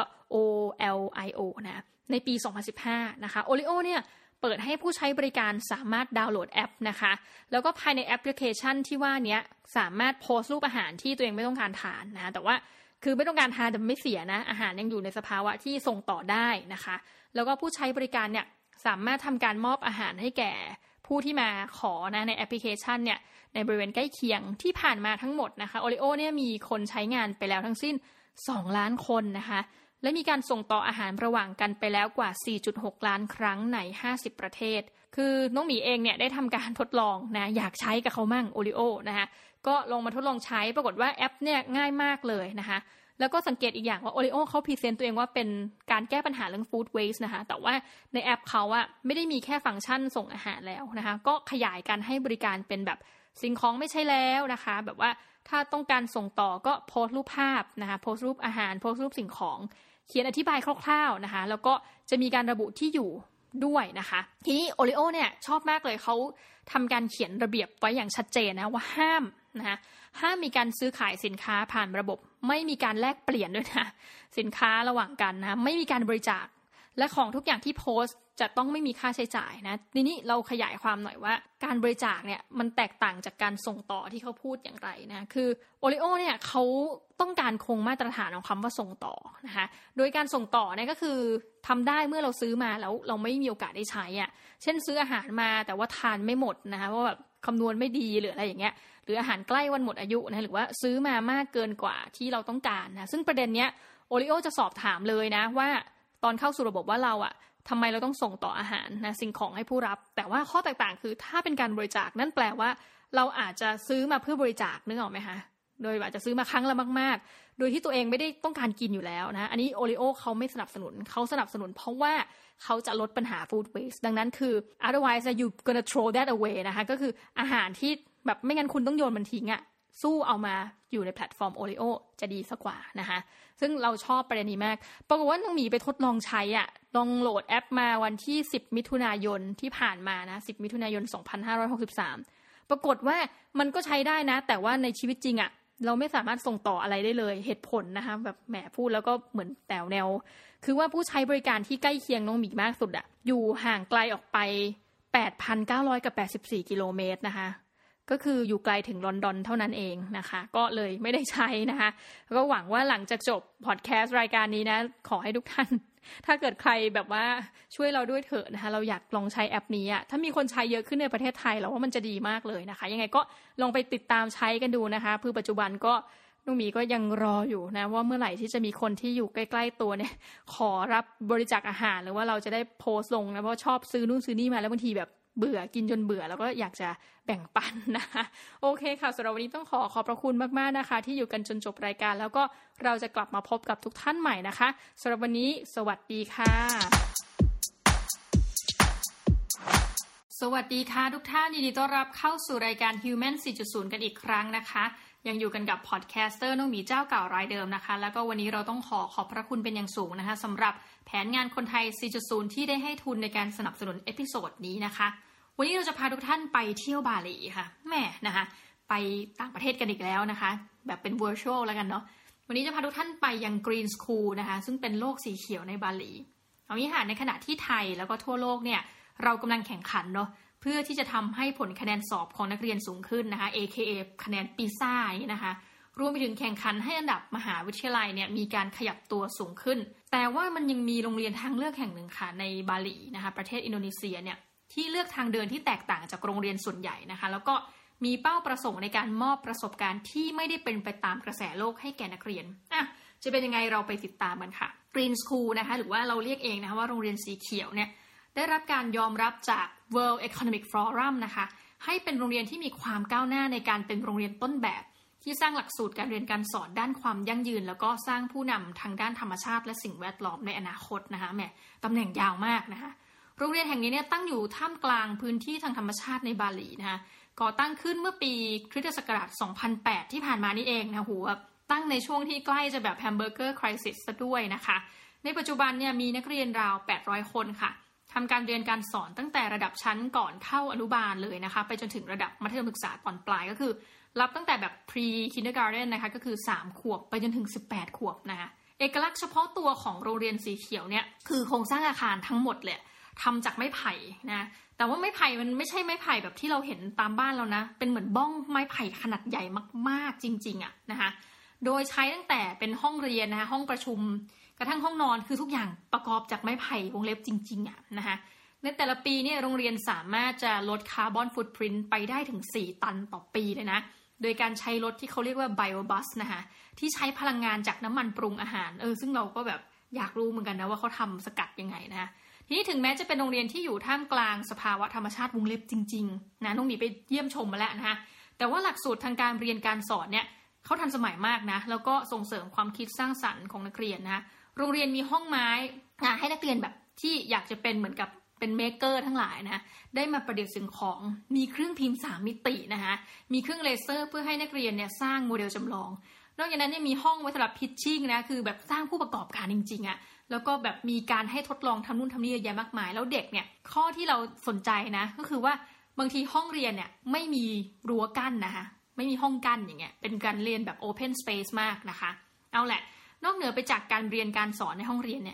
OLIO นะในปี 2015 นะคะ Olio เนี่ยเปิดให้ผู้ใช้บริการสามารถดาวน์โหลดแอปนะคะแล้วก็ภายในแอปพลิเคชันที่ว่านี้สามารถโพสต์รูปอาหารที่ตัวเองไม่ต้องการทานนะแต่ว่าคือไม่ต้องการทานแต่ไม่เสียนะอาหารยังอยู่ในสภาวะที่ส่งต่อได้นะคะแล้วก็ผู้ใช้บริการเนี่ยสามารถทำการมอบอาหารให้แก่ผู้ที่มาขอนะในแอปพลิเคชันเนี่ยในบริเวณใกล้เคียงที่ผ่านมาทั้งหมดนะคะ Olio เนี่ยมีคนใช้งานไปแล้วทั้งสิ้น2 ล้านคนนะคะและมีการส่งต่ออาหารระหว่างกันไปแล้วกว่า 4.6 ล้านครั้งใน50ประเทศคือน้องหมีเองเนี่ยได้ทำการทดลองนะอยากใช้กับเขามั่ง Olio นะคะก็ลงมาทดลองใช้ปรากฏว่าแอปเนี่ยง่ายมากเลยนะคะแล้วก็สังเกตอีกอย่างว่า Olio เขาพรีเซนต์ตัวเองว่าเป็นการแก้ปัญหาเรื่อง food waste นะคะแต่ว่าในแอปเขาอะไม่ได้มีแค่ฟังก์ชันส่งอาหารแล้วนะคะก็ขยายการให้บริการเป็นแบบสิ่งของไม่ใช่แล้วนะคะแบบว่าถ้าต้องการส่งต่อก็โพสต์รูปภาพนะคะโพสต์รูปอาหารโพสต์รูปสิ่งของเขียนอธิบายคร่าวๆนะคะแล้วก็จะมีการระบุที่อยู่ด้วยนะคะทีนี้ Olio เนี่ยชอบมากเลยเขาทำการเขียนระเบียบไว้อย่างชัดเจนนะว่าห้ามมีการซื้อขายสินค้าผ่านระบบไม่มีการแลกเปลี่ยนด้วยนะสินค้าระหว่างกันนะไม่มีการบริจาคและของทุกอย่างที่โพสต์จะต้องไม่มีค่าใช้จ่ายนะทีนี้เราขยายความหน่อยว่าการบริจาคเนี่ยมันแตกต่างจากการส่งต่อที่เขาพูดอย่างไรนะคือโอริโอเนี่ยเขาต้องการคงมาตรฐานของคำว่าส่งต่อนะคะโดยการส่งต่อเนี่ยก็คือทำได้เมื่อเราซื้อมาแล้วเราไม่มีโอกาสได้ใช้อ่ะเช่นซื้ออาหารมาแต่ว่าทานไม่หมดนะคะเพราะแบบคำนวณไม่ดีหรืออะไรอย่างเงี้ยหรืออาหารใกล้วันหมดอายุนะหรือว่าซื้อมามากเกินกว่าที่เราต้องการนะซึ่งประเด็นเนี้ยโอริโอจะสอบถามเลยนะว่าตอนเข้าสู่ระบบว่าเราอ่ะทำไมเราต้องส่งต่ออาหารนะสิ่งของให้ผู้รับแต่ว่าข้อแตกต่างคือถ้าเป็นการบริจาคนั่นแปลว่าเราอาจจะซื้อมาเพื่อบริจาคนึกออกไหมคะโดยอาจจะซื้อมาครั้งละมากๆโดยที่ตัวเองไม่ได้ต้องการกินอยู่แล้วนะอันนี้โอริโอเขาไม่สนับสนุนเขาสนับสนุนเพราะว่าเขาจะลดปัญหา food waste ดังนั้นคือ otherwise you gonna throw that away นะคะก็คืออาหารที่แบบไม่งั้นคุณต้องโยนมันทิ้งอ่ะสู้เอามาอยู่ในแพลตฟอร์มโอริโอจะดีสักกว่านะคะซึ่งเราชอบประเด็นนี้มากปรากฏว่าน้องหมีไปทดลองใช้อ่ะลองโหลดแอปมาวันที่10มิถุนายนที่ผ่านมานะ10มิถุนายน2563ปรากฏว่ามันก็ใช้ได้นะแต่ว่าในชีวิตจริงอ่ะเราไม่สามารถส่งต่ออะไรได้เลยเหตุผลนะคะแบบแหมพูดแล้วก็เหมือนแต๋วแนวคือว่าผู้ใช้บริการที่ใกล้เคียงน้องหมีมากสุดอ่ะอยู่ห่างไกลออกไป 8,984 กิโลเมตรนะคะก็คืออยู่ไกลถึงลอนดอนเท่านั้นเองนะคะก็เลยไม่ได้ใช้นะคะแล้วก็หวังว่าหลังจากจบพอดแคสต์รายการนี้นะขอให้ทุกท่านถ้าเกิดใครแบบว่าช่วยเราด้วยเถอะนะคะเราอยากลองใช้แอปนี้อ่ะถ้ามีคนใช้เยอะขึ้นในประเทศไทยเราว่ามันจะดีมากเลยนะคะยังไงก็ลองไปติดตามใช้กันดูนะคะคือปัจจุบันก็น้องหมีก็ยังรออยู่นะว่าเมื่อไหร่ที่จะมีคนที่อยู่ใกล้ๆตัวเนี่ยขอรับบริจาคอาหารหรือว่าเราจะได้โพสต์ลงนะเพราะชอบซื้อนู่นซื้อนี่มาแล้วบางทีแบบเบื่อกินจนเบื่อแล้วก็อยากจะแบ่งปันนะคะโอเคค่ะสำหรับวันนี้ต้องขอบพระคุณมากๆนะคะที่อยู่กันจนจบรายการแล้วก็เราจะกลับมาพบกับทุกท่านใหม่นะคะสำหรับวันนี้สวัสดีค่ะสวัสดีค่ะทุกท่านยินดีต้อนรับเข้าสู่รายการ Human 4.0 กันอีกครั้งนะคะยังอยู่กันกับพอดแคสเตอร์น้องหมีเจ้าเก่ารายเดิมนะคะแล้วก็วันนี้เราต้องขอบพระคุณเป็นอย่างสูงนะคะสำหรับแผนงานคนไทย 4.0 ที่ได้ให้ทุนในการสนับสนุนเอพิโซดนี้นะคะวันนี้เราจะพาทุกท่านไปเที่ยวบาหลีค่ะแหมนะคะไปต่างประเทศกันอีกแล้วนะคะแบบเป็น virtual แล้วกันเนาะวันนี้จะพาทุกท่านไปยัง Green School นะคะซึ่งเป็นโลกสีเขียวในบาหลีเอางี้ค่ะในขณะที่ไทยแล้วก็ทั่วโลกเนี่ยเรากำลังแข่งขันเนาะเพื่อที่จะทำให้ผลคะแนนสอบของนักเรียนสูงขึ้นนะคะ AKA คะแนนปีซ่านี่นะคะรวมไปถึงแข่งขันให้อันดับมหาวิทยาลัยเนี่ยมีการขยับตัวสูงขึ้นแต่ว่ามันยังมีโรงเรียนทางเลือกแห่งหนึ่งค่ะในบาหลีนะคะประเทศอินโดนีเซียเนี่ยที่เลือกทางเดินที่แตกต่างจากโรงเรียนส่วนใหญ่นะคะแล้วก็มีเป้าประสงค์ในการมอบประสบการณ์ที่ไม่ได้เป็นไปตามกระแสโลกให้แก่นักเรียนจะเป็นยังไงเราไปติดตามกันค่ะ Green School นะคะหรือว่าเราเรียกเองนะคะว่าโรงเรียนสีเขียวเนี่ยได้รับการยอมรับจาก World Economic Forum นะคะให้เป็นโรงเรียนที่มีความก้าวหน้าในการเป็นโรงเรียนต้นแบบที่สร้างหลักสูตรการเรียนการสอนด้านความยั่งยืนแล้วก็สร้างผู้นำทางด้านธรรมชาติและสิ่งแวดล้อมในอนาคตนะคะแหมตำแหน่งยาวมากนะคะโรงเรียนแห่งนี้เนี่ยตั้งอยู่ท่ามกลางพื้นที่ทางธรรมชาติในบาหลีนะคะก่อตั้งขึ้นเมื่อปีคริสตศักราช 2008 ที่ผ่านมานี่เองนะหัวตั้งในช่วงที่ใกล้จะแบบแฮมเบอร์เกอร์ไครซิสซะด้วยนะคะในปัจจุบันเนี่ยมีนักเรียนราว800คนค่ะทำการเรียนการสอนตั้งแต่ระดับชั้นก่อนเข้าอนุบาลเลยนะคะไปจนถึงระดับมัธยมศึกษาตอนปลายก็คือรับตั้งแต่แบบ pre kindergarten นะคะก็คือ3ขวบไปจนถึง18ขวบนะคะเอกลักษณ์เฉพาะตัวของโรงเรียนสีเขียวเนี่ยคือโครงสร้างอาคารทั้งหมดเลยทำจากไม้ไผ่นะแต่ว่าไม้ไผ่มันไม่ใช่ไม้ไผ่แบบที่เราเห็นตามบ้านเรานะเป็นเหมือนบ้องไม้ไผ่ขนาดใหญ่มากๆจริงๆอ่ะนะคะโดยใช้ตั้งแต่เป็นห้องเรียนนะคะห้องประชุมกระทั่งห้องนอนคือทุกอย่างประกอบจากไม้ไผ่วงเล็บจริงๆอ่ะนะคะในแต่ละปีเนี่ยโรงเรียนสามารถจะลดคาร์บอนฟุตพริ้นท์ไปได้ถึง4ตันต่อปีเลยนะโดยการใช้รถที่เขาเรียกว่าไบโอบัสนะคะที่ใช้พลังงานจากน้ำมันปรุงอาหารซึ่งเราก็แบบอยากรู้เหมือนกันนะว่าเขาทำสกัดยังไงนะทีนี้ถึงแม้จะเป็นโรงเรียนที่อยู่ท่ามกลางสภาวะธรรมชาติวงเล็บจริงๆนะน้องหมีไปเยี่ยมชมมาแล้วนะคะแต่ว่าหลักสูตรทางการเรียนการสอนเนี่ยเขาทันสมัยมากนะแล้วก็ส่งเสริมความคิดสร้างสรรค์ของนักเรียนนะโรงเรียนมีห้องไม้ให้นักเรียนแบบที่อยากจะเป็นเหมือนกับเป็นเมคเกอร์ทั้งหลายนะได้มาประดิษฐ์สิ่งของมีเครื่องพิมพ์3มิตินะคะมีเครื่องเลเซอร์เพื่อให้นักเรียนเนี่ยสร้างโมเดลจำลองนอกจากนั้นเนี่ยมีห้องไว้สำหรับพิชชิ่งนะคือแบบสร้างผู้ประกอบการจริงๆอะแล้วก็แบบมีการให้ทดลองทำนู่นทำนี่เยอะแยะมากมายแล้วเด็กเนี่ยข้อที่เราสนใจนะก็คือว่าบางทีห้องเรียนเนี่ยไม่มีรั้วกั้นนะคะไม่มีห้องกั้นอย่างเงี้ยเป็นการเรียนแบบ open space มากนะคะเอาแหละนอกเหนือไปจากการเรียนการสอนในห้องเรียนเนี่ย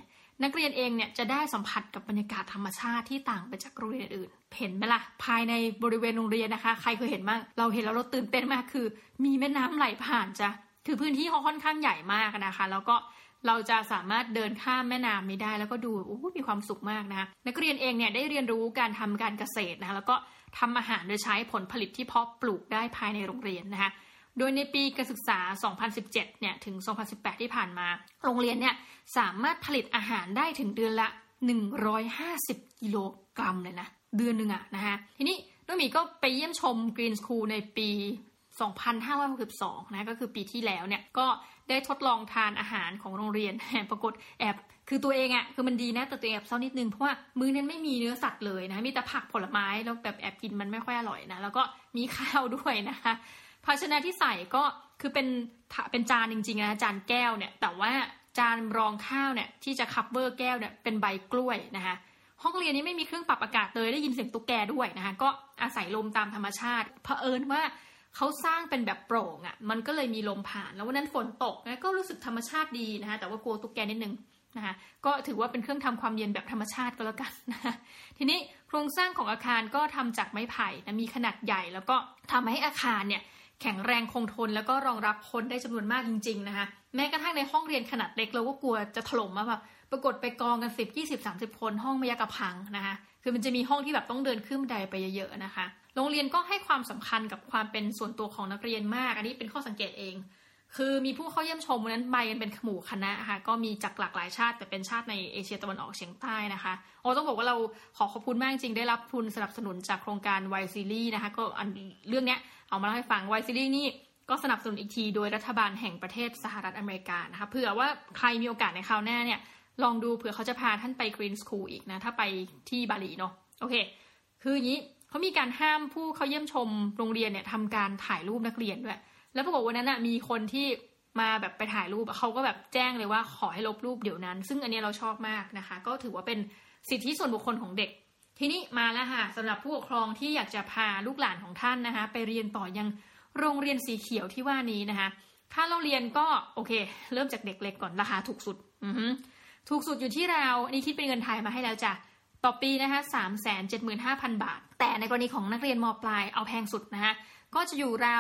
นักเรียนเองเนี่ยจะได้สัมผัสกับบรรยากาศธรรมชาติที่ต่างไปจากโรงเรียนอื่นเห็นไหมล่ะภายในบริเวณโรงเรียนนะคะใครเคยเห็นบ้างเราเห็นแล้วเราตื่นเต้นมากคือมีแม่น้ำไหลผ่านจ้ะคือพื้นที่ค่อนข้างใหญ่มากนะคะแล้วก็เราจะสามารถเดินข้ามแม่น้ำนี้ได้แล้วก็ดูมีความสุขมากนะคะนักเรียนเองเนี่ยได้เรียนรู้การทำการเกษตรนะคะแล้วก็ทำอาหารโดยใช้ผลผลิตที่เพาะปลูกได้ภายในโรงเรียนนะคะโดยในปีการศึกษา 2017 เนี่ยถึง 2018 ที่ผ่านมาโรงเรียนเนี่ยสามารถผลิตอาหารได้ถึงเดือนละ150 กิโลกรัมเลยนะเดือนนึงอะนะคะทีนี้น้องหมีก็ไปเยี่ยมชม Green School ในปี 2562 นะก็คือปีที่แล้วเนี่ยก็ได้ทดลองทานอาหารของโรงเรียนปรากฏแอบคือตัวเองอะคือมันดีนะแต่ตัวเองแอบเศร้านิดนึงเพราะว่ามื้อนั้นไม่มีเนื้อสัตว์เลยนะมีแต่ผักผลไม้แล้วแบบแอบกินมันไม่ค่อยอร่อยนะแล้วก็มีข้าวด้วยนะคะภาชนะที่ใส่ก็คือเป็นจานจริงๆนะจานแก้วเนี่ยแต่ว่าจานรองข้าวเนี่ยที่จะคัฟเวอร์แก้วเนี่ยเป็นใบกล้วยนะคะห้องเรียนนี้ไม่มีเครื่องปรับอากาศเลยได้ยินเสียงตุ๊กแกด้วยนะคะก็อาศัยลมตามธรรมชาติเผอิญว่าเขาสร้างเป็นแบบโปร่งอ่ะมันก็เลยมีลมผ่านแล้ววันนั้นฝนตกนะก็รู้สึกธรรมชาติดีนะคะแต่ว่ากลัวตุ๊กแกนิดนึงนะคะก็ถือว่าเป็นเครื่องทำความเย็นแบบธรรมชาติก็แล้วกันนะทีนี้โครงสร้างของอาคารก็ทำจากไม้ไผ่นะมีขนาดใหญ่แล้วก็ทำให้อาคารเนี่ยแข็งแรงคงทนแล้วก็รองรับคนได้จำนวนมากจริงๆนะคะแม้กระทั่งในห้องเรียนขนาดเล็กเราก็กลัวจะถล่มมาแบบปรากฏไปกองกัน10 20 30 คนห้องไม่ยักกระพังนะคะคือมันจะมีห้องที่แบบต้องเดินขึ้นบันไดไปเยอะๆนะคะโรงเรียนก็ให้ความสำคัญกับความเป็นส่วนตัวของนักเรียนมากอันนี้เป็นข้อสังเกตเองคือมีผู้เข้าเยี่ยมชมวันนั้นไปกันเป็นหมู่คณะค่ะก็มีจากหลากหลายชาติแต่เป็นชาติในเอเชียตะวันออกเฉียงใต้นะคะต้องบอกว่าเราขอบคุณมากจริงได้รับทุนสนับสนุนจากโครงการ Y Series นะคะก็เรื่องนี้เอามาเล่าให้ฟัง Y Series นี่ก็สนับสนุนอีกทีโดยรัฐบาลแห่งประเทศสหรัฐอเมริกานะคะเผื่อว่าใครมีโอกาสในคราวหน้าเนี่ยลองดูเผื่อเขาจะพาท่านไป Green School อีกนะถ้าไปที่บาหลีเนาะโอเคคืออย่างนี้เขามีการห้ามผู้เข้าเยี่ยมชมโรงเรียนเนี่ยทำการถ่ายรูปนักเรียนด้วยแล้วปรากฏวันนั้นนะมีคนที่มาแบบไปถ่ายรูปเขาก็แบบแจ้งเลยว่าขอให้ลบรูปเดี๋ยวนั้นซึ่งอันนี้เราชอบมากนะคะก็ถือว่าเป็นสิทธิส่วนบุคคลของเด็กทีนี้มาแล้วค่ะสำหรับผู้ปกครองที่อยากจะพาลูกหลานของท่านนะคะไปเรียนต่อยังโรงเรียนสีเขียวที่ว่านี้นะคะค่าเล่าเรียนก็โอเคเริ่มจากเด็กเล็กก่อนราคาถูกสุดถูกสุดอยู่ที่ราวนี่คิดเป็นเงินไทยมาให้แล้วจ้ะต่อปีนะคะ 375,000 บาทแต่ในกรณีของนักเรียนม.ปลายเอาแพงสุดนะคะก็จะอยู่ราว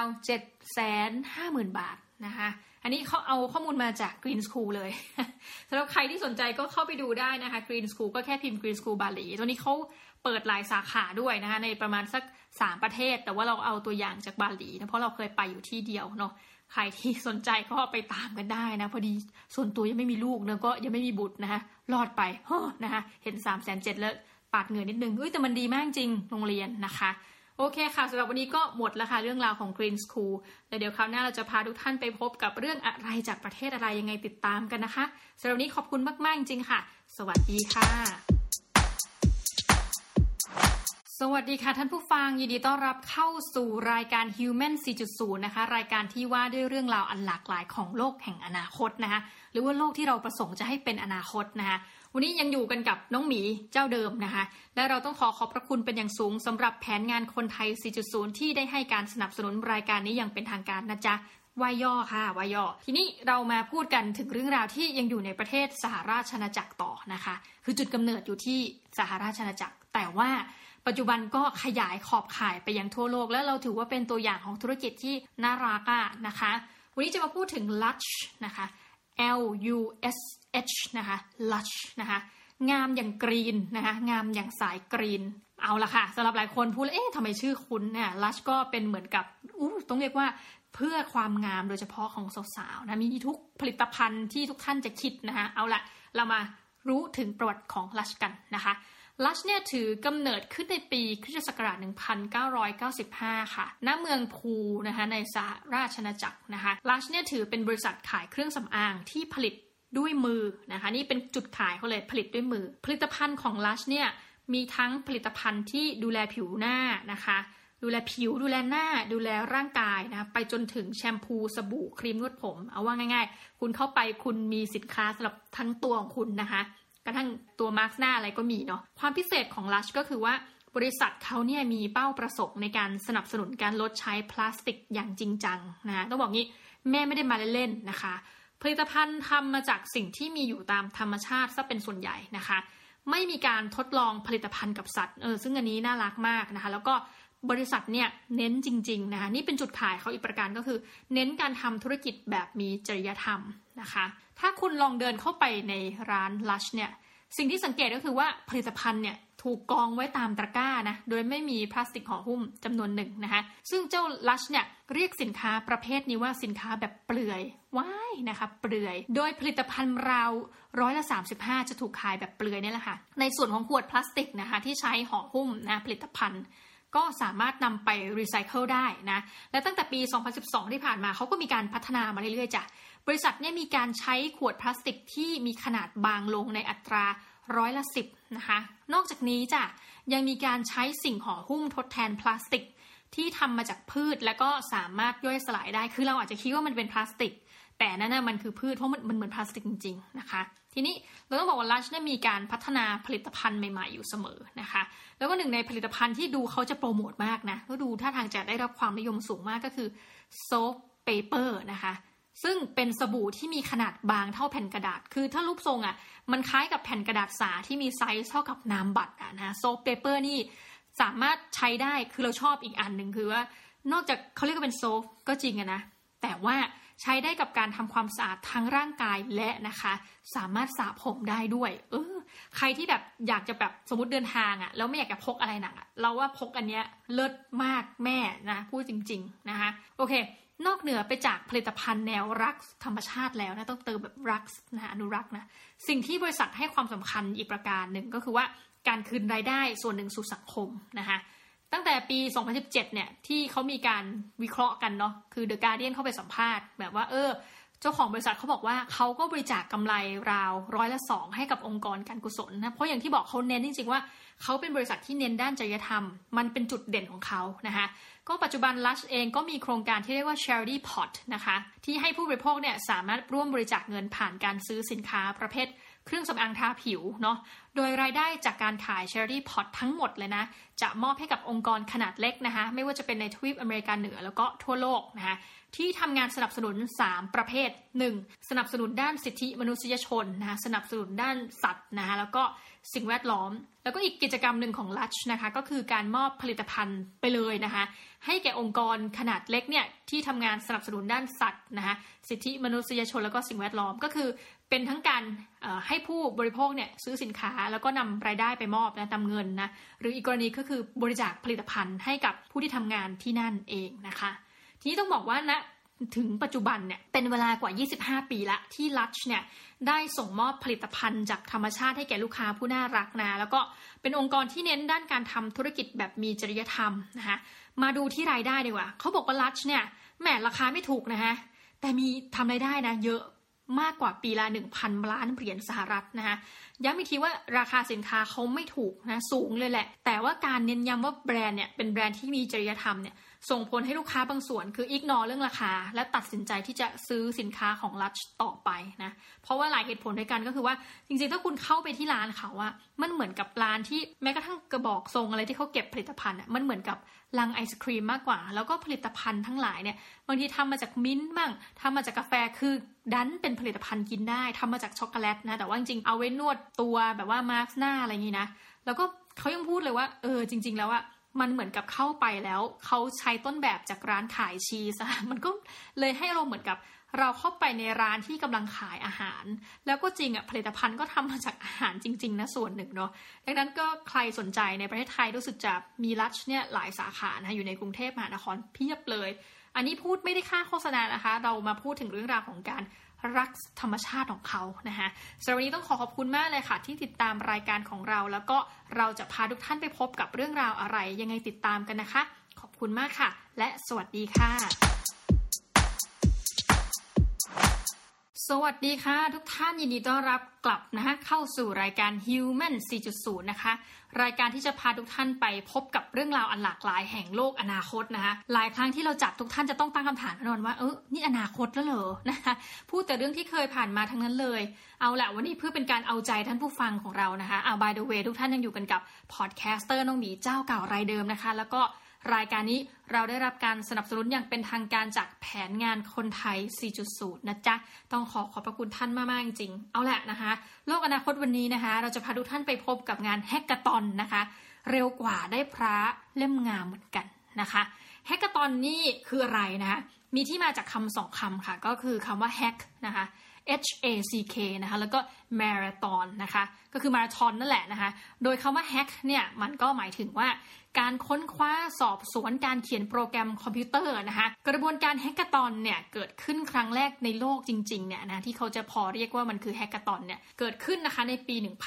750,000 บาทนะคะอันนี้เขาเอาข้อมูลมาจาก Green School เลย สำหรับใครที่สนใจก็เข้าไปดูได้นะคะ Green School ก็แค่พิมพ์ Green School บาหลีตัวนี้เขาเปิดหลายสาขาด้วยนะคะในประมาณสัก3 ประเทศแต่ว่าเราเอาตัวอย่างจากบาหลีนะเพราะเราเคยไปอยู่ที่เดียวเนาะใครที่สนใจก็ไปตามกันได้นะพอดีส่วนตัวยังไม่มีลูกแล้วก็ยังไม่มีบุตรนะคะรอดไปนะคะเห็น 370,000 แล้วปาดเหงื่อนิดนึงแต่มันดีมากจริงโรงเรียนนะคะโอเคค่ะสำหรับวันนี้ก็หมดแล้วค่ะเรื่องราวของ Green School แล้วเดี๋ยวคราวหน้าเราจะพาทุกท่านไปพบกับเรื่องอะไรจากประเทศอะไรยังไงติดตามกันนะคะสำหรับวันนี้ขอบคุณมากๆจริงๆค่ะสวัสดีค่ะสวัสดีค่ะท่านผู้ฟังยินดีต้อนรับเข้าสู่รายการ Human 4.0 นะคะรายการที่ว่าด้วยเรื่องราวอันหลากหลายของโลกแห่งอนาคตนะคะหรือว่าโลกที่เราประสงค์จะให้เป็นอนาคตนะคะวันนี้ยังอยู่กันกับน้องหมีเจ้าเดิมนะคะและเราต้องขอบพระคุณเป็นอย่างสูงสำหรับแผนงานคนไทย 4.0 ที่ได้ให้การสนับสนุนรายการนี้อย่างเป็นทางการนะจ๊ะวายย่อค่ะวายย่อทีนี้เรามาพูดกันถึงเรื่องราวที่ยังอยู่ในประเทศสหราชอาณาจักรต่อนะคะคือจุดกำเนิดอยู่ที่สหราชอาณาจักรแต่ว่าปัจจุบันก็ขยายขอบข่ายไปยังทั่วโลกและเราถือว่าเป็นตัวอย่างของธุรกิจที่น่ารักนะคะวันนี้จะมาพูดถึง Lush นะคะ L-U-S-H นะคะ Lush นะคะงามอย่างกรีนนะคะงามอย่างสายกรีนเอาละค่ะสำหรับหลายคนพูดทำไมชื่อคุ้นเนี่ย Lush ก็เป็นเหมือนกับต้องเรียกว่าเพื่อความงามโดยเฉพาะของสาวๆนะมีทุกผลิตภัณฑ์ที่ทุกท่านจะคิดนะคะเอาละเรามารู้ถึงประวัติของ Lush กันนะคะLush เนี่ยถือกำเนิดขึ้นในปีคริสตศักราช 1995 ค่ะณเมืองพูนะคะในสหราชอาณาจักรนะคะ Lush เนี่ยถือเป็นบริษัทขายเครื่องสำอางที่ผลิตด้วยมือนะคะนี่เป็นจุดขายเขาเลยผลิตด้วยมือผลิตภัณฑ์ของ Lush เนี่ยมีทั้งผลิตภัณฑ์ที่ดูแลผิวหน้านะคะดูแลผิวดูแลหน้าดูแลร่างกายนะไปจนถึงแชมพูสบู่ครีมนวดผมเอาว่าง่ายๆคุณเข้าไปคุณมีสินค้าสำหรับทั้งตัวของคุณนะคะกระทั่งตัวมาร์คหน้าอะไรก็มีเนาะความพิเศษของ Lush ก็คือว่าบริษัทเขาเนี่ยมีเป้าประสงค์ในการสนับสนุนการลดใช้พลาสติกอย่างจริงจังนะต้องบอกงี้แม่ไม่ได้มาเล่นๆนะคะผลิตภัณฑ์ทำมาจากสิ่งที่มีอยู่ตามธรรมชาติซะเป็นส่วนใหญ่นะคะไม่มีการทดลองผลิตภัณฑ์กับสัตว์ซึ่งอันนี้น่ารักมากนะคะแล้วก็บริษัทเนี่ยเน้นจริงๆนะคะนี่เป็นจุดขายเขาอีกประการก็คือเน้นการทำธุรกิจแบบมีจริยธรรมนะคะถ้าคุณลองเดินเข้าไปในร้าน Lush เนี่ยสิ่งที่สังเกตก็คือว่าผลิตภัณฑ์เนี่ยถูกกองไว้ตามตะกร้านะโดยไม่มีพลาสติกห่อหุ้มจำนวนหนึ่งนะคะซึ่งเจ้า Lush เนี่ยเรียกสินค้าประเภทนี้ว่าสินค้าแบบเปลือยว้ายนะคะเปลือยโดยผลิตภัณฑ์ราว35%จะถูกขายแบบเปลือยนี่แหละค่ะในส่วนของขวดพลาสติกนะคะที่ใช้ห่อหุ้มนะผลิตภัณฑ์ก็สามารถนำไปรีไซเคิลได้นะและตั้งแต่ปี2012ที่ผ่านมาเขาก็มีการพัฒนามาเรื่อยๆจ้ะบริษัทเนี่ยมีการใช้ขวดพลาสติกที่มีขนาดบางลงในอัตรา10%นะคะนอกจากนี้จ้ะยังมีการใช้สิ่งห่อหุ้มทดแทนพลาสติกที่ทำมาจากพืชแล้วก็สามารถย่อยสลายได้คือเราอาจจะคิดว่ามันเป็นพลาสติกแต่นั่นน่ะมันคือพืชเพราะมันเหมือนพลาสติกจริงๆนะคะทีนี้เราต้องบอกว่า Lush เนี่ยมีการพัฒนาผลิตภัณฑ์ใหม่ๆอยู่เสมอนะคะแล้วก็หนึ่งในผลิตภัณฑ์ที่ดูเขาจะโปรโมทมากนะก็ดูท่าทางจะได้รับความนิยมสูงมากก็คือ Soap Paper นะคะซึ่งเป็นสบู่ที่มีขนาดบางเท่าแผ่นกระดาษคือถ้ารูปทรงมันคล้ายกับแผ่นกระดาษสาที่มีไซส์เท่ากับนามบัตรนะ Soap Paper นี่สามารถใช้ได้คือเราชอบอีกอันหนึ่งคือว่านอกจากเขาเรียกว่าเป็นโซฟก็จริงนะแต่ว่าใช้ได้กับการทำความสะอาดทั้งร่างกายและนะคะสามารถสระผมได้ด้วยใครที่แบบอยากจะแบบสมมติเดินทางแล้วไม่อยากจะพกอะไรหนักเราว่าพกอันเนี้ยเลิศมากแม่นะพูดจริงๆนะคะโอเคนอกเหนือไปจากผลิตภัณฑ์แนวรักธรรมชาติแล้วนะต้องเติมแบบรักนะอนุรักษ์นะสิ่งที่บริษัทให้ความสำคัญอีกประการหนึ่งก็คือว่าการคืนรายได้ส่วนหนึ่งสู่สังคมนะคะตั้งแต่ปี2017เนี่ยที่เขามีการวิเคราะห์กันเนาะคือ The Guardian เข้าไปสัมภาษณ์แบบว่าเจ้าของบริษัทเขาบอกว่าเขาก็บริจาคกำไรราว2%ให้กับองค์กรการกุศลนะเพราะอย่างที่บอกเขาเน้นจริงๆว่าเขาเป็นบริษัทที่เน้นด้านจริยธรรมมันเป็นจุดเด่นของเขานะคะก็ปัจจุบัน Lush เองก็มีโครงการที่เรียกว่า Charity Pot นะคะที่ให้ผู้บริโภคเนี่ยสามารถร่วมบริจาคเงินผ่านการซื้อสินค้าประเภทเครื่องสำอางทาผิวเนาะโดยรายได้จากการขาย Charity Pot ทั้งหมดเลยนะจะมอบให้กับองค์กรขนาดเล็กนะคะไม่ว่าจะเป็นในทวีปอเมริกาเหนือแล้วก็ทั่วโลกนะคะที่ทำงานสนับสนุน3ประเภท 1. สนับสนุนด้านสิทธิมนุษยชนนะคะสนับสนุนด้านสัตว์นะคะแล้วก็สิ่งแวดล้อมแล้วก็อีกกิจกรรมหนึ่งของ Lush นะคะก็คือการมอบผลิตภัณฑ์ไปเลยนะคะให้แก่องค์กรขนาดเล็กเนี่ยที่ทำงานสนับสนุนด้านสัตว์นะคะสิทธิมนุษยชนแล้วก็สิ่งแวดล้อมก็คือเป็นทั้งการให้ผู้บริโภคเนี่ยซื้อสินค้าแล้วก็นำรายได้ไปมอบนะนำเงินนะหรืออีกกรณีก็คือบริจาคผลิตภัณฑ์ให้กับผู้ที่ทำงานที่นั่นเองนะคะทีนี้ต้องบอกว่านะถึงปัจจุบันเนี่ยเป็นเวลากว่า25ปีละที่ Lush เนี่ยได้ส่งมอบผลิตภัณฑ์จากธรรมชาติให้แก่ลูกค้าผู้น่ารักนะแล้วก็เป็นองค์กรที่เน้นด้านการทำธุรกิจแบบมีจริยธรรมนะคะมาดูที่รายได้ดีกว่าเขาบอกว่า Lush เนี่ยแหมราคาไม่ถูกนะคะแต่มีทำรายได้นะเยอะมากกว่าปีละ 1,000 ล้านเหรียญสหรัฐนะคะย้ำอีกทีว่าราคาสินค้าเขาไม่ถูกนะสูงเลยแหละแต่ว่าการเน้นย้ำว่าแบรนด์เนี่ยเป็นแบรนด์ที่มีจริยธรรมเนี่ยส่งผลให้ลูกค้าบางส่วนคืออิกนอร์เรื่องราคาและตัดสินใจที่จะซื้อสินค้าของ Lush ต่อไปนะเพราะว่าหลายเหตุผลด้วยกันก็คือว่าจริงๆถ้าคุณเข้าไปที่ร้านเขามันเหมือนกับร้านที่แม้กระทั่งกระบอกทรงอะไรที่เขาเก็บผลิตภัณฑ์มันเหมือนกับลังไอศครีมมากกว่าแล้วก็ผลิตภัณฑ์ทั้งหลายเนี่ยบางทีทำมาจากมิ้นท์บ้างทำมาจากกาแฟคือดันเป็นผลิตภัณฑ์กินได้ทำมาจากช็อกโกแลตนะแต่ว่าจริงๆเอาไว้นวดตัวแบบว่ามาร์คหน้าอะไรอย่างนี้นะแล้วก็เขายังพูดเลยว่าจริงๆแล้วมันเหมือนกับเข้าไปแล้วเขาใช้ต้นแบบจากร้านขายชีสมันก็เลยให้เราเหมือนกับเราเข้าไปในร้านที่กำลังขายอาหารแล้วก็จริงผลิตภัณฑ์ก็ทำมาจากอาหารจริงๆนะส่วนหนึ่งเนาะดังนั้นก็ใครสนใจในประเทศไทยรู้สึกจะมี Lush เนี่ยหลายสาขานะอยู่ในกรุงเทพมหานครเพียบเลยอันนี้พูดไม่ได้ค่าโฆษณานะคะเรามาพูดถึงเรื่องราวของการรักธรรมชาติของเขานะคะสำหรับวันนี้ต้องขอบคุณมากเลยค่ะที่ติดตามรายการของเราแล้วก็เราจะพาทุกท่านไปพบกับเรื่องราวอะไรยังไงติดตามกันนะคะขอบคุณมากค่ะและสวัสดีค่ะสวัสดีค่ะทุกท่านยินดีต้อนรับกลับนะคะเข้าสู่รายการ Human 4.0 นะคะรายการที่จะพาทุกท่านไปพบกับเรื่องราวอันหลากหลายแห่งโลกอนาคตนะคะหลายครั้งที่เราจัดทุกท่านจะต้องตั้งคำถามแน่นอนว่านี่อนาคตแล้วเหรอนะคะพูดแต่เรื่องที่เคยผ่านมาทั้งนั้นเลยเอาละวันนี้เพื่อเป็นการเอาใจท่านผู้ฟังของเรานะคะby the way ทุกท่านยังอยู่กันกับพอดแคสเตอร์น้องหมีเจ้าเก่ารายเดิมนะคะแล้วก็รายการนี้เราได้รับการสนับสนุนอย่างเป็นทางการจากแผนงานคนไทย 4.0 นะจ๊ะต้องขอบพระคุณท่านมากๆจริงๆเอาแหละนะคะโลกอนาคตวันนี้นะคะเราจะพาทุกท่านไปพบกับงานแฮกเกอร์ตอนนะคะเร็วกว่าได้พระเล่มงามเหมือนกันนะคะแฮกเกอร์ตอนนี่คืออะไรนะคะมีที่มาจากคำสองคำค่ะก็คือคำว่า hack นะคะ HACK นะคะแล้วก็ marathon นะคะก็คือมาราธอนนั่นแหละนะคะโดยคำว่า hack เนี่ยมันก็หมายถึงว่าการค้นคว้าสอบสวนการเขียนโปรแกรมคอมพิวเตอร์นะคะกระบวนการแฮกเกอร์ตอนเนี่ยเกิดขึ้นครั้งแรกในโลกจริงๆเนี่ยนะที่เขาจะพอเรียกว่ามันคือแฮกเกอร์ตอนเนี่ยเกิดขึ้นนะคะในปี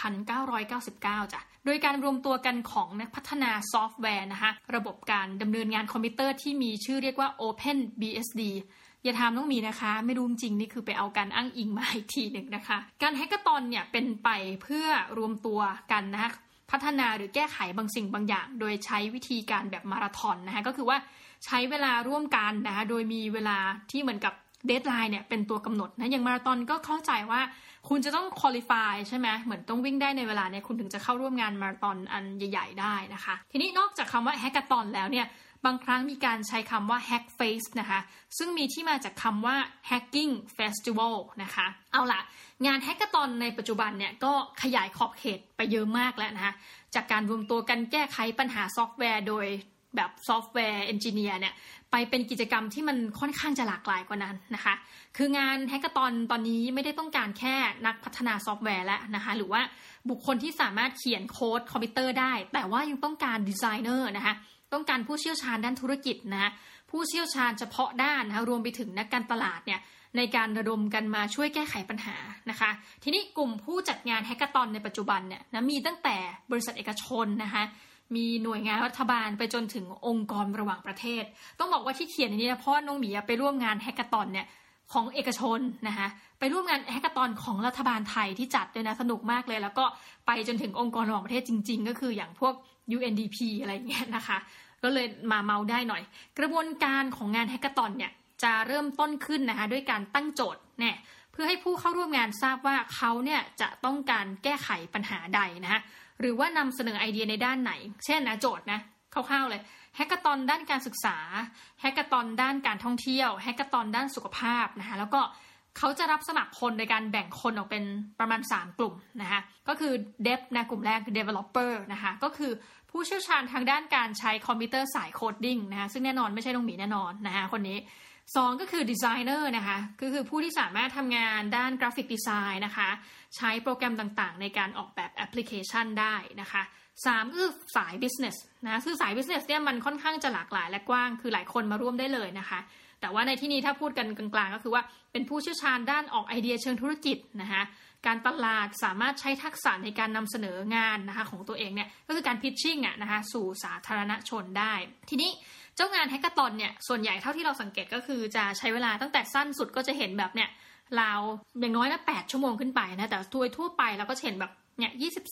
1999 จ้ะโดยการรวมตัวกันของนักพัฒนาซอฟต์แวร์นะคะระบบการดำเนินงานคอมพิวเตอร์ที่มีชื่อเรียกว่า OpenBSDอย่าถามน้องมีนะคะไม่รู้จริงนี่คือไปเอาการอ้างอิงมาอีกทีหนึ่งนะคะการแฮกเกอร์ตอนเนี่ยเป็นไปเพื่อรวมตัวกันนะคะพัฒนาหรือแก้ไขบางสิ่งบางอย่างโดยใช้วิธีการแบบมาราธอนนะคะก็คือว่าใช้เวลาร่วมกันนะคะโดยมีเวลาที่เหมือนกับเดดไลน์เนี่ยเป็นตัวกำหนดนะอย่างมาราธอนก็เข้าใจว่าคุณจะต้องควอลิฟายใช่ไหมเหมือนต้องวิ่งได้ในเวลาเนี่ยคุณถึงจะเข้าร่วมงานมาราธอนอันใหญ่ๆได้นะคะทีนี้นอกจากคำว่าแฮกเกอร์ตอนแล้วเนี่ยบางครั้งมีการใช้คำว่า hack face นะคะซึ่งมีที่มาจากคำว่า hacking festival นะคะเอาล่ะงานแฮกเกอร์ตอนในปัจจุบันเนี่ยก็ขยายขอบเขตไปเยอะมากแล้วนะคะจากการรวมตัวกันแก้ไขปัญหาซอฟต์แวร์โดยแบบซอฟต์แวร์เอนจิเนียร์เนี่ยไปเป็นกิจกรรมที่มันค่อนข้างจะหลากหลายกว่านั้นนะคะคืองานแฮกเกอร์ตอนตอนนี้ไม่ได้ต้องการแค่นักพัฒนาซอฟต์แวร์แล้วนะคะหรือว่าบุคคลที่สามารถเขียนโค้ดคอมพิวเตอร์ได้แต่ว่ายังต้องการดีไซเนอร์นะคะต้องการผู้เชี่ยวชาญด้านธุรกิจนะผู้เชี่ยวชาญเฉพาะด้านนะคะรวมไปถึงนักการตลาดเนี่ยในการระดมกันมาช่วยแก้ไขปัญหานะคะทีนี้กลุ่มผู้จัดงานแฮกเกอร์ตอนในปัจจุบันเนี่ยนะมีตั้งแต่บริษัทเอกชนนะคะมีหน่วยงานรัฐบาลไปจนถึงองค์กรระหว่างประเทศต้องบอกว่าที่เขียนอย่างนี้นะเพราะว่าน้องหมีไปร่วมงานแฮกเกอร์ตอนเนี่ยของเอกชนนะคะไปร่วมงานแฮกเกอร์ตอนของรัฐบาลไทยที่จัดด้วยนะสนุกมากเลยแล้วก็ไปจนถึงองค์กรระหว่างประเทศจริงๆก็คืออย่างพวก UNDP อะไรเงี้ยนะคะก็เลยมาเมาได้หน่อยกระบวนการของงานแฮกเกอร์ตอนเนี่ยจะเริ่มต้นขึ้นนะคะด้วยการตั้งโจทย์เนี่ยเพื่อให้ผู้เข้าร่วมงานทราบว่าเขาเนี่ยจะต้องการแก้ไขปัญหาใดนะคะหรือว่านำเสนอไอเดียในด้านไหนเช่นนะโจทย์นะคร่าวๆเลยแฮกเกอร์ตอนด้านการศึกษาแฮกเกอร์ตอนด้านการท่องเที่ยวแฮกเกอร์ตอนด้านสุขภาพนะคะแล้วก็เขาจะรับสมัครคนโดยการแบ่งคนออกเป็นประมาณ3กลุ่มนะคะก็คือ Dev นะกลุ่มแรกคือ Developer นะคะก็คือผู้เชี่ยวชาญทางด้านการใช้คอมพิวเตอร์สายโคดดิ้งนะคะซึ่งแน่นอนไม่ใช่น้องหมีแน่นอนนะคะคนนี้2ก็คือดีไซเนอร์นะคะคือผู้ที่สามารถทำงานด้านกราฟิกดีไซน์นะคะใช้โปรแกรมต่างๆในการออกแบบแอปพลิเคชันได้นะคะ3คือสาย business นะคือสาย business เนี่ยมันค่อนข้างจะหลากหลายและกว้างคือหลายคนมาร่วมได้เลยนะคะแต่ว่าในที่นี้ถ้าพูดกันกลางๆก็คือว่าเป็นผู้เชี่ยวชาญด้านออกไอเดียเชิงธุรกิจนะคะการตลาดสามารถใช้ทักษะในการนำเสนองานนะคะของตัวเองเนี่ยก็คือการ pitching นะคะสู่สาธารณชนได้ทีนี้เจ้างานแฮกเกอร์ตอนเนี่ยส่วนใหญ่เท่าที่เราสังเกตก็คือจะใช้เวลาตั้งแต่สั้นสุดก็จะเห็นแบบเนี่ยราวอย่างน้อยนะ8ชั่วโมงขึ้นไปนะแต่ทั่วไปเราก็เห็นแบบเนี่ย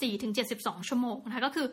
24-72 ชั่วโมงนะคะก็คือ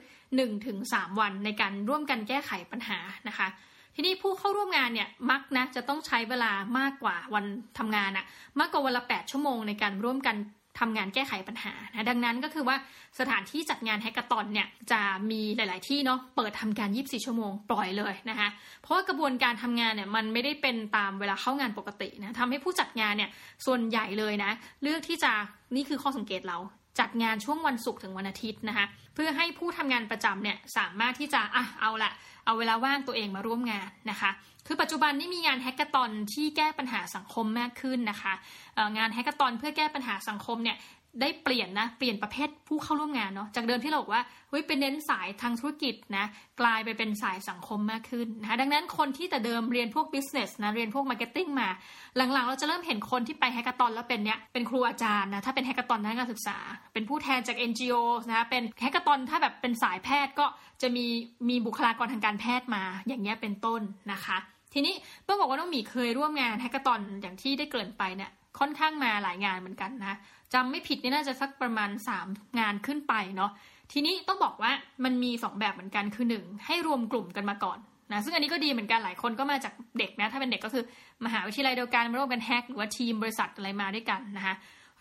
1-3 วันในการร่วมกันแก้ไขปัญหานะคะทีนี้ผู้เข้าร่วมงานเนี่ยมักนะจะต้องใช้เวลามากกว่าวันทำงานอะมากกว่าวันละ8ชั่วโมงในการร่วมกันทำงานแก้ไขปัญหานะดังนั้นก็คือว่าสถานที่จัดงานแฮกเกอร์ตอนเนี่ยจะมีหลายๆที่เนาะเปิดทำการ24ชั่วโมงปล่อยเลยนะคะเพราะว่ากระบวนการทำงานเนี่ยมันไม่ได้เป็นตามเวลาเข้างานปกตินะทำให้ผู้จัดงานเนี่ยส่วนใหญ่เลยนะเลือกที่จะนี่คือข้อสังเกตเราจัดงานช่วงวันศุกร์ถึงวันอาทิตย์นะคะเพื่อให้ผู้ทำงานประจำเนี่ยสามารถที่จะเอาเวลาว่างตัวเองมาร่วมงานนะคะคือปัจจุบันนี้มีงานแฮกเกอร์ตอนที่แก้ปัญหาสังคมมากขึ้นนะคะงานแฮกเกอร์ตอนเพื่อแก้ปัญหาสังคมเนี่ยได้เปลี่ยนประเภทผู้เข้าร่วมงานเนาะจากเดิมที่เราบอกว่าเป็นเน้นสายทางธุรกิจนะกลายไปเป็นสายสังคมมากขึ้นนะคะดังนั้นคนที่แต่เดิมเรียนพวก business นะเรียนพวก marketing มาหลังๆเราจะเริ่มเห็นคนที่ไปแฮกเกอร์ตอนแล้วเป็นครูอาจารย์นะถ้าเป็นแฮกเกอร์ตอนด้านการศึกษาเป็นผู้แทนจาก NGO นะคะเป็นแฮกเกอร์ตอนถ้าแบบเป็นสายแพทย์ก็จะมีบุคลากรทางการแพทย์มาอย่างเงี้ยเป็นต้นนะคะทีนี้ต้องบอกว่าน้องหมีเคยร่วมงานแฮกเกอร์ตอนอย่างที่ได้เกริ่นไปเนี่ยค่อนข้างมาหลายงานเหมือนกันนะจำไม่ผิดนี่น่าจะสักประมาณ3งานขึ้นไปเนาะทีนี้ต้องบอกว่ามันมี2แบบเหมือนกันคือ1ให้รวมกลุ่มกันมาก่อนนะซึ่งอันนี้ก็ดีเหมือนกันหลายคนก็มาจากเด็กนะถ้าเป็นเด็กก็คือมหาวิทยาลัยเดียวกันมาร่วมกันแฮกหรือว่าทีมบริษัทอะไรมาด้วยกันนะคะ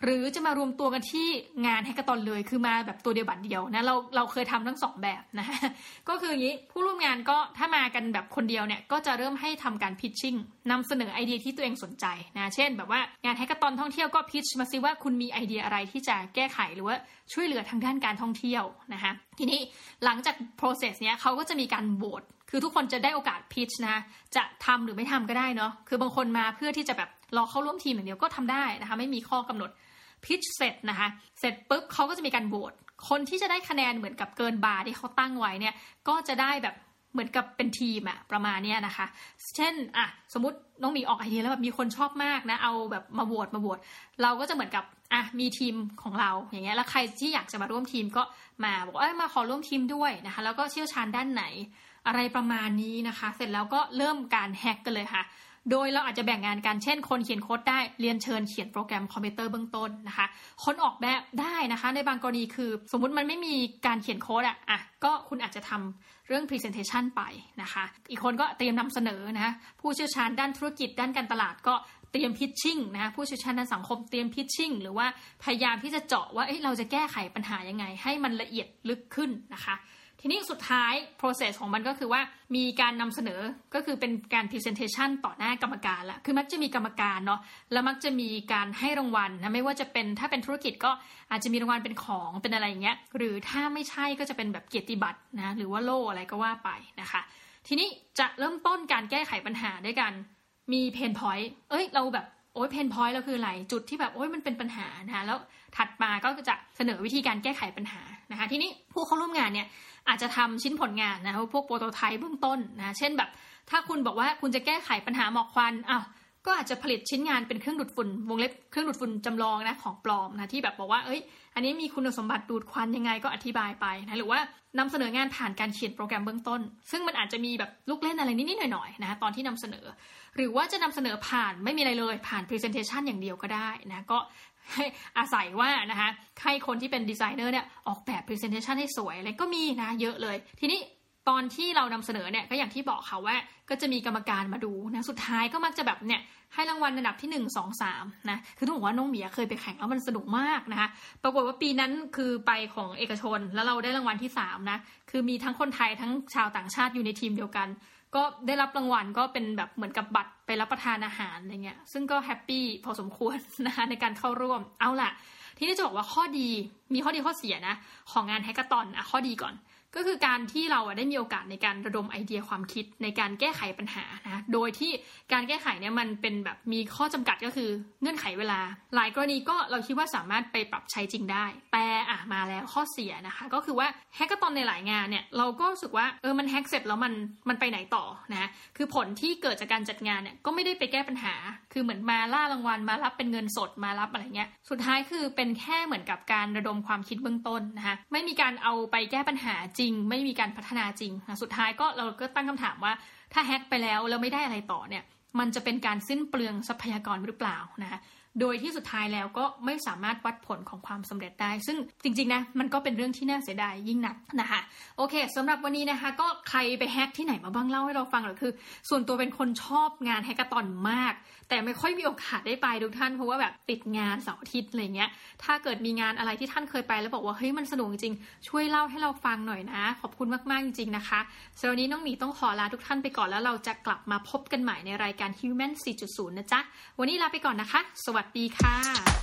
หรือจะมารวมตัวกันที่งานแฮกเกอร์ตอนเลยคือมาแบบตัวเดียวบัตรเดียวนะเราเคยทำทั้ง2แบบนะก็คืออย่างนี้ผู้ร่วมงานก็ถ้ามากันแบบคนเดียวเนี่ยก็จะเริ่มให้ทำการพิชชิ่งนำเสนอไอเดียที่ตัวเองสนใจนะเช่นแบบว่างานแฮกเกอร์ตอนท่องเที่ยวก็พิชมาซิว่าคุณมีไอเดียอะไรที่จะแก้ไขหรือว่าช่วยเหลือทางด้านการท่องเที่ยวนะคะทีนี้หลังจาก process เนี้ยเขาก็จะมีการโหวตคือทุกคนจะได้โอกาสพิชนะจะทำหรือไม่ทำก็ได้เนาะคือบางคนมาเพื่อที่จะแบบรอเข้าร่วมทีมอย่างเดียวก็ทำได้นะคะไม่มีข้อกำหนดพิชเสร็จนะคะเสร็จปุ๊บเขาก็จะมีการโหวตคนที่จะได้คะแนนเหมือนกับเกินบาร์ที่เขาตั้งไว้เนี่ยก็จะได้แบบเหมือนกับเป็นทีมอะประมาณนี้นะคะเช่นสมมติน้องมีออกไอเดียแล้วแบบมีคนชอบมากนะเอาแบบมาโหวตเราก็จะเหมือนกับมีทีมของเราอย่างเงี้ยแล้วใครที่อยากจะมาร่วมทีมก็มาบอกมาขอร่วมทีมด้วยนะคะแล้วก็เชี่ยวชาญด้านไหนอะไรประมาณนี้นะคะเสร็จแล้วก็เริ่มการแฮกกันเลยค่ะโดยเราอาจจะแบ่งงานกันเช่นคนเขียนโค้ดได้เรียนเชิญเขียนโปรแกรมคอมพิวเตอร์เบื้องต้นนะคะคนออกแบบได้นะคะในบางกรณีคือสมมุติมันไม่มีการเขียนโค้ดก็คุณอาจจะทำเรื่อง presentation ไปนะคะอีกคนก็เตรียมนำเสนอนะผู้เชี่ยวชาญด้านธุรกิจด้านการตลาดก็เตรียมพิชชิ่งนะผู้เชี่ยวชาญด้านสังคมเตรียมพิชชิ่งหรือว่าพยายามที่จะเจาะว่าเราจะแก้ไขปัญหายังไงให้มันละเอียดลึกขึ้นนะคะทีนี้สุดท้าย process ของมันก็คือว่ามีการนำเสนอก็คือเป็นการ presentation ต่อหน้ากรรมการละคือมักจะมีกรรมการเนาะแล้วมักจะมีการให้รางวัลนะไม่ว่าจะเป็นถ้าเป็นธุรกิจก็อาจจะมีรางวัลเป็นของเป็นอะไรอย่างเงี้ยหรือถ้าไม่ใช่ก็จะเป็นแบบเกียรติบัตรนะหรือว่าโล่อะไรก็ว่าไปนะคะทีนี้จะเริ่มต้นการแก้ไขปัญหาด้วยกันมี pain point เราแบบpain point เราคืออะไรจุดที่แบบมันเป็นปัญหานะคะแล้วถัดมาก็จะเสนอวิธีการแก้ไขปัญหานะคะทีนี้ผู้เข้าร่วมงานเนี่ยอาจจะทำชิ้นผลงานนะพวกโปรโตไทป์เบื้องต้นนะเช่นแบบถ้าคุณบอกว่าคุณจะแก้ไขปัญหาหมอกควันก็อาจจะผลิตชิ้นงานเป็นเครื่องดูดฝุ่นวงเล็บเครื่องดูดฝุ่นจำลองนะของปลอมนะที่แบบบอกว่าอันนี้มีคุณสมบัติดูดควันยังไงก็อธิบายไปนะหรือว่านำเสนองานผ่านการเขียนโปรแกรมเบื้องต้นซึ่งมันอาจจะมีแบบลูกเล่นอะไรนิดๆหน่อยๆนะตอนที่นำเสนอหรือว่าจะนำเสนอผ่านไม่มีอะไรเลยผ่าน presentation อย่างเดียวก็ได้นะก็ให้อาศัยว่านะคะให้คนที่เป็นดีไซเนอร์เนี่ยออกแบบ presentation ให้สวยอะไรก็มีนะเยอะเลยทีนี้ตอนที่เรานำเสนอเนี่ยก็อย่างที่บอกค่ะว่าก็จะมีกรรมการมาดูนะสุดท้ายก็มักจะแบบเนี่ยให้รางวัลระดับที่1 2 3นะคือต้องบอกว่าน้องเมียเคยไปแข่งแล้วมันสนุกมากนะคะปรากฏว่าปีนั้นคือไปของเอกชนแล้วเราได้รางวัลที่3นะคือมีทั้งคนไทยทั้งชาวต่างชาติอยู่ในทีมเดียวกันก็ได้รับรางวัลก็เป็นแบบเหมือนกับบัตรไปรับประทานอาหารอะไรเงี้ยซึ่งก็แฮปปี้พอสมควรนะคะในการเข้าร่วมเอาล่ะทีนี้จะบอกว่าข้อดีมีข้อดีข้อเสียนะของงานแฮกเกอร์ตอนข้อดีก่อนก็คือการที่เราได้มีโอกาสในการระดมไอเดียความคิดในการแก้ไขปัญหานะโดยที่การแก้ไขเนี่ยมันเป็นแบบมีข้อจำกัดก็คือเงื่อนไขเวลาหลายกรณีก็เราคิดว่าสามารถไปปรับใช้จริงได้แต่มาแล้วข้อเสียนะคะก็คือว่าแฮกเกอร์ตอนในหลายงานเนี่ยเราก็รู้สึกว่ามันแฮกเสร็จแล้วมันไปไหนต่อนะคือผลที่เกิดจากการจัดงานเนี่ยก็ไม่ได้ไปแก้ปัญหาคือเหมือนมาล่ารางวัลมารับเป็นเงินสดมารับอะไรเงี้ยสุดท้ายคือเป็นแค่เหมือนกับการระดมความคิดเบื้องต้นนะคะไม่มีการเอาไปแก้ปัญหาจริงไม่มีการพัฒนาจริงสุดท้ายก็เราก็ตั้งคำถามว่าถ้าแฮกไปแล้วไม่ได้อะไรต่อเนี่ยมันจะเป็นการสิ้นเปลืองทรัพยากรหรือเปล่านะคะโดยที่สุดท้ายแล้วก็ไม่สามารถวัดผลของความสำเร็จได้ซึ่งจริงๆนะมันก็เป็นเรื่องที่น่าเสียดายยิ่งนักนะคะโอเคสำหรับวันนี้นะคะก็ใครไปแฮกที่ไหนมาบ้างเล่าให้เราฟังหน่อยคือส่วนตัวเป็นคนชอบงานแฮกเกอร์ตอนมากแต่ไม่ค่อยมีโอกาสได้ไปทุกท่านเพราะว่าแบบติดงานเสาร์อาทิตย์อะไรเงี้ยถ้าเกิดมีงานอะไรที่ท่านเคยไปแล้วบอกว่าเฮ้ยมันสนุกจริงช่วยเล่าให้เราฟังหน่อยนะขอบคุณมากๆจริงๆนะคะสำหรับวันนี้น้องหมีต้องขอลาทุกท่านไปก่อนแล้วเราจะกลับมาพบกันใหม่ในรายการ Human 4.0 นะจ๊ะวันนี้ลาไปก่อนนะคะสวัสดีค่ะ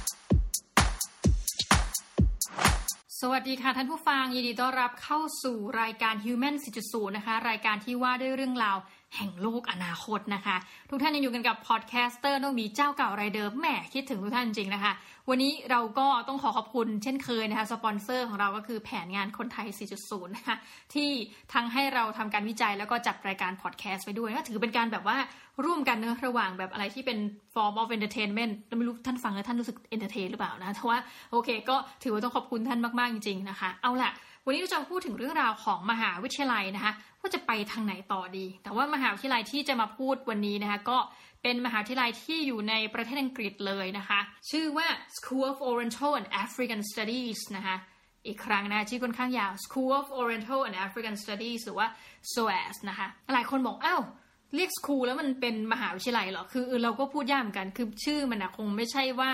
สวัสดีค่ะท่านผู้ฟังยินดีต้อนรับเข้าสู่รายการ Human 4.0 นะคะรายการที่ว่าด้วยเรื่องราวแห่งโลกอนาคตนะคะทุกท่านยังอยู่กันกับพอดแคสเตอร์น้องมีเจ้าเก่ารายเดิมแหมคิดถึงทุกท่านจริงนะคะวันนี้เราก็ต้องขอบคุณเช่นเคยนะคะสปอนเซอร์ของเราก็คือแผนงานคนไทย 4.0 นะคะที่ทั้งให้เราทำการวิจัยแล้วก็จัดรายการพอดแคสต์ไปด้วยก็ถือเป็นการแบบว่าร่วมกันเนอะระหว่างแบบอะไรที่เป็น form of entertainment ไม่รู้ท่านฟังแล้วท่านรู้สึก entertain หรือเปล่านะแต่ว่าโอเคก็ถือว่าต้องขอบคุณท่านมากๆจริงๆนะคะเอาล่ะวันนี้เราจะพูดถึงเรื่องราวของมหาวิทยาลัยนะคะว่าจะไปทางไหนต่อดีแต่ว่ามหาวิทยาลัยที่จะมาพูดวันนี้นะคะก็เป็นมหาวิทยาลัยที่อยู่ในประเทศอังกฤษเลยนะคะชื่อว่า School of Oriental and African Studies นะคะอีกครั้งนะชื่อค่อนข้างยาว School of Oriental and African Studies หรือว่า SOAS นะคะหลายคนบอกเรียก School แล้วมันเป็นมหาวิทยาลัยเหรอคือเราก็พูดยากเหมือนกันคือชื่อมันคงไม่ใช่ว่า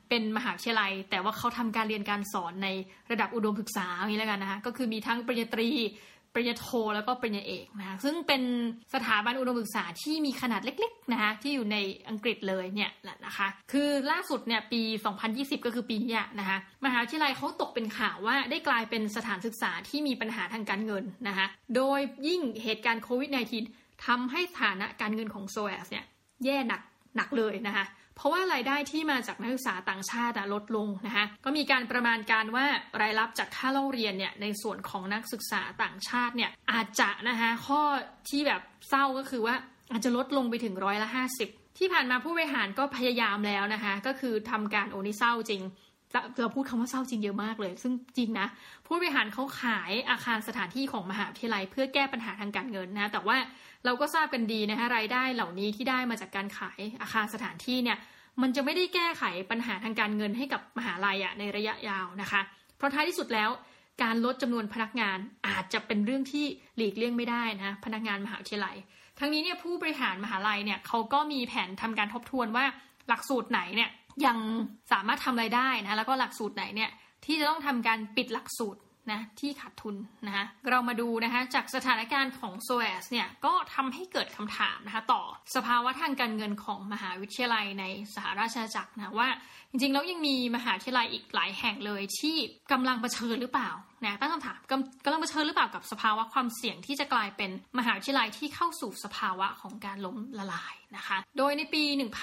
เป็นมหาวิทยาลัยแต่ว่าเขาทำการเรียนการสอนในระดับอุดมศึกษาอย่างนี้แล้วกันนะคะก็คือมีทั้งปริญญาตรีปริญญาโทแล้วก็ปริญญาเอกนะคะซึ่งเป็นสถาบันอุดมศึกษาที่มีขนาดเล็กๆนะคะที่อยู่ในอังกฤษเลยเนี่ยแหละนะคะคือล่าสุดเนี่ยปี2020ก็คือปีนี้นะคะมหาวิทยาลัยเขาตกเป็นข่าวว่าได้กลายเป็นสถานศึกษาที่มีปัญหาทางการเงินนะคะโดยยิ่งเหตุการณ์โควิด -19 ทำให้ฐานะการเงินของ SOAS เนี่ยแย่หนักเลยนะคะเพราะว่ารายได้ที่มาจากนักศึกษาต่างชาติลดลงนะคะก็มีการประมาณการว่ารายรับจากค่าเล่าเรียนเนี่ยในส่วนของนักศึกษาต่างชาติเนี่ยอาจจะนะคะข้อที่แบบเศร้าก็คือว่าอาจจะลดลงไปถึง50%ที่ผ่านมาผู้บริหารก็พยายามแล้วนะคะก็คือทำการนี่เศร้าจริงเราพูดคำว่าเศร้าจริงเยอะมากเลยซึ่งจริงนะผู้บริหารเขาขายอาคารสถานที่ของมหาวิทยาลัยเพื่อแก้ปัญหาทางการเงินนะแต่ว่าเราก็ทราบกันดีนะคะรายได้เหล่านี้ที่ได้มาจากการขายอาคารสถานที่เนี่ยมันจะไม่ได้แก้ไขปัญหาทางการเงินให้กับมหาลัยในระยะยาวนะคะเพราะท้ายที่สุดแล้วการลดจำนวนพนักงานอาจจะเป็นเรื่องที่หลีกเลี่ยงไม่ได้นะพนักงานมหาวิทยาลัยทั้งนี้เนี่ยผู้บริหารมหาลัยเนี่ยเขาก็มีแผนทำการทบทวนว่าหลักสูตรไหนเนี่ยยังสามารถทำรายได้นะแล้วก็หลักสูตรไหนเนี่ยที่จะต้องทำการปิดหลักสูตรนะที่ขาดทุนนะคะเรามาดูนะคะจากสถานการณ์ของ SOAS เนี่ยก็ทำให้เกิดคำถามนะคะต่อสภาวะทางการเงินของมหาวิทยาลัยในสหราชอาณาจักรนะว่าจริงๆแล้วยังมีมหาวิทยาลัยอีกหลายแห่งเลยที่กำลังเผชิญหรือเปล่านะตั้งคำถามกำลังเผชิญหรือเปล่ากับสภาวะความเสี่ยงที่จะกลายเป็นมหาวิทยาลัยที่เข้าสู่สภาวะของการล้มละลายนะคะโดยในปี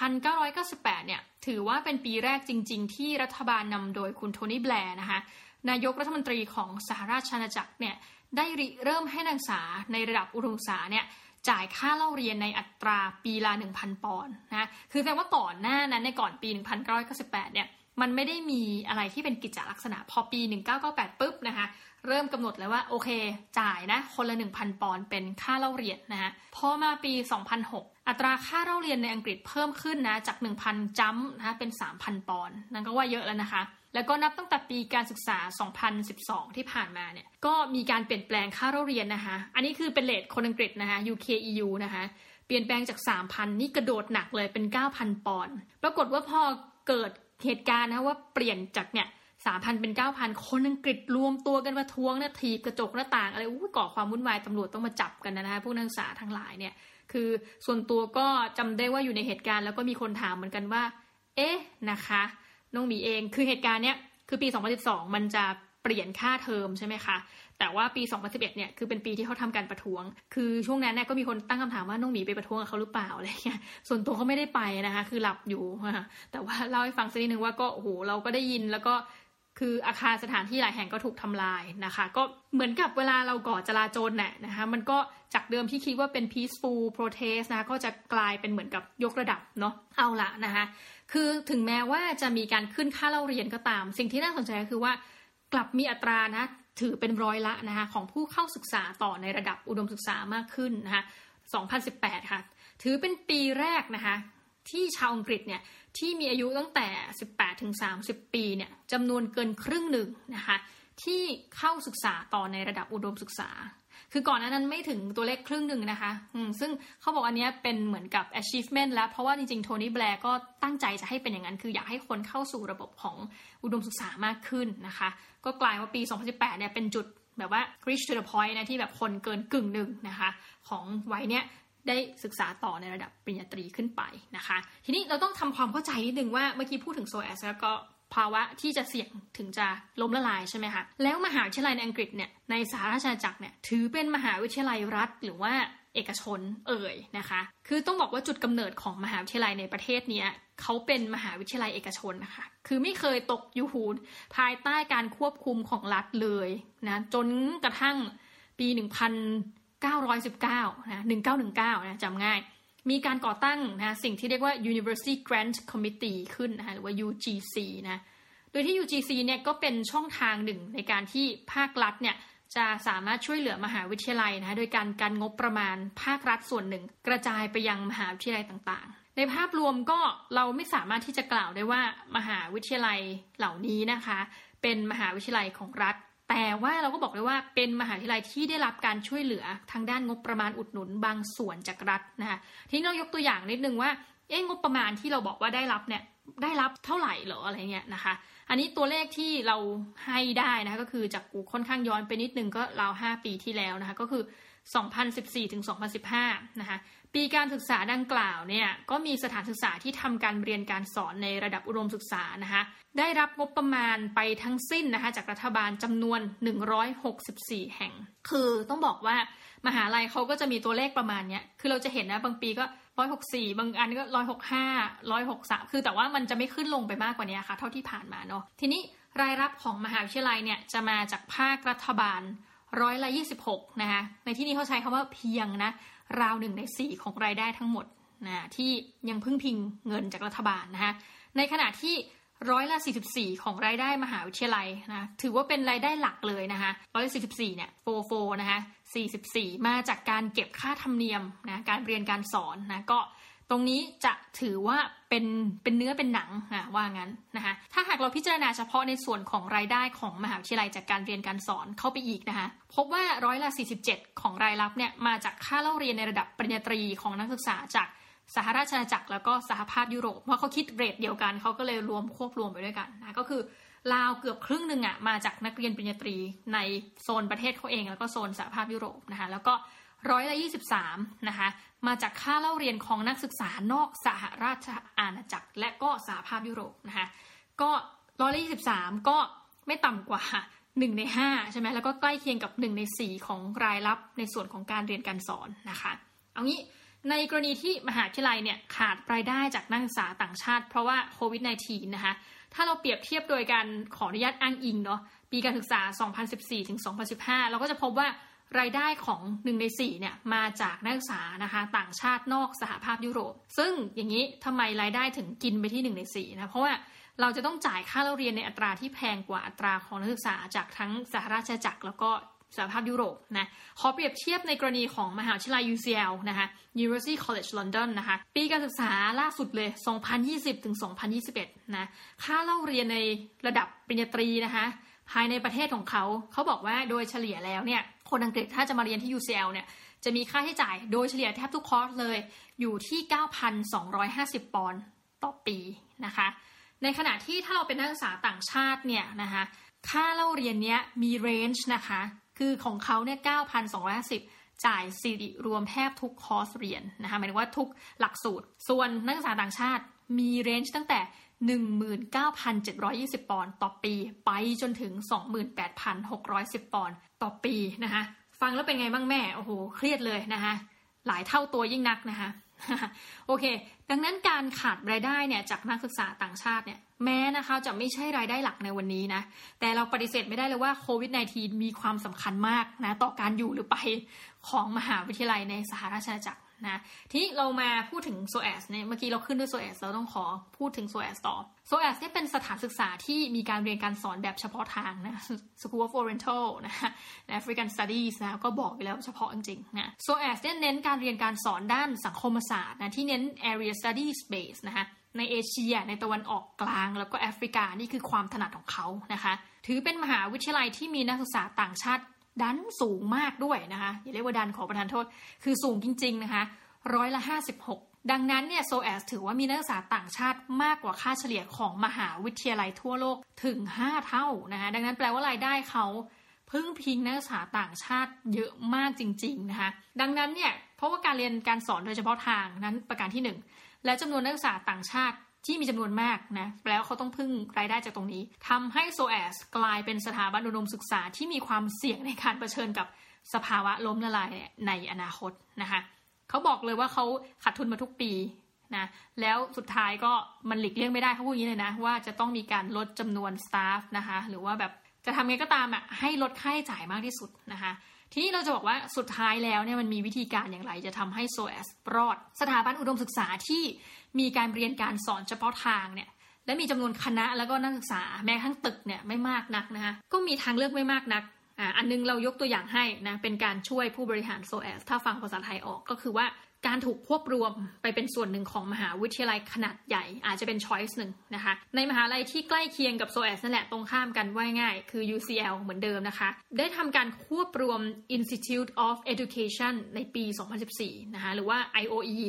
1998 เนี่ยถือว่าเป็นปีแรกจริงๆที่รัฐบาลนำโดยคุณโทนี่แบร์นะคะนายกรัฐมนตรีของสหราชอาณาจักรเนี่ยได้เริ่มให้นักศึกษาในระดับอุดมศึกษาเนี่ยจ่ายค่าเล่าเรียนในอัตราปีละ 1,000 ปอนด์นะคือแสดงว่าก่อนหน้านั้นในก่อนปี 1998 เนี่ยมันไม่ได้มีอะไรที่เป็นกิจลักษณะพอปี 1998 ปุ๊บนะคะเริ่มกำหนดเลยว่าโอเคจ่ายนะคนละ 1,000 ปอนด์เป็นค่าเล่าเรียนนะคะพอมาปี 2006 อัตราค่าเล่าเรียนในอังกฤษเพิ่มขึ้นนะจาก 1,000 จัมป์นะเป็น 3,000 ปอนด์นั่นก็ว่าเยอะแล้วนะคะแล้วก็นับตั้งแต่ปีการศึกษา 2012 ที่ผ่านมาเนี่ยก็มีการเปลี่ยนแปลงค่าเล่าเรียนนะคะอันนี้คือเป็นเรทคนอังกฤษนะคะ UK EU นะคะเปลี่ยนแปลงจาก 3,000 นี่กระโดดหนักเลยเป็น 9,000 ปอนด์ปรากฏว่าพอเกิดเหตุการณ์นะว่าเปลี่ยนจากเนี่ย 3,000 เป็น 9,000 คนอังกฤษรวมตัวกันมาทวงนะถีบกระจกหน้าต่างอะไรก่อความวุ่นวายตำรวจต้องมาจับกันนะคะพวกนักศึกษาทั้งหลายเนี่ยคือส่วนตัวก็จำได้ว่าอยู่ในเหตุการณ์แล้วก็มีคนถามเหมือนกันว่าเอ๊ะนะคะน้องหมีเองคือเหตุการณ์เนี้ยคือปี 2012 มันจะเปลี่ยนค่าเทอมใช่ไหมคะแต่ว่าปี 2011 เนี่ยคือเป็นปีที่เขาทำการประท้วงคือช่วงนั้นเนี่ยก็มีคนตั้งคำถามว่าน้องหมีไปประท้วงกับเขาหรือเปล่าอะไรเงี้ยส่วนตัวเขาไม่ได้ไปนะคะคือหลับอยู่แต่ว่าเล่าให้ฟังสักนิดนึงว่าก็โอ้โหเราก็ได้ยินแล้วก็คืออาคารสถานที่หลายแห่งก็ถูกทำลายนะคะก็เหมือนกับเวลาเราก่อจลาจลนะคะมันก็จากเดิมที่คิดว่าเป็น peaceful protest นะคะก็จะกลายเป็นเหมือนกับยกระดับเนาะเอาละนะคะคือถึงแม้ว่าจะมีการขึ้นค่าเล่าเรียนก็ตามสิ่งที่น่าสนใจก็คือว่ากลับมีอัตรานะถือเป็นร้อยละนะคะของผู้เข้าศึกษาต่อในระดับอุดมศึกษามากขึ้นนะคะ2018ค่ะถือเป็นปีแรกนะคะที่ชาวอังกฤษเนี่ยที่มีอายุตั้งแต่18ถึง30ปีเนี่ยจำนวนเกินครึ่งหนึ่งนะคะที่เข้าศึกษาต่อในระดับอุดมศึกษาคือก่อนหน้านั้นไม่ถึงตัวเลขครึ่งหนึ่งนะคะซึ่งเขาบอกอันนี้เป็นเหมือนกับ achievement แล้วเพราะว่าจริงๆโทนี่แบร์ก็ตั้งใจจะให้เป็นอย่างนั้นคืออยากให้คนเข้าสู่ระบบของอุดมศึกษามากขึ้นนะคะก็กลายว่าปี 2018 เนี่ยเป็นจุดแบบว่า reach to the point นะที่แบบคนเกินกึ่งหนึ่งนะคะของวัยเนี้ยได้ศึกษาต่อในระดับปริญญาตรีขึ้นไปนะคะทีนี้เราต้องทำความเข้าใจนิดนึงว่าเมื่อกี้พูดถึง SOAS แล้วก็ภาวะที่จะเสี่ยงถึงจะล้มละลายใช่ไหมคะแล้วมหาวิทยาลัยในอังกฤษเนี่ยในสหราชอาณาจักรเนี่ยถือเป็นมหาวิทยาลัยรัฐหรือว่าเอกชนนะคะคือต้องบอกว่าจุดกำเนิดของมหาวิทยาลัยในประเทศนี้เขาเป็นมหาวิทยาลัยเอกชนนะคะคือไม่เคยตกอยู่ภายใต้การควบคุมของรัฐเลยนะจนกระทั่งปี1919นะ1919นะจำง่ายมีการก่อตั้งนะสิ่งที่เรียกว่า University Grant Committee ขึ้นนะคะหรือว่า UGC นะโดยที่ UGC เนี่ยก็เป็นช่องทางหนึ่งในการที่ภาครัฐเนี่ยจะสามารถช่วยเหลือมหาวิทยาลัยนะโดยการงบประมาณภาครัฐส่วนหนึ่งกระจายไปยังมหาวิทยาลัยต่างๆในภาพรวมก็เราไม่สามารถที่จะกล่าวได้ว่ามหาวิทยาลัยเหล่านี้นะคะเป็นมหาวิทยาลัยของรัฐแต่ว่าเราก็บอกเลยว่าเป็นมหาวิทยาลัยที่ได้รับการช่วยเหลือทางด้านงบประมาณอุดหนุนบางส่วนจากรัฐนะคะทีนี้เรายกตัวอย่างนิดนึงว่างบประมาณที่เราบอกว่าได้รับเนี่ยได้รับเท่าไหร่เหรออะไรเงี้ยนะคะอันนี้ตัวเลขที่เราให้ได้นะคะก็คือจากกูค่อนข้างย้อนไปนิดนึงก็ราว5 ปีที่แล้วนะคะก็คือ2014 ถึง 2015นะคะปีการศึกษาดังกล่าวเนี่ยก็มีสถานศึกษาที่ทำการเรียนการสอนในระดับอุดมศึกษานะคะได้รับงบประมาณไปทั้งสิ้นนะคะจากรัฐบาลจำนวน164แห่งคือต้องบอกว่ามหาลัยเขาก็จะมีตัวเลขประมาณนี้คือเราจะเห็นนะบางปีก็164บางอันก็165 163คือแต่ว่ามันจะไม่ขึ้นลงไปมากกว่านี้ค่ะเท่าที่ผ่านมาเนาะทีนี้รายรับของมหาวิทยาลัยเนี่ยจะมาจากภาครัฐบาล26%นะคะในที่นี้เขาใช้คำว่าเพียงนะราว1 ใน 4ของรายได้ทั้งหมดนะที่ยังพึ่งพิงเงินจากรัฐบาลนะคะในขณะที่44%ของรายได้มหาวิทยาลัยนะถือว่าเป็นรายได้หลักเลยนะคะ44เนี่ย44นะคะ44มาจากการเก็บค่าธรรมเนียมนะการเรียนการสอนนะก็ตรงนี้จะถือว่าเป็นเนื้อเป็นหนังว่างั้นนะคะถ้าหากเราพิจารณาเฉพาะในส่วนของรายได้ของมหาวิทยาลัยจากการเรียนการสอนเข้าไปอีกนะคะพบว่า47%ของรายรับเนี่ยมาจากค่าเล่าเรียนในระดับปริญญาตรีของนักศึกษาจากสหราชอาณาจักรแล้วก็สหภาพยุโรปเพราะเขาคิดเรทเดียวกันเขาก็เลยควบรวมไปด้วยกันนะก็คือราวเกือบครึ่งนึงมาจากนักเรียนปริญญาตรีในโซนประเทศเขาเองแล้วก็โซนสหภาพยุโรปนะคะแล้วก็23%นะคะมาจากค่าเล่าเรียนของนักศึกษานอกสหราชอาณาจักรและก็สหภาพยุโรปนะคะก็23%ก็ไม่ต่ำกว่า1 ใน 5ใช่ไหมแล้วก็ใกล้เคียงกับ1 ใน 4ของรายรับในส่วนของการเรียนการสอนนะคะเอางี้ในกรณีที่มหาวิทยาลัยเนี่ยขาดรายได้จากนักศึกษาต่างชาติเพราะว่าโควิด -19 นะคะถ้าเราเปรียบเทียบโดยการขออนุญาตอ้างอิงเนาะปีการศึกษา 2014 ถึง 2015เราก็จะพบว่ารายได้ของ1 ใน 4เนี่ยมาจากนักศึกษานะคะต่างชาตินอกสหภาพยุโรปซึ่งอย่างนี้ทำไมรายได้ถึงกินไปที่1 ใน 4นะเพราะว่าเราจะต้องจ่ายค่าเล่าเรียนในอัตราที่แพงกว่าอัตราของนักศึกษาจากทั้งสหราชอาณาจักรแล้วก็สหภาพยุโรปนะขอเปรียบเทียบในกรณีของมหาวิทยาลัย UCL นะคะ University College London นะคะปีการศึกษาล่าสุดเลย2020 ถึง 2021นะค่าเล่าเรียนในระดับปริญญาตรีนะคะภายในประเทศของเขาบอกว่าโดยเฉลี่ยแล้วเนี่ยคนอังกฤษถ้าจะมาเรียนที่ UCL เนี่ยจะมีค่าใช้จ่ายโดยเฉลี่ยแทบทุกคอร์สเลยอยู่ที่ 9,250 ปอนด์ต่อปีนะคะในขณะที่ถ้าเราเป็นนักศึกษาต่างชาติเนี่ยนะคะค่าเล่าเรียนเนี้ยมีเรนจ์นะคะคือของเขาเนี่ย 9,250 จ่ายสิริรวมแทบทุกคอร์สเรียนนะคะหมายถึงว่าทุกหลักสูตรส่วนนักศึกษาต่างชาติมีเรนจ์ตั้งแต่ 19,720 ปอนด์ต่อปีไปจนถึง 28,610 ปอนด์ต่อปีนะคะฟังแล้วเป็นไงบ้างแม่โอ้โหเครียดเลยนะคะหลายเท่าตัวยิ่งนักนะคะโอเคดังนั้นการขาดรายได้เนี่ยจากนักศึกษาต่างชาติเนี่ยแม้นะคะจะไม่ใช่รายได้หลักในวันนี้นะแต่เราปฏิเสธไม่ได้เลยว่าโควิด -19 มีความสำคัญมากนะต่อการอยู่หรือไปของมหาวิทยาลัยในสหราชอาณาจักรนะทีนี้เรามาพูดถึง SOAS เนี่ยเมื่อกี้เราขึ้นด้วย SOAS เราต้องขอพูดถึง SOAS ต่อ SOAS เนี่ยเป็นสถานศึกษาที่มีการเรียนการสอนแบบเฉพาะทางนะ School of Oriental นะ African Studies นะก็บอกไปแล้วเฉพาะจริงๆนะ SOAS เนี่ยเน้นการเรียนการสอนด้านสังคมศาสตร์นะที่เน้น Area Studies Base นะคะในเอเชียในตะวันออกกลางแล้วก็แอฟริกานี่คือความถนัดของเขานะคะถือเป็นมหาวิทยาลัยที่มีนักศึกษาต่างชาติดันสูงมากด้วยนะคะอย่าเรียกว่าดันขอประทานโทษคือสูงจริงๆนะคะ56%ดังนั้นเนี่ย SOAS ถือว่ามีนักศึกษาต่างชาติมากกว่าค่าเฉลี่ยของมหาวิทยาลัยทั่วโลกถึง5 เท่านะคะดังนั้นแปลว่ารายได้เขาพึ่งพิงนักศึกษาต่างชาติเยอะมากจริงๆนะคะดังนั้นเนี่ยเพราะว่าการเรียนการสอนโดยเฉพาะทางนั้นประการที่1และจำนวนนักศึกษาต่างชาติที่มีจำนวนมากนะแล้วเขาต้องพึ่งรายได้จากตรงนี้ทำให้ SOAS กลายเป็นสถาบันอุดมศึกษาที่มีความเสี่ยงในการเผชิญกับสภาวะล้มละลายในอนาคตนะคะเขาบอกเลยว่าเขาขาดทุนมาทุกปีนะแล้วสุดท้ายก็มันหลีกเลี่ยงไม่ได้เขาพูดอย่างนี้เลยนะว่าจะต้องมีการลดจำนวนสตาฟนะคะหรือว่าแบบจะทำไงก็ตามให้ลดค่าใช้จ่ายมากที่สุดนะคะทีนี้เราจะบอกว่าสุดท้ายแล้วเนี่ยมันมีวิธีการอย่างไรจะทำให้ SOAS รอดสถาบันอุดมศึกษาที่มีการเรียนการสอนเฉพาะทางเนี่ยและมีจำนวนคณะแล้วก็นักศึกษาแม้ทั้งตึกเนี่ยไม่มากนักนะคะก็มีทางเลือกไม่มากนักอันนึงเรายกตัวอย่างให้นะเป็นการช่วยผู้บริหาร SOAS ถ้าฟังภาษาไทยออกก็คือว่าการถูกควบรวมไปเป็นส่วนหนึ่งของมหาวิทยาลัยขนาดใหญ่อาจจะเป็น choice หนึ่งนะคะในมหาลัยที่ใกล้เคียงกับ SOAS นั่นแหละตรงข้ามกันว่าง่ายคือ UCL เหมือนเดิมนะคะได้ทำการควบรวม Institute of Education ในปี 2014 นะคะหรือว่า IOE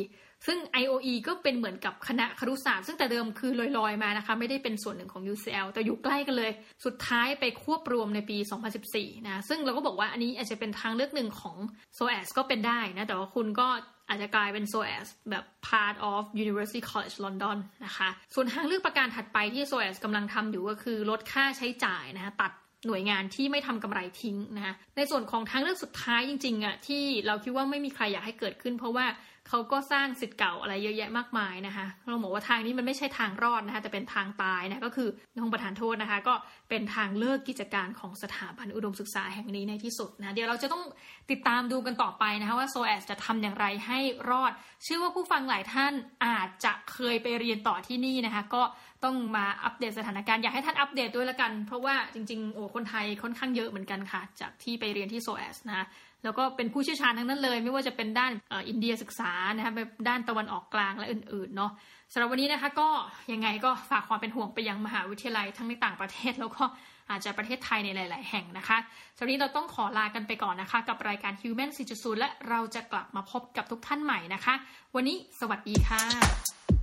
ซึ่ง IOE ก็เป็นเหมือนกับคณะครุศาสตร์ซึ่งแต่เดิมคือลอยๆมานะคะไม่ได้เป็นส่วนหนึ่งของ UCL แต่อยู่ใกล้กันเลยสุดท้ายไปควบรวมในปี 2014 นะซึ่งเราก็บอกว่าอันนี้อาจจะเป็นทางเลือกหนึ่งของ SOAS ก็เป็นได้นะแต่ว่าคุณก็อาจจะกลายเป็น SOAS แบบ part of University College London นะคะส่วนทางเลือกประการถัดไปที่ SOAS กำลังทำอยู่ก็คือลดค่าใช้จ่ายนะคะตัดหน่วยงานที่ไม่ทำกำไรทิ้งนะคะในส่วนของทางเลือกสุดท้ายจริงๆอ่ะที่เราคิดว่าไม่มีใครอยากให้เกิดขึ้นเพราะว่าเขาก็สร้างศิษย์เก่าอะไรเยอะแยะมากมายนะคะเราบอกว่าทางนี้มันไม่ใช่ทางรอดนะคะแต่เป็นทางตายนะก็คือน้องประธานโทษนะคะก็เป็นทางเลิกกิจการของสถาบันอุดมศึกษาแห่งนี้ในที่สุดนะเดี๋ยวเราจะต้องติดตามดูกันต่อไปนะคะว่า SOAS จะทำอย่างไรให้รอดเชื่อว่าผู้ฟังหลายท่านอาจจะเคยไปเรียนต่อที่นี่นะคะก็ต้องมาอัปเดตสถานการณ์อยากให้ท่านอัปเดตด้วยละกันเพราะว่าจริงๆคนไทยค่อนข้างเยอะเหมือนกันค่ะจากที่ไปเรียนที่ SOAS นะคะแล้วก็เป็นผู้เชี่ยวชาญทั้งนั้นเลยไม่ว่าจะเป็นด้านอินเดียศึกษานะคะด้านตะวันออกกลางและอื่นๆเนาะสำหรับวันนี้นะคะก็ยังไงก็ฝากความเป็นห่วงไปยังมหาวิทยาลัยทั้งในต่างประเทศแล้วก็อาจจะประเทศไทยในหลายๆแห่งนะคะสำหรับวันนี้เราต้องขอลากันไปก่อนนะคะกับรายการ Human 4.0 และเราจะกลับมาพบกับทุกท่านใหม่นะคะวันนี้สวัสดีค่ะ